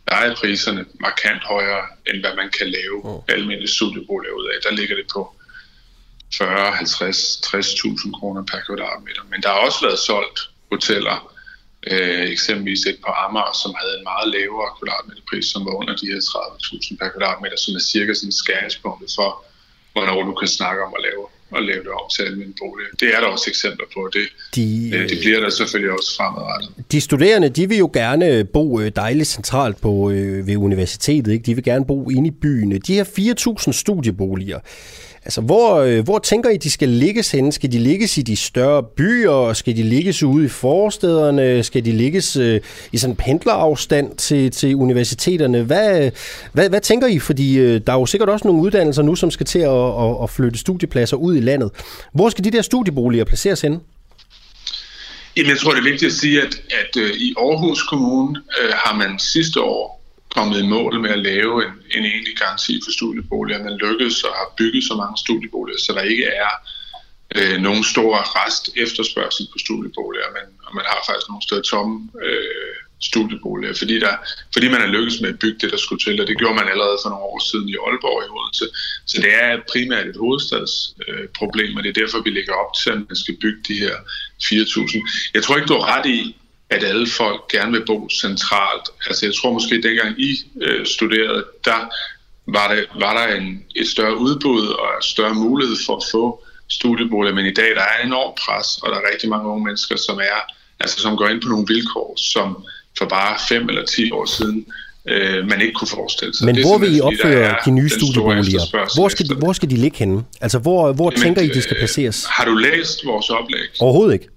Speaker 11: lejepriserne markant højere, end hvad man kan lave mm. almindelige studieboliger ud af. Der ligger det på fyrre, halvtreds, tres tusind kroner per kvadratmeter. Men der har også været solgt hoteller, øh, eksempelvis et på Amager, som havde en meget lavere kvadratmeterpris, som var under de her tredive tusind per kvadratmeter, som er cirka sådan skæringspunktet for, hvornår du kan snakke om at lave, at lave det om til almindelige boliger. Det er der også eksempler på. Det, de, øh, det bliver der selvfølgelig også fremadrettet.
Speaker 1: De studerende, de vil jo gerne bo dejligt centralt på, øh, ved universitetet. Ikke? De vil gerne bo inde i byen. De her fire tusind studieboliger, altså, hvor, hvor tænker I, de skal ligges henne? Skal de ligges i de større byer? Skal de ligges ude i forstederne? Skal de ligges øh, i sådan en pendlerafstand til, til universiteterne? Hvad, hvad, hvad tænker I? Fordi øh, der er jo sikkert også nogle uddannelser nu, som skal til at, at, at flytte studiepladser ud i landet. Hvor skal de der studieboliger placeres henne?
Speaker 11: Jamen, jeg tror, det er vigtigt at sige, at, at øh, i Aarhus Kommune øh, har man sidste år kommet i mål med at lave en, en egentlig garanti for studieboliger. Man lykkedes og har bygget så mange studieboliger, så der ikke er øh, nogen stor rest efterspørgsel på studieboliger, men og man har faktisk nogle steder tomme øh, studieboliger, fordi, der, fordi man har lykkedes med at bygge det, der skulle til, og det gjorde man allerede for nogle år siden i Aalborg i Odense. Så det er primært et hovedstadsproblem, øh, og det er derfor, vi lægger op til, at man skal bygge de her fire tusind. Jeg tror ikke, du har ret i, at alle folk gerne vil bo centralt. Altså jeg tror måske, dengang I øh, studerede, der var, det, var der en, et større udbud og en større mulighed for at få studieboliger, men i dag der er en enorm pres, og der er rigtig mange unge mennesker, som er, altså som går ind på nogle vilkår, som for bare fem eller ti år siden øh, man ikke kunne forestille sig.
Speaker 1: Men det hvor vil I opføre de nye studieboliger? Hvor skal, de, hvor skal de ligge henne? Altså hvor, hvor Jamen, tænker I, de skal placeres?
Speaker 11: Har du læst vores oplæg?
Speaker 1: Overhovedet ikke.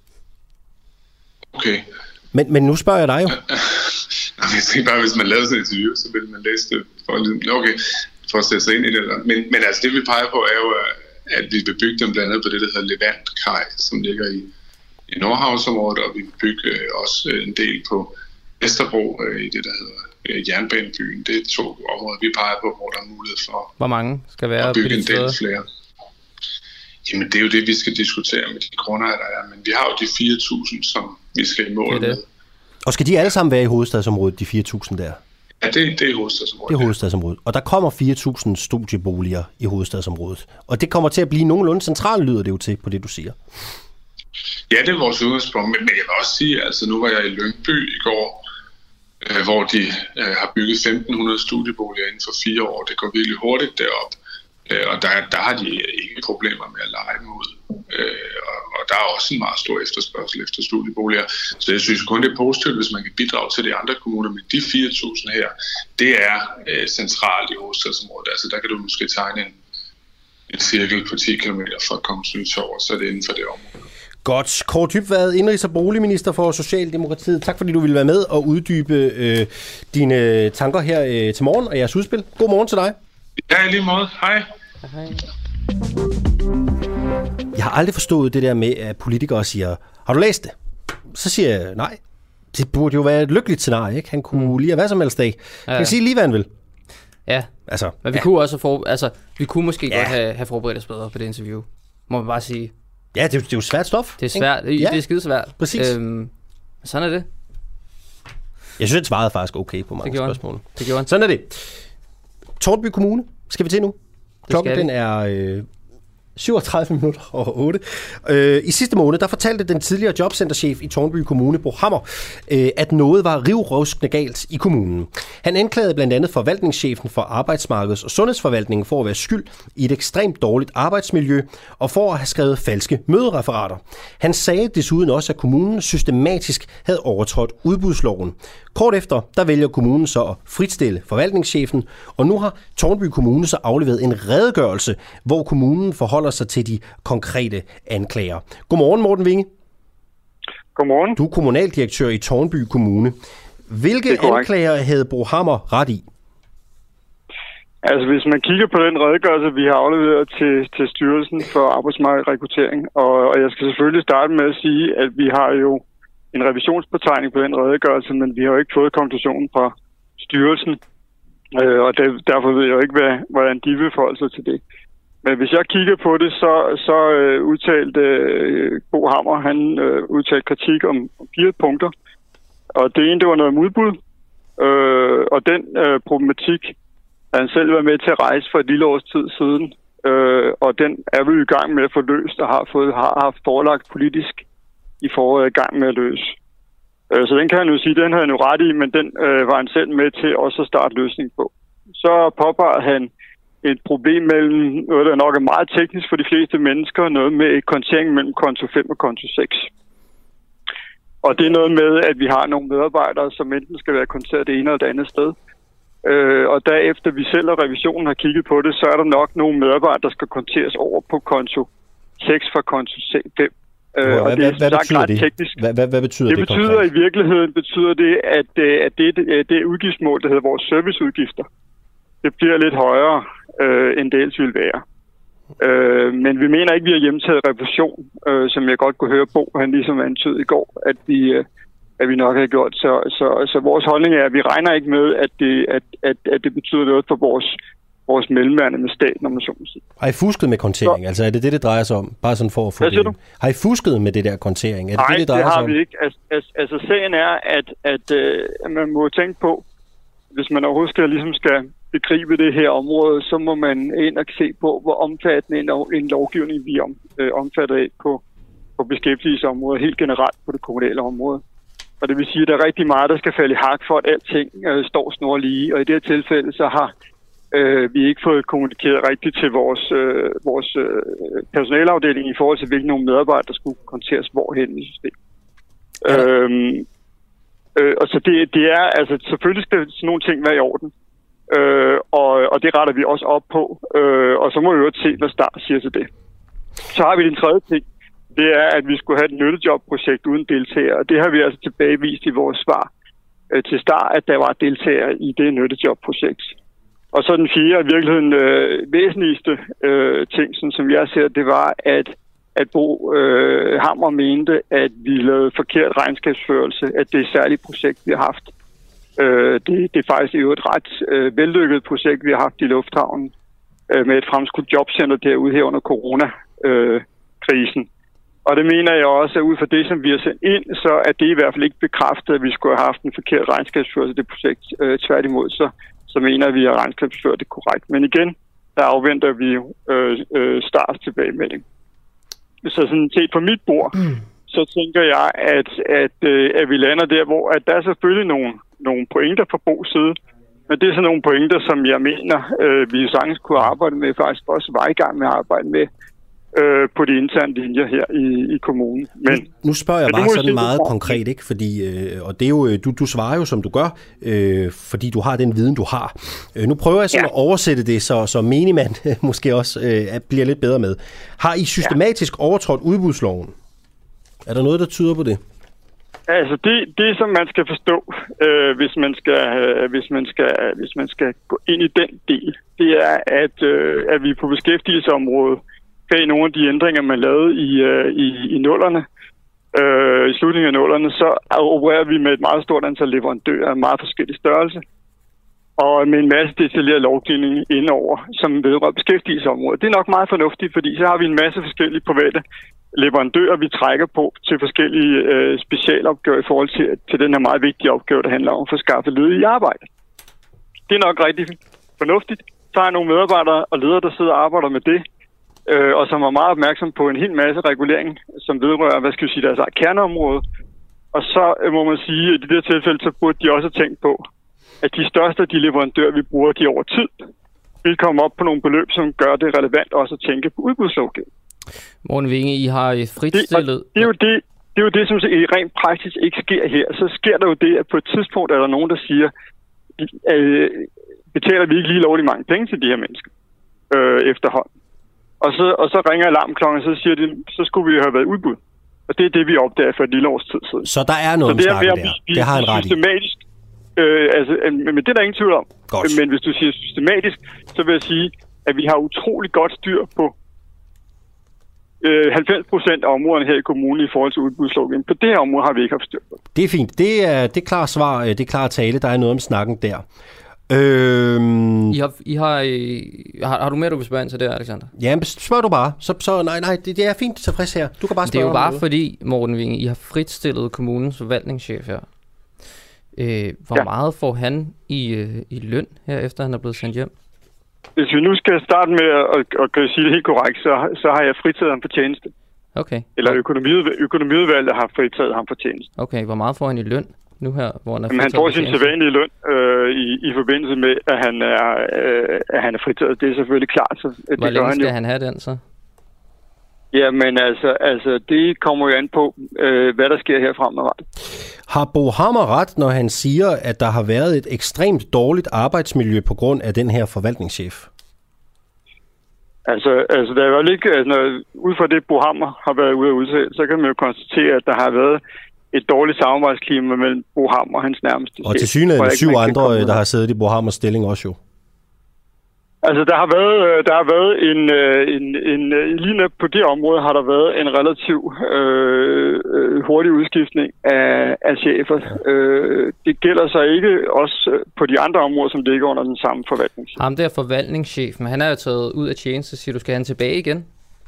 Speaker 11: Okay.
Speaker 1: Men, men nu spørger jeg dig jo.
Speaker 11: Jeg tænker bare, hvis man lavede sådan et interview, så ville man læse det for, okay, for at sætte sig ind i det. Men, men altså det vi peger på er jo, at vi vil bygge dem blandt andet på det, der hedder Levantkaj, som ligger i, i Nordhavnsområdet, og vi vil bygge øh, også en del på Vesterbro øh, i det, der hedder øh, Jernbanebyen. Det er to områder, vi peger på, hvor der er mulighed for
Speaker 2: hvor mange skal være
Speaker 11: at bygge en del flere. Jamen det er jo det, vi skal diskutere med de grundejere, der er. Men vi har jo de fire tusind, som vi skal i mål med.
Speaker 1: Og skal de alle sammen være i hovedstadsområdet, de fire tusind der?
Speaker 11: Ja, det, det er hovedstadsområdet.
Speaker 1: Det er hovedstadsområdet. Og der kommer fire tusind studieboliger i hovedstadsområdet. Og det kommer til at blive nogenlunde centralt, lyder det jo til på det, du siger.
Speaker 11: Ja, det er vores udgangspunkt. Men jeg vil også sige, altså nu var jeg i Lyngby i går, øh, hvor de øh, har bygget femten hundrede studieboliger inden for fire år. Det går virkelig hurtigt derop. Og der, der har de ikke problemer med at leje dem ud. Øh, og, og der er også en meget stor efterspørgsel efter studieboliger. Så jeg synes kun, det er positivt, hvis man kan bidrage til de andre kommuner. Men de fire tusind her, det er øh, centralt i hovedstadsområdet. Altså der kan du måske tegne en, en cirkel på ti kilometer fra Kongens over, så er det inden for det område.
Speaker 1: Godt. Kaare Dybvad, Indenrigs- og Boligminister for Socialdemokratiet. Tak fordi du ville være med og uddybe øh, dine tanker her øh, til morgen og jeres udspil. God morgen til dig.
Speaker 11: Ja, i lige måde. Hej.
Speaker 2: Hej.
Speaker 1: Jeg har aldrig forstået det der med, at politikere siger, har du læst det? Så siger jeg, nej. Det burde jo være et lykkeligt scenarie, ikke? Han kunne mm. lige have hvad som helst dag. Han ja. kan sige lige, hvad han vil.
Speaker 2: Ja,
Speaker 1: altså,
Speaker 2: men vi
Speaker 1: ja.
Speaker 2: kunne også for, altså, vi kunne måske
Speaker 1: ja.
Speaker 2: godt have, have forberedt os bedre på det interview. Må man bare sige.
Speaker 1: Ja, det er, det er jo svært stof.
Speaker 2: Det er svært. Det,
Speaker 1: ja.
Speaker 2: det er skidesvært.
Speaker 1: Præcis.
Speaker 2: Øhm, sådan er det.
Speaker 1: Jeg synes, det svarede faktisk okay på mange spørgsmål.
Speaker 2: Det gjorde han.
Speaker 1: Sådan er det. Tårnby Kommune skal vi til nu. Klokken den er øh, syvogtredive minutter og otte. Øh, I sidste måned, der fortalte den tidligere jobcenterchef i Tårnby Kommune, Bo Hammer, øh, at noget var rivrøskende galt i kommunen. Han anklagede blandt andet forvaltningschefen for arbejdsmarkeds- og sundhedsforvaltningen for at være skyld i et ekstremt dårligt arbejdsmiljø og for at have skrevet falske mødereferater. Han sagde desuden også, at kommunen systematisk havde overtrådt udbudsloven. Kort efter, der vælger kommunen så at fritstille forvaltningschefen, og nu har Tårnby Kommune så afleveret en redegørelse, hvor kommunen forholder sig til de konkrete anklager. Godmorgen, Morten Winge.
Speaker 12: Godmorgen.
Speaker 1: Du er kommunaldirektør i Tårnby Kommune. Hvilke anklager havde Bo Hammer ret i?
Speaker 12: Altså, hvis man kigger på den redegørelse, vi har afleveret til, til Styrelsen for Arbejdsmarked og Rekruttering, og, og jeg skal selvfølgelig starte med at sige, at vi har jo en revisionspåtegning på den redegørelse, men vi har jo ikke fået konklusionen fra styrelsen, øh, og der, derfor ved jeg jo ikke, hvad, hvordan de vil forholde sig til det. Men hvis jeg kigger på det, så, så øh, udtalte øh, Bo Hammer, han øh, udtalte kritik om, om fire punkter. Og det ene, det var noget om udbud. Øh, og den øh, problematik har han selv været med til at rejse for et lille års tid siden. Øh, og den er vi i gang med at få løst, og har, fået, har haft forelagt politisk i foråret i gang med at løse. Øh, så den kan han jo sige, den havde han jo ret i, men den øh, var han selv med til også at starte løsning på. Så påpegede han et problem mellem noget, der nok er meget teknisk for de fleste mennesker, noget med kontering mellem konto fem og konto seks. Og det er noget med, at vi har nogle medarbejdere, som enten skal være konteret det ene eller det andet sted. Øh, og derefter vi selv og revisionen har kigget på det, så er der nok nogle medarbejdere, der skal konteres over på konto seks fra konto fem. Øh,
Speaker 1: hvad,
Speaker 12: og det
Speaker 1: hvad,
Speaker 12: er
Speaker 1: hvad betyder det?
Speaker 12: teknisk.
Speaker 1: Hvad, hvad, hvad betyder
Speaker 12: det?
Speaker 1: Det
Speaker 12: betyder
Speaker 1: konkret?
Speaker 12: i virkeligheden betyder det, at, at det, det, det udgiftsmål, der hedder vores serviceudgifter, det bliver lidt højere, øh, end det ellers ville være. Øh, men vi mener ikke, at vi har hjemtaget refusion, øh, som jeg godt kunne høre på, han ligesom antydede i går, at vi, øh, at vi nok har gjort. Så, så, så vores holdning er, at vi regner ikke med, at det, at, at, at det betyder noget for vores, vores mellemværende med staten, om man så må sige.
Speaker 1: Har I fusket med kontering? Så. Altså er det det, det drejer sig om? Bare sådan for at få det. Du? Har I fusket med det der kontering? Er det
Speaker 12: Nej,
Speaker 1: det, det drejer
Speaker 12: det har
Speaker 1: sig om?
Speaker 12: vi ikke. Altså, altså, altså sagen er, at, at, øh, at man må tænke på, hvis man overhovedet skal, ligesom skal begribe det her område, så må man ind og se på, hvor omfattende en, en lovgivning vi om, øh, omfatter af på, på beskæftigelsesområdet, helt generelt på det kommunale område. Og det vil sige, at der er rigtig meget, der skal falde i hak for, at alting øh, står snorlige. Og i det her tilfælde, så har øh, vi ikke fået kommunikeret rigtigt til vores, øh, vores øh, personaleafdeling i forhold til, hvilke nogle medarbejdere, der skulle konteres hvorhen i systemet. Ja. Øhm, øh, og så det, det er, altså selvfølgelig skal sådan nogle ting være i orden. Øh, og, og det retter vi også op på. Øh, og så må vi jo se, hvad Star siger til det. Så har vi den tredje ting. Det er, at vi skulle have et nyttejobprojekt uden deltagere. Og det har vi altså tilbagevist i vores svar øh, til Star, at der var deltagere i det nyttejobprojekt. Og så den fjerde, i virkeligheden øh, væsentligste øh, ting, sådan som jeg ser, det var, at, at Bo øh, Hammer mente, at vi lavede forkert regnskabsførelse, at det er et særligt projekt, vi har haft. Øh, det, det er faktisk jo et ret øh, vellykket projekt, vi har haft i Lufthavnen øh, med et fremskudt jobcenter derude her under coronakrisen. Øh, og det mener jeg også, at ud fra det, som vi har sendt ind, så er det i hvert fald ikke bekræftet, at vi skulle have haft en forkert regnskabsførelse af det projekt. Øh, tværtimod, så, så mener jeg, at vi har regnskabsført det korrekt. Men igen, der afventer vi øh, øh, Stars tilbagemelding. Så sådan set på mit bord, mm. så tænker jeg, at, at, øh, at vi lander der, hvor at der er selvfølgelig nogle, nogle pointer fra Bo's side, men det er sådan nogle pointer, som jeg mener, øh, vi sagtens kunne arbejde med, faktisk også var i gang med at arbejde med øh, på de interne linjer her i, i kommunen. Men,
Speaker 1: nu, nu spørger jeg bare sådan meget konkret, ikke? Fordi, øh, og det er jo, du, du svarer jo, som du gør, øh, fordi du har den viden, du har. Øh, nu prøver jeg sådan ja. at oversætte det, så, så menigmand måske også øh, bliver lidt bedre med. Har I systematisk ja. overtrådt udbudsloven? Er der noget, der tyder på det?
Speaker 12: Altså det, det som man skal forstå, øh, hvis man skal, øh, hvis man skal, hvis man skal gå ind i den del, det er at, øh, at vi på beskæftigelsesområdet bag nogle af de ændringer man lavede i øh, i, i nullerne, øh, i slutningen af nullerne, så opererer vi med et meget stort antal leverandører af meget forskellige størrelse og med en masse detaljeret lovgivning indover, som vedrører beskæftigelsesområdet. Det er nok meget fornuftigt, fordi så har vi en masse forskellige private leverandører, vi trækker på til forskellige øh, specialopgaver i forhold til, til den her meget vigtige opgave, der handler om at få skaffet ledige i arbejde. Det er nok rigtig fornuftigt. Så har jeg nogle medarbejdere og ledere, der sidder og arbejder med det, øh, og som er meget opmærksom på en hel masse regulering, som vedrører, hvad skal vi sige, deres kerneområde. Og så øh, må man sige, at i det her tilfælde, så burde de også tænke på, at de største af de leverandører, vi bruger, de over tid, vil komme op på nogle beløb, som gør det relevant også at tænke på udbudslovgivning.
Speaker 2: Morten Winge, I har fritstillet...
Speaker 12: Det, det, er jo det, det er jo det, som i rent praksis ikke sker her. Så sker der jo det, at på et tidspunkt er der nogen, der siger, øh, betaler vi ikke lige lovligt mange penge til de her mennesker øh, efterhånden. Og så, og så ringer alarmklokken, og så siger de, så skulle vi have været udbud. Og det er det, vi opdager for et lille års tid siden.
Speaker 1: Så der er noget om snakken der. Vi, det har en ret
Speaker 12: systematisk, øh, altså, men det er der ingen tvivl om. Godt. Men hvis du siger systematisk, så vil jeg sige, at vi har utrolig godt styr på halvfems procent af områderne her i kommunen i forhold til udbudslovgivningen. På det her område har vi ikke haft styr på.
Speaker 1: Det er fint. Det er, det er klart svar, det er klart tale. Der er noget om snakken der. Øhm...
Speaker 2: I har, I har, har, har du mere, du vil spørge ind til det, Alexander?
Speaker 1: Ja, men spørg du bare. Så, så nej, nej, det, det er fint tilfreds her. Du kan bare spørge.
Speaker 2: Det er jo bare noget. Fordi, Morten Winge, I har fritstillet kommunens forvaltningschef her. Øh, hvor ja. meget får han i, øh, i løn her, efter han er blevet sendt hjem?
Speaker 12: Hvis vi nu skal starte med at, at, at sige det helt korrekt, så, så har jeg fritaget ham for tjeneste.
Speaker 2: Okay.
Speaker 12: Eller økonomiudvalget, økonomiudvalget har fritaget ham for tjeneste.
Speaker 2: Okay, hvor meget får han i løn nu her, hvor han er
Speaker 12: fritaget? Han får sin sædvanlige løn øh, i, i forbindelse med, at han er, øh, at han er fritaget. Det er selvfølgelig klart. Så,
Speaker 2: hvor
Speaker 12: det
Speaker 2: længe
Speaker 12: han
Speaker 2: skal
Speaker 12: jo.
Speaker 2: han have den så?
Speaker 12: Ja, men altså, altså, det kommer jo an på, øh, hvad der sker her fremadrettet.
Speaker 1: Har Bo Hammer ret, når han siger, at der har været et ekstremt dårligt arbejdsmiljø på grund af den her forvaltningschef?
Speaker 12: Altså, altså der er jo ikke, altså, når, ud fra det, Bo Hammer har været ude at udtale, så kan man jo konstatere, at der har været et dårligt samarbejdsklima mellem Bo Hammer og hans nærmeste.
Speaker 1: Og til synligheden syv andre, der har siddet i Bo Hammers stilling også jo.
Speaker 12: Altså, der har været, der har været en, en, en, en lige på det område har der været en relativ øh, hurtig udskiftning af, af chefer. Øh, det gælder så ikke også på de andre områder, som ligger under den samme forvaltning.
Speaker 2: Ham der forvaltningschefen, han er jo taget ud af tjeneste, siger du, skal han tilbage igen?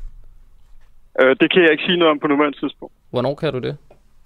Speaker 12: Øh, det kan jeg ikke sige noget om på nuværende tidspunkt.
Speaker 2: Hvornår kan du det?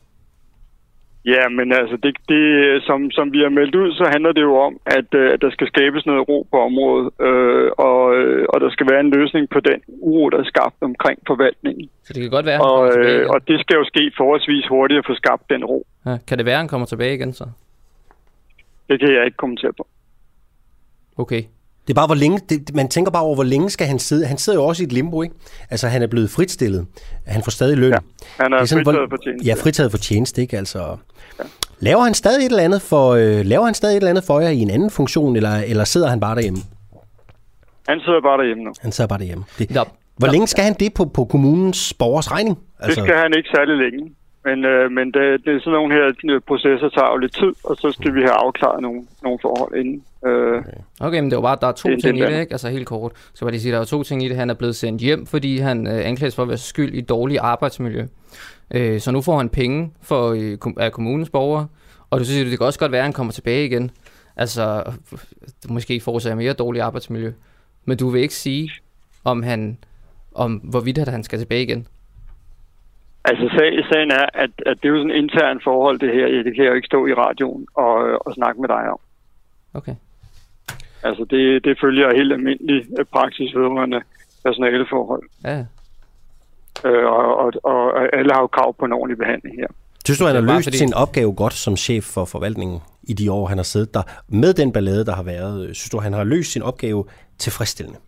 Speaker 12: Ja, men altså, det, det, som, som vi har meldt ud, så handler det jo om, at, at der skal skabes noget ro på området, øh, og, og der skal være en løsning på den uro, der er skabt omkring forvaltningen.
Speaker 2: Så det kan godt være,
Speaker 12: og, øh, og det skal jo ske forholdsvis hurtigt at få skabt den ro.
Speaker 2: Ja, kan det være, at han kommer tilbage igen så?
Speaker 12: Det kan jeg ikke kommentere på.
Speaker 2: Okay.
Speaker 1: Det er bare, hvor længe, det, man tænker bare over, hvor længe skal han sidde. Han sidder jo også i et limbo, ikke? Altså, han er blevet fritstillet. Han får stadig løn.
Speaker 12: Ja, han er, er sådan, fritaget
Speaker 1: hvor,
Speaker 12: for tjeneste.
Speaker 1: Ja, fritaget for tjeneste, ikke? Altså, ja. Laver han stadig et eller andet for, øh, laver han stadig et eller andet for jer i en anden funktion, eller, eller sidder han bare derhjemme?
Speaker 12: Han sidder bare derhjemme nu.
Speaker 1: Han sidder bare derhjemme. Det,
Speaker 2: ja.
Speaker 1: Hvor længe skal han det på, på kommunens borgers regning?
Speaker 12: Altså, det skal han ikke særlig længe. Men, øh, men det, det er sådan nogle her processer, tager jo lidt tid, og så skal vi have afklaret nogle, nogle forhold inden. Øh,
Speaker 2: okay. okay, men det var bare, der er to ting i det, ikke? Altså helt kort. Så var det sige, der er to ting i det. Han er blevet sendt hjem, fordi han øh, anklages for at være skyld i dårligt arbejdsmiljø. Øh, så nu får han penge for, øh, af kommunens borgere, og du synes, det kan også godt være, at han kommer tilbage igen. Altså, det måske forårsager mere dårligt arbejdsmiljø. Men du vil ikke sige, om han, om hvorvidt at han skal tilbage igen?
Speaker 12: Altså, sag, sagen er, at, at det er jo sådan en intern forhold, det her. Det kan jeg jo ikke stå i radioen og, og snakke med dig om.
Speaker 2: Okay.
Speaker 12: Altså, det, det følger helt almindelig praksis vedrørende personaleforhold.
Speaker 2: Ja.
Speaker 12: Øh, og, og, og alle har jo krav på en ordentlig behandling her.
Speaker 1: Synes du, han har løst fordi... sin opgave godt som chef for forvaltningen i de år, han har siddet der? Med den ballade, der har været, synes du, han har løst sin opgave tilfredsstillende?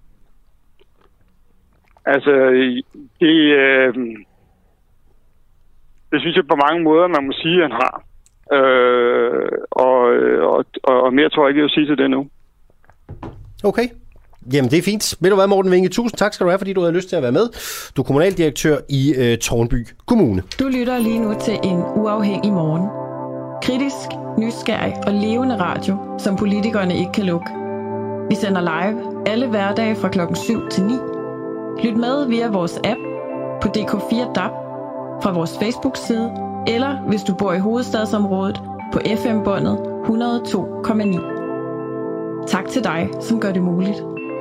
Speaker 12: Altså, det... Øh, Det synes jeg på mange måder, man må sige, at han har. Øh, og, og, og mere tror jeg ikke, jeg vil sige til det nu.
Speaker 1: Okay. Jamen, det er fint. Ved du hvad, Morten Winge? Tusind tak skal du have, fordi du havde lyst til at være med. Du er kommunaldirektør i øh, Tårnby Kommune.
Speaker 4: Du lytter lige nu til en uafhængig morgen. Kritisk, nysgerrig og levende radio, som politikerne ikke kan lukke. Vi sender live alle hverdage fra klokken syv til ni. Lyt med via vores app på D K fire D A B, fra vores Facebook-side, eller hvis du bor i hovedstadsområdet på F M-båndet et hundrede og to komma ni. Tak til dig, som gør det muligt.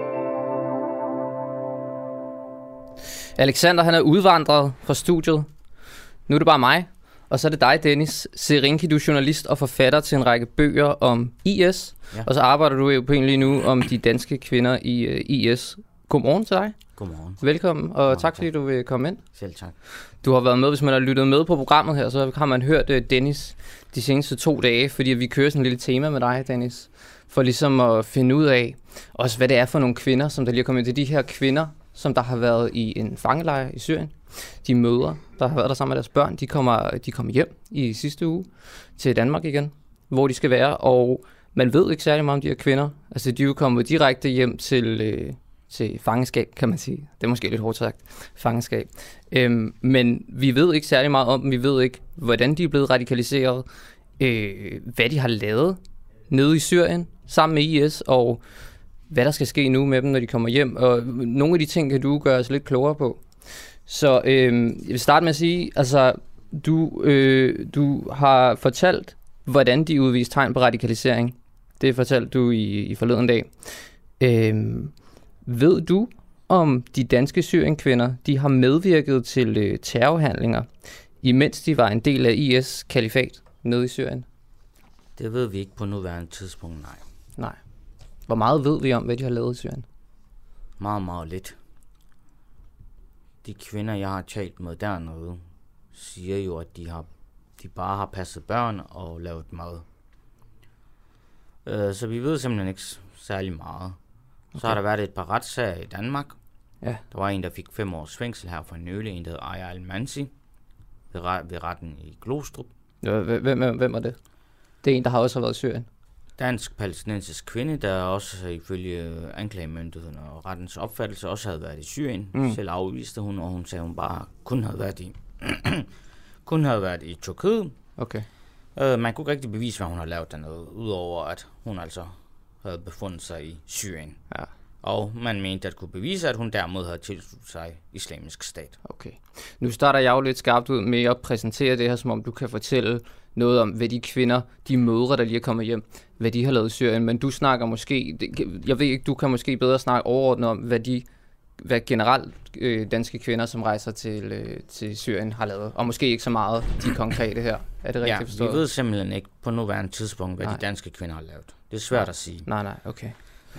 Speaker 2: Alexander, han er udvandret fra studiet. Nu er det bare mig, og så er det dig, Dennis Serinki. Du er journalist og forfatter til en række bøger om I S, ja. Og så arbejder du jo på en lige nu om de danske kvinder i uh, I S. Godmorgen til dig.
Speaker 13: Godmorgen.
Speaker 2: Velkommen, og Godmorgen, tak fordi du vil komme ind.
Speaker 13: Selv tak.
Speaker 2: Du har været med, hvis man har lyttet med på programmet her, så har man hørt uh, Dennis de seneste to dage, fordi vi kører sådan en lille tema med dig, Dennis, for ligesom at finde ud af, også hvad det er for nogle kvinder, som der lige er kommet ind. Det er de her kvinder, som der har været i en fangelejr i Syrien. De mødre, der har været der sammen med deres børn, de kommer, de kommer hjem i sidste uge til Danmark igen, hvor de skal være, og man ved ikke særlig meget om de her kvinder. Altså, de er jo kommet direkte hjem til... Øh, til fangenskab, kan man sige. Det er måske lidt hårdt sagt, fangenskab. Øhm, men vi ved ikke særlig meget om dem. Vi ved ikke, hvordan de er blevet radikaliseret, øh, hvad de har lavet nede i Syrien sammen med I S, og hvad der skal ske nu med dem, når de kommer hjem. Og nogle af de ting kan du gøre os lidt klogere på. Så øh, jeg vil starte med at sige, altså, du, øh, du har fortalt, hvordan de udviser tegn på radikalisering. Det fortalte du i, i forleden dag. Øh, Ved du, om de danske syrienkvinder, de har medvirket til øh, terrorhandlinger, imens de var en del af I S kalifat nede i Syrien?
Speaker 13: Det ved vi ikke på nuværende tidspunkt, nej.
Speaker 2: Nej. Hvor meget ved vi om, hvad de har lavet i Syrien?
Speaker 13: Meget, meget lidt. De kvinder, jeg har talt med dernede, siger jo, at de, har, de bare har passet børn og lavet mad. Øh, så vi ved simpelthen ikke særlig meget. Okay. Så har der været et par retssager i Danmark.
Speaker 2: Ja.
Speaker 13: Der var en, der fik fem års fængsel her for nylig, en der hed Aya Al-Mansi, ved, ved retten i Glostrup.
Speaker 2: Ja, hvem, hvem var det? Det er en, der har også været i Syrien.
Speaker 13: Dansk-palæstinensisk kvinde, der også ifølge anklagemyndigheden og rettens opfattelse også havde været i Syrien. Mm. Selv afviste hun, og hun sagde, hun bare kun havde været i, kun havde været i Tyrkiet.
Speaker 2: Okay.
Speaker 13: Uh, man kunne ikke rigtig bevise, hvad hun har lavet dernede, udover at hun altså havde befundet sig i Syrien.
Speaker 2: Ja.
Speaker 13: Og man mente at kunne bevise, at hun dermed havde tilsluttet sig Islamisk Stat.
Speaker 2: Okay. Nu starter jeg jo lidt skarpt ud med at præsentere det her, som om du kan fortælle noget om, hvad de kvinder, de mødre, der lige er kommet hjem, hvad de har lavet i Syrien. Men du snakker måske, jeg ved ikke, du kan måske bedre snakke overordnet om, hvad de, hvad generelt øh, danske kvinder, som rejser til, øh, til Syrien, har lavet. Og måske ikke så meget de konkrete her. Er det rigtigt
Speaker 13: ja,
Speaker 2: forstået?
Speaker 13: vi ved simpelthen ikke på nuværende tidspunkt, hvad
Speaker 2: nej.
Speaker 13: de danske kvinder har lavet. Det er svært
Speaker 2: nej.
Speaker 13: at sige.
Speaker 2: Nej, nej, okay.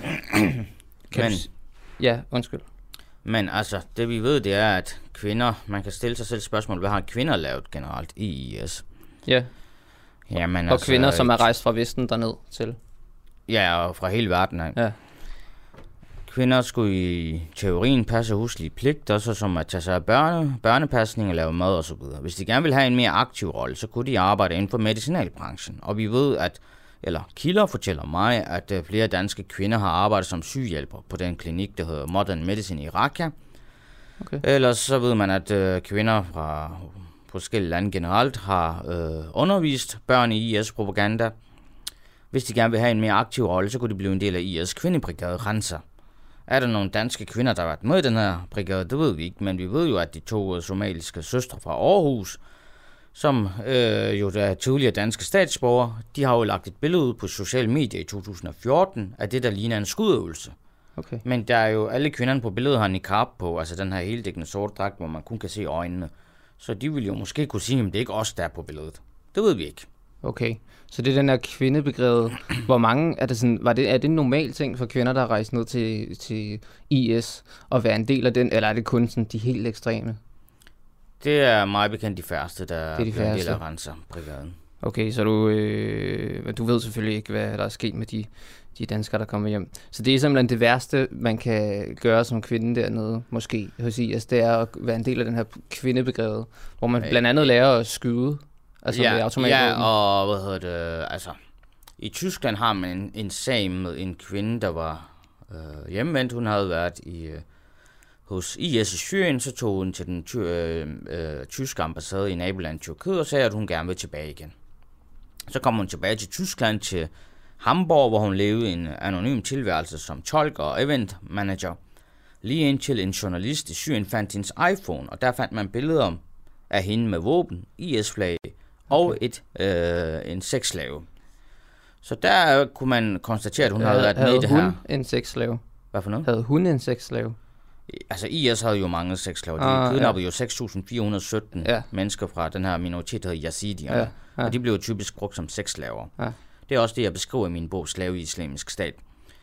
Speaker 13: Kan men,
Speaker 2: ja, undskyld.
Speaker 13: Men altså, det vi ved, det er, at kvinder, man kan stille sig selv spørgsmål, hvad har kvinder lavet generelt i I S?
Speaker 2: Ja.
Speaker 13: Jamen,
Speaker 2: og
Speaker 13: altså,
Speaker 2: kvinder, som er rejst fra Vesten derned til?
Speaker 13: Ja, og fra hele verden af.
Speaker 2: Ja.
Speaker 13: Kvinder skulle i teorien passe huslige pligter, så som at tage sig af børne, børnepasning og lave mad og så videre. Hvis de gerne vil have en mere aktiv rolle, så kunne de arbejde inden for medicinalbranchen. Og vi ved, at eller kilder fortæller mig, at uh, flere danske kvinder har arbejdet som sygehjælper på den klinik, der hedder Modern Medicine i Raqqa.
Speaker 2: Okay.
Speaker 13: Ellers så ved man, at uh, kvinder fra forskellige lande generelt har uh, undervist børn i I S-propaganda. Hvis de gerne vil have en mere aktiv rolle, så kunne de blive en del af I S kvindebrigade Renser. Er der nogle danske kvinder, der har været med i den her brigade? Det ved vi ikke, men vi ved jo, at de to somaliske søstre fra Aarhus, som øh, jo er tidligere danske statsborgere, de har jo lagt et billede ud på sociale medier i to tusind og fjorten af det, der ligner en skudøvelse.
Speaker 2: Okay.
Speaker 13: Men der er jo alle kvinderne på billedet har niqab på, altså den her heldækkende sorte dragt, hvor man kun kan se øjnene. Så de vil jo måske kunne sige, at det er ikke os, der er på billedet. Det ved vi ikke.
Speaker 2: Okay, så det er den her kvindebegrevet. Hvor mange, er det sådan, var det, er det en normal ting for kvinder, der rejser ned til, til I S, at være en del af den, eller er det kun sådan de helt ekstreme?
Speaker 13: Det er meget bekendt de færreste, der
Speaker 2: er de
Speaker 13: er en del af Renser-brigaden.
Speaker 2: Okay, så du, øh, du ved selvfølgelig ikke, hvad der er sket med de, de danskere, der kommer hjem. Så det er simpelthen det værste, man kan gøre som kvinde dernede, måske hos I S, det er at være en del af den her kvindebegrevet, hvor man blandt andet lærer at skyde. Altså
Speaker 13: ja,
Speaker 2: med automatvåben.
Speaker 13: Ja, og hvad hedder det, altså, i Tyskland har man en, en sag med en kvinde, der var øh, hjemvendt. Hun havde været i, øh, hos I S i Syrien, så tog hun til den ty- øh, øh, tyske ambassade i nabolandet Tyrkiet og sagde, at hun gerne vil tilbage igen. Så kom hun tilbage til Tyskland, til Hamburg, hvor hun levede en anonym tilværelse som tolk og event manager. Lige indtil en journalist i Syrien fandt hendes iPhone, og der fandt man billeder af hende med våben, I S-flag, og okay. et, øh, en sexslave. Så der kunne man konstatere, at hun havde været med i det her.
Speaker 2: Havde hun en sexslave?
Speaker 13: Hvad for noget?
Speaker 2: Havde hun en sexslave?
Speaker 13: Altså I S havde jo mange sexslaver. De ah, kidnappede ja. jo seks tusind fire hundrede og sytten ja. mennesker fra den her minoritet, der hedder Yazidierne. Ja, ja. Og de blev jo typisk brugt som sexslaver. Ja. Det er også det, jeg beskriver i min bog, Slave i Islamisk Stat.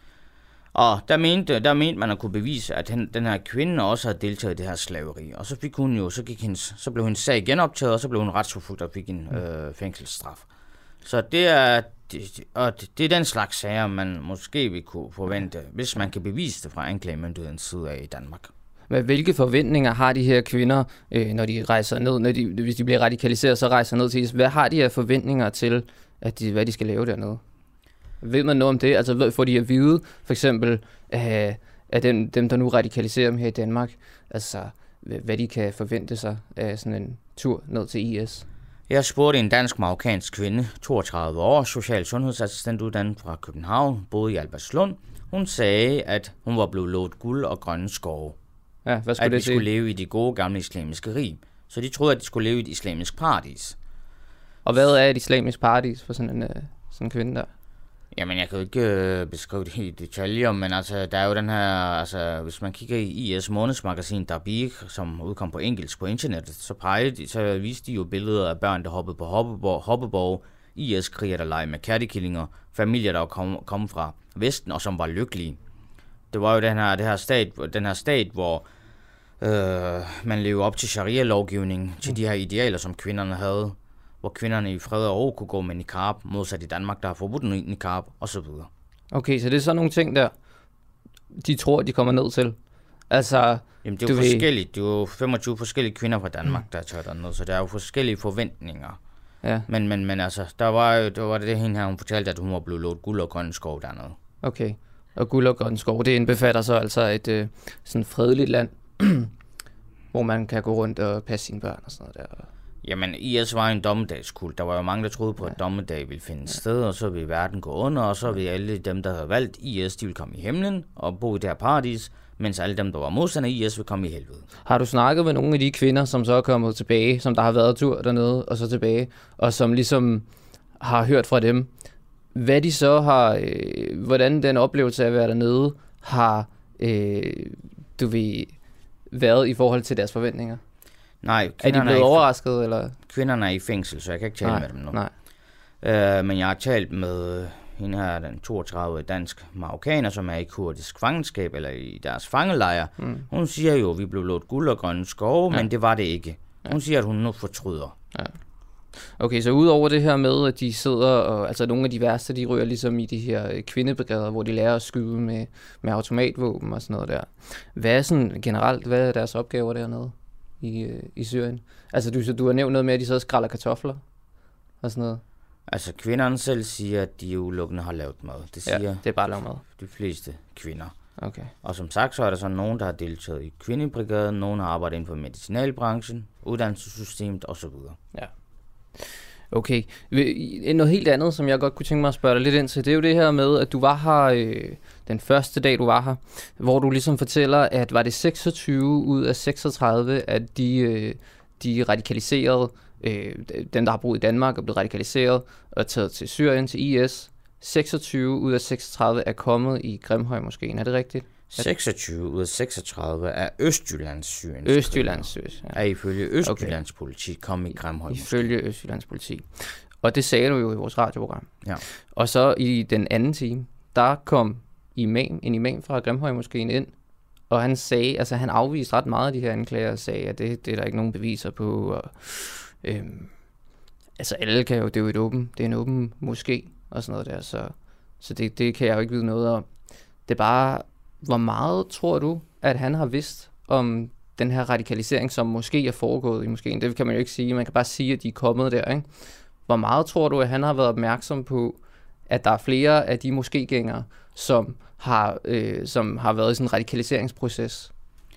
Speaker 13: Og der mente, der mente man at kunne bevise, at hen, den her kvinde også havde deltaget i det her slaveri. Og så fik hun jo, så, gik hendes, så blev hendes sag genoptaget, og så blev hun retsforfulgt og fik en øh, fængselsstraf. Så det er, det, og det, det er den slags sager, man måske vil kunne forvente, hvis man kan bevise det fra anklagemyndighedens side af i Danmark.
Speaker 2: Men hvilke forventninger har de her kvinder, øh, når de rejser ned, når de, hvis de bliver radikaliseret, så rejser ned til I S? Hvad har de her forventninger til, at de, hvad de skal lave dernede? Ved man noget om det? Altså får de at vide, for eksempel, øh, af dem, dem, der nu radikaliserer dem her i Danmark, altså hvad de kan forvente sig af sådan en tur ned til I S?
Speaker 13: Jeg spurgte en dansk-marokkansk kvinde, toogtredive år, social sundhedsassistent uddannet fra København, boede i Albertslund. Hun sagde, at hun var blevet lovet guld og grønne skove.
Speaker 2: Ja, hvad skulle
Speaker 13: at
Speaker 2: det
Speaker 13: vi
Speaker 2: sige?
Speaker 13: skulle leve i de gode gamle islamiske rig. Så de troede, at de skulle leve i et islamisk paradis.
Speaker 2: Og hvad er et islamisk paradis for sådan en, uh, sådan en kvinde der?
Speaker 13: Jamen, jeg kan jo ikke øh, beskrive det i detaljer, men altså, der er jo den her, altså, hvis man kigger i I S månedsmagasin Dabiq, som udkom på engelsk på internettet, så, pegede de, så viste de jo billeder af børn, der hoppede på hoppeborg, hoppeborg I S-krigere, der legede med kattekillinger, familier, der var kom, kom fra Vesten, og som var lykkelige. Det var jo den her, det her stat, den her stat, hvor øh, man levede op til sharia-lovgivning, til de her idealer, som kvinderne havde, hvor kvinderne i fred og ro kunne gå med niqab, modsat i Danmark, der har forbudt niqab, og så videre.
Speaker 2: Okay, så det er sådan nogle ting der, de tror, de kommer ned til. Altså,
Speaker 13: jamen, det er jo forskelligt. Det er jo femogtyve forskellige kvinder fra Danmark, mm. der tager derned, så der er jo forskellige forventninger.
Speaker 2: Ja.
Speaker 13: Men, men, men altså, der var jo der var det hende her, hun fortalte, at hun var blevet lovet guld og grøn skov dernede.
Speaker 2: Okay, og guld og grøn skov, det indbefatter så altså et øh, sådan fredeligt land, hvor man kan gå rundt og passe sine børn og sådan noget der.
Speaker 13: Jamen, I S var en dommedagskult. Der var jo mange, der troede på, at dommedag ville finde sted, og så ville verden gå under, og så ville alle dem, der havde valgt I S, de ville komme i himlen og bo i det her paradis, mens alle dem, der var modstandere af I S, ville komme i helvede.
Speaker 2: Har du snakket med nogle af de kvinder, som så er kommet tilbage, som der har været tur dernede, og så tilbage, og som ligesom har hørt fra dem, hvad de så har, øh, hvordan den oplevelse af at være dernede, har, øh, du ved, været i forhold til deres forventninger?
Speaker 13: Nej,
Speaker 2: er de blevet overrasket, eller?
Speaker 13: Kvinderne er i fængsel, så jeg kan ikke tale
Speaker 2: nej,
Speaker 13: med dem nu.
Speaker 2: Nej.
Speaker 13: Øh, men jeg har talt med øh, hende her, den toogtredive dansk marokkaner, som er i kurdisk fangenskab, eller i deres fangelejre. Mm. Hun siger jo, at vi blev lovet guld og grønne skove, ja. Men det var det ikke. Hun ja. siger, at hun nu fortryder.
Speaker 2: Ja. Okay, så udover det her med, at de sidder, og altså nogle af de værste, de ryger ligesom i de her kvindebrigader, hvor de lærer at skyde med, med automatvåben og sådan noget der. Hvad er sådan generelt, hvad er deres opgaver dernede i, i Syrien? Altså du, du har nævnt noget med, at de så skræller kartofler og sådan noget.
Speaker 13: Altså kvinderne selv siger, at de udelukkende har lavet mad. Det siger
Speaker 2: ja, det er bare lavet mad.
Speaker 13: De fleste kvinder.
Speaker 2: Okay.
Speaker 13: Og som sagt, så er der så nogen, der har deltaget i kvindebrigaden, nogen har arbejdet inden for medicinalbranchen, uddannelsessystemet osv.
Speaker 2: Ja. Okay. Noget helt andet, som jeg godt kunne tænke mig at spørge dig lidt ind til, det er jo det her med, at du var her øh, den første dag, du var her, hvor du ligesom fortæller, at var det seksogtyve ud af seksogtredive, at de, øh, de radikaliserede, øh, dem der har boet i Danmark og blevet radikaliseret og taget til Syrien, til I S. seksogtyve ud af seksogtredive er kommet i Grimhøjmoskeen, er det rigtigt?
Speaker 13: seksogtyve ud af seksogtredive er Østjyllands Syriens
Speaker 2: Østjyllands Syriens,
Speaker 13: ja. Er ifølge Østjyllands okay. politi kommet i Grimhøjmoskeen.
Speaker 2: Ifølge Østjyllands politi. Og det sagde du jo i vores radioprogram.
Speaker 13: Ja.
Speaker 2: Og så i den anden time, der kom imam, en imam fra Grimhøjmoskeen ind, og han sagde, altså han afviste ret meget af de her anklager og sagde, at det, det er der ikke nogen beviser på. Og, øhm, altså alle kan jo, det er jo et åben, det er en åben moské og sådan noget der, så, så det, det kan jeg jo ikke vide noget om. Det er bare, hvor meget tror du, at han har vidst om den her radikalisering, som måske er foregået i moskéen? Det kan man jo ikke sige, man kan bare sige, at de er kommet der, ikke? Hvor meget tror du, at han har været opmærksom på, at der er flere af de moskégængere, som har, øh, som har været i sådan en radikaliseringsproces?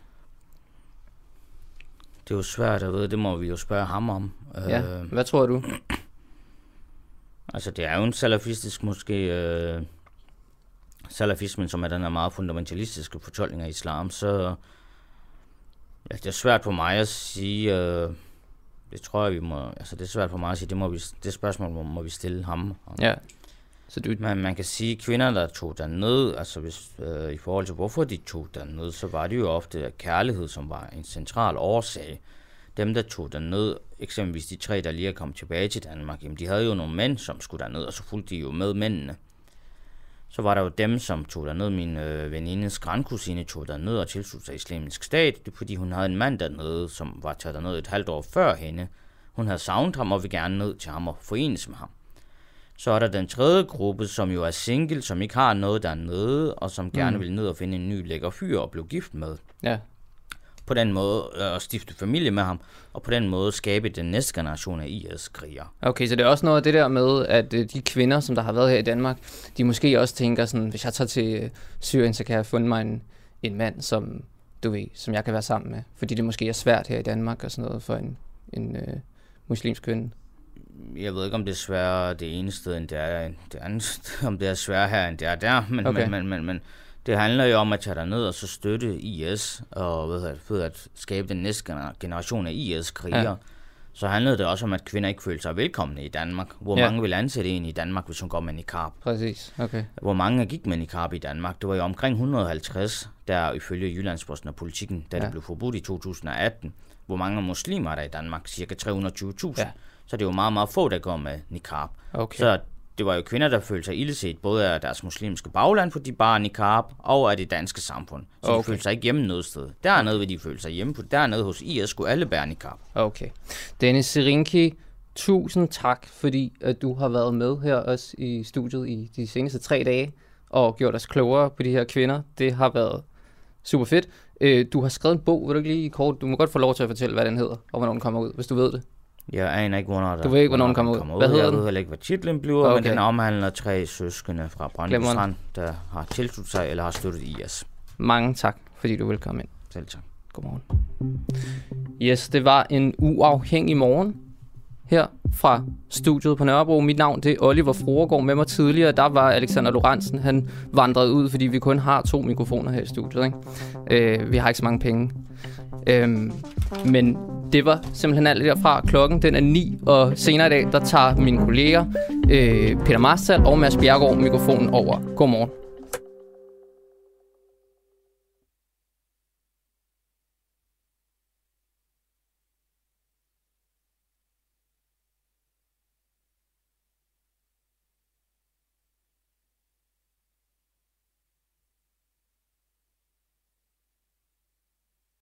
Speaker 13: Det er jo svært at vide, det må vi jo spørge ham om.
Speaker 2: Ja, øh, hvad tror du?
Speaker 13: Altså, det er jo en salafistisk måske... Øh, salafismen, som er den her meget fundamentalistiske fortolkning af islam, så ja, det er svært for mig at sige, øh, det tror jeg, vi må, altså det er svært for mig at sige, det, må vi, det spørgsmål må, må vi stille ham.
Speaker 2: Ja. Så du...
Speaker 13: Men man kan sige, kvinder, der tog derned, altså hvis, øh, i forhold til hvorfor de tog derned, så var det jo ofte kærlighed, som var en central årsag. Dem, der tog derned, eksempelvis de tre, der lige er kommet tilbage til Danmark, jamen de havde jo nogle mænd, som skulle derned, og så fulgte de jo med mændene. Så var der jo dem, som tog derned. Min øh, venindes grandkusine tog derned og tilsluttede sig Islamisk Stat, fordi hun havde en mand dernede, som var taget derned et halvt år før hende. Hun havde savnet ham og ville gerne ned til ham og forenes med ham. Så er der den tredje gruppe, som jo er single, som ikke har noget dernede, og som gerne mm. vil ned og finde en ny lækker fyr og blive gift med.
Speaker 2: Ja.
Speaker 13: På den måde øh, at stifte familie med ham, og på den måde skabe den næste generation af I S-krigere.
Speaker 2: Okay, så det er også noget af det der med, at øh, de kvinder, som der har været her i Danmark, de måske også tænker sådan, hvis jeg tager til øh, Syrien, så kan jeg finde mig en, en mand, som du ved, som jeg kan være sammen med. Fordi det måske er svært her i Danmark og sådan noget for en, en øh, muslimsk kvinde.
Speaker 13: Jeg ved ikke, om det er sværere det ene sted, end det er det andet sted, om det er sværere her, end det er der, men, okay. men, men, men, men det handler jo om at tage derned og så støtte I S, og ved at, ved at skabe den næste generation af I S-krigere. Ja. Så handlede det også om, at kvinder ikke følte sig velkomne i Danmark. Hvor ja. mange vil ansætte en i Danmark, hvis hun går med niqab?
Speaker 2: Præcis, okay.
Speaker 13: Hvor mange gik med niqab i Danmark? Det var jo omkring et hundrede og halvtreds, der ifølge Jyllandsposten og Politikken, da ja. det blev forbudt i to tusind og atten. Hvor mange muslimer er der i Danmark? Cirka tre hundrede og tyve tusind. Ja. så det er jo meget, meget få, der går med niqab.
Speaker 2: Okay.
Speaker 13: Så det var jo kvinder, der følte sig illeset, både af deres muslimske bagland, fordi de bar niqab, og af det danske samfund. Så okay. de følte sig ikke hjemme noget sted. Dernede vil de føle sig hjemme på. Dernede hos I S skulle alle bære niqab.
Speaker 2: Okay. Dennis Serinki, tusind tak, fordi at du har været med her også i studiet i de seneste tre dage, og gjort os klogere på de her kvinder. Det har været super fedt. Du har skrevet en bog, vil du ikke lige kort? Du må godt få lov til at fortælle, hvad den hedder, og hvornår den kommer ud, hvis du ved det.
Speaker 13: Jeg aner ikke, hvornår der
Speaker 2: Du ved ikke, hvornår den kommer ud.
Speaker 13: Kommer
Speaker 2: hvad
Speaker 13: ud.
Speaker 2: hedder
Speaker 13: jeg
Speaker 2: den?
Speaker 13: ved heller ikke, hvad titlen bliver, okay. Men den omhandler tre søskende fra Brøndby Strand, der har tilsluttet sig eller har støttet I S.
Speaker 2: Mange tak, fordi du vil komme ind.
Speaker 13: Selv tak.
Speaker 2: Godmorgen. Yes, det var en uafhængig morgen her fra studiet på Nørrebro. Mit navn det er Oliver Froregård. Med mig tidligere, der var Alexander Lorentzen. Han vandrede ud, fordi vi kun har to mikrofoner her i studiet. Ikke? Øh, vi har ikke så mange penge. Øh, men det var simpelthen alt derfra. Klokken den er ni, og senere i dag, der tager mine kolleger øh, Peter Marstal og Mads Bjerregaard mikrofonen over. Godmorgen.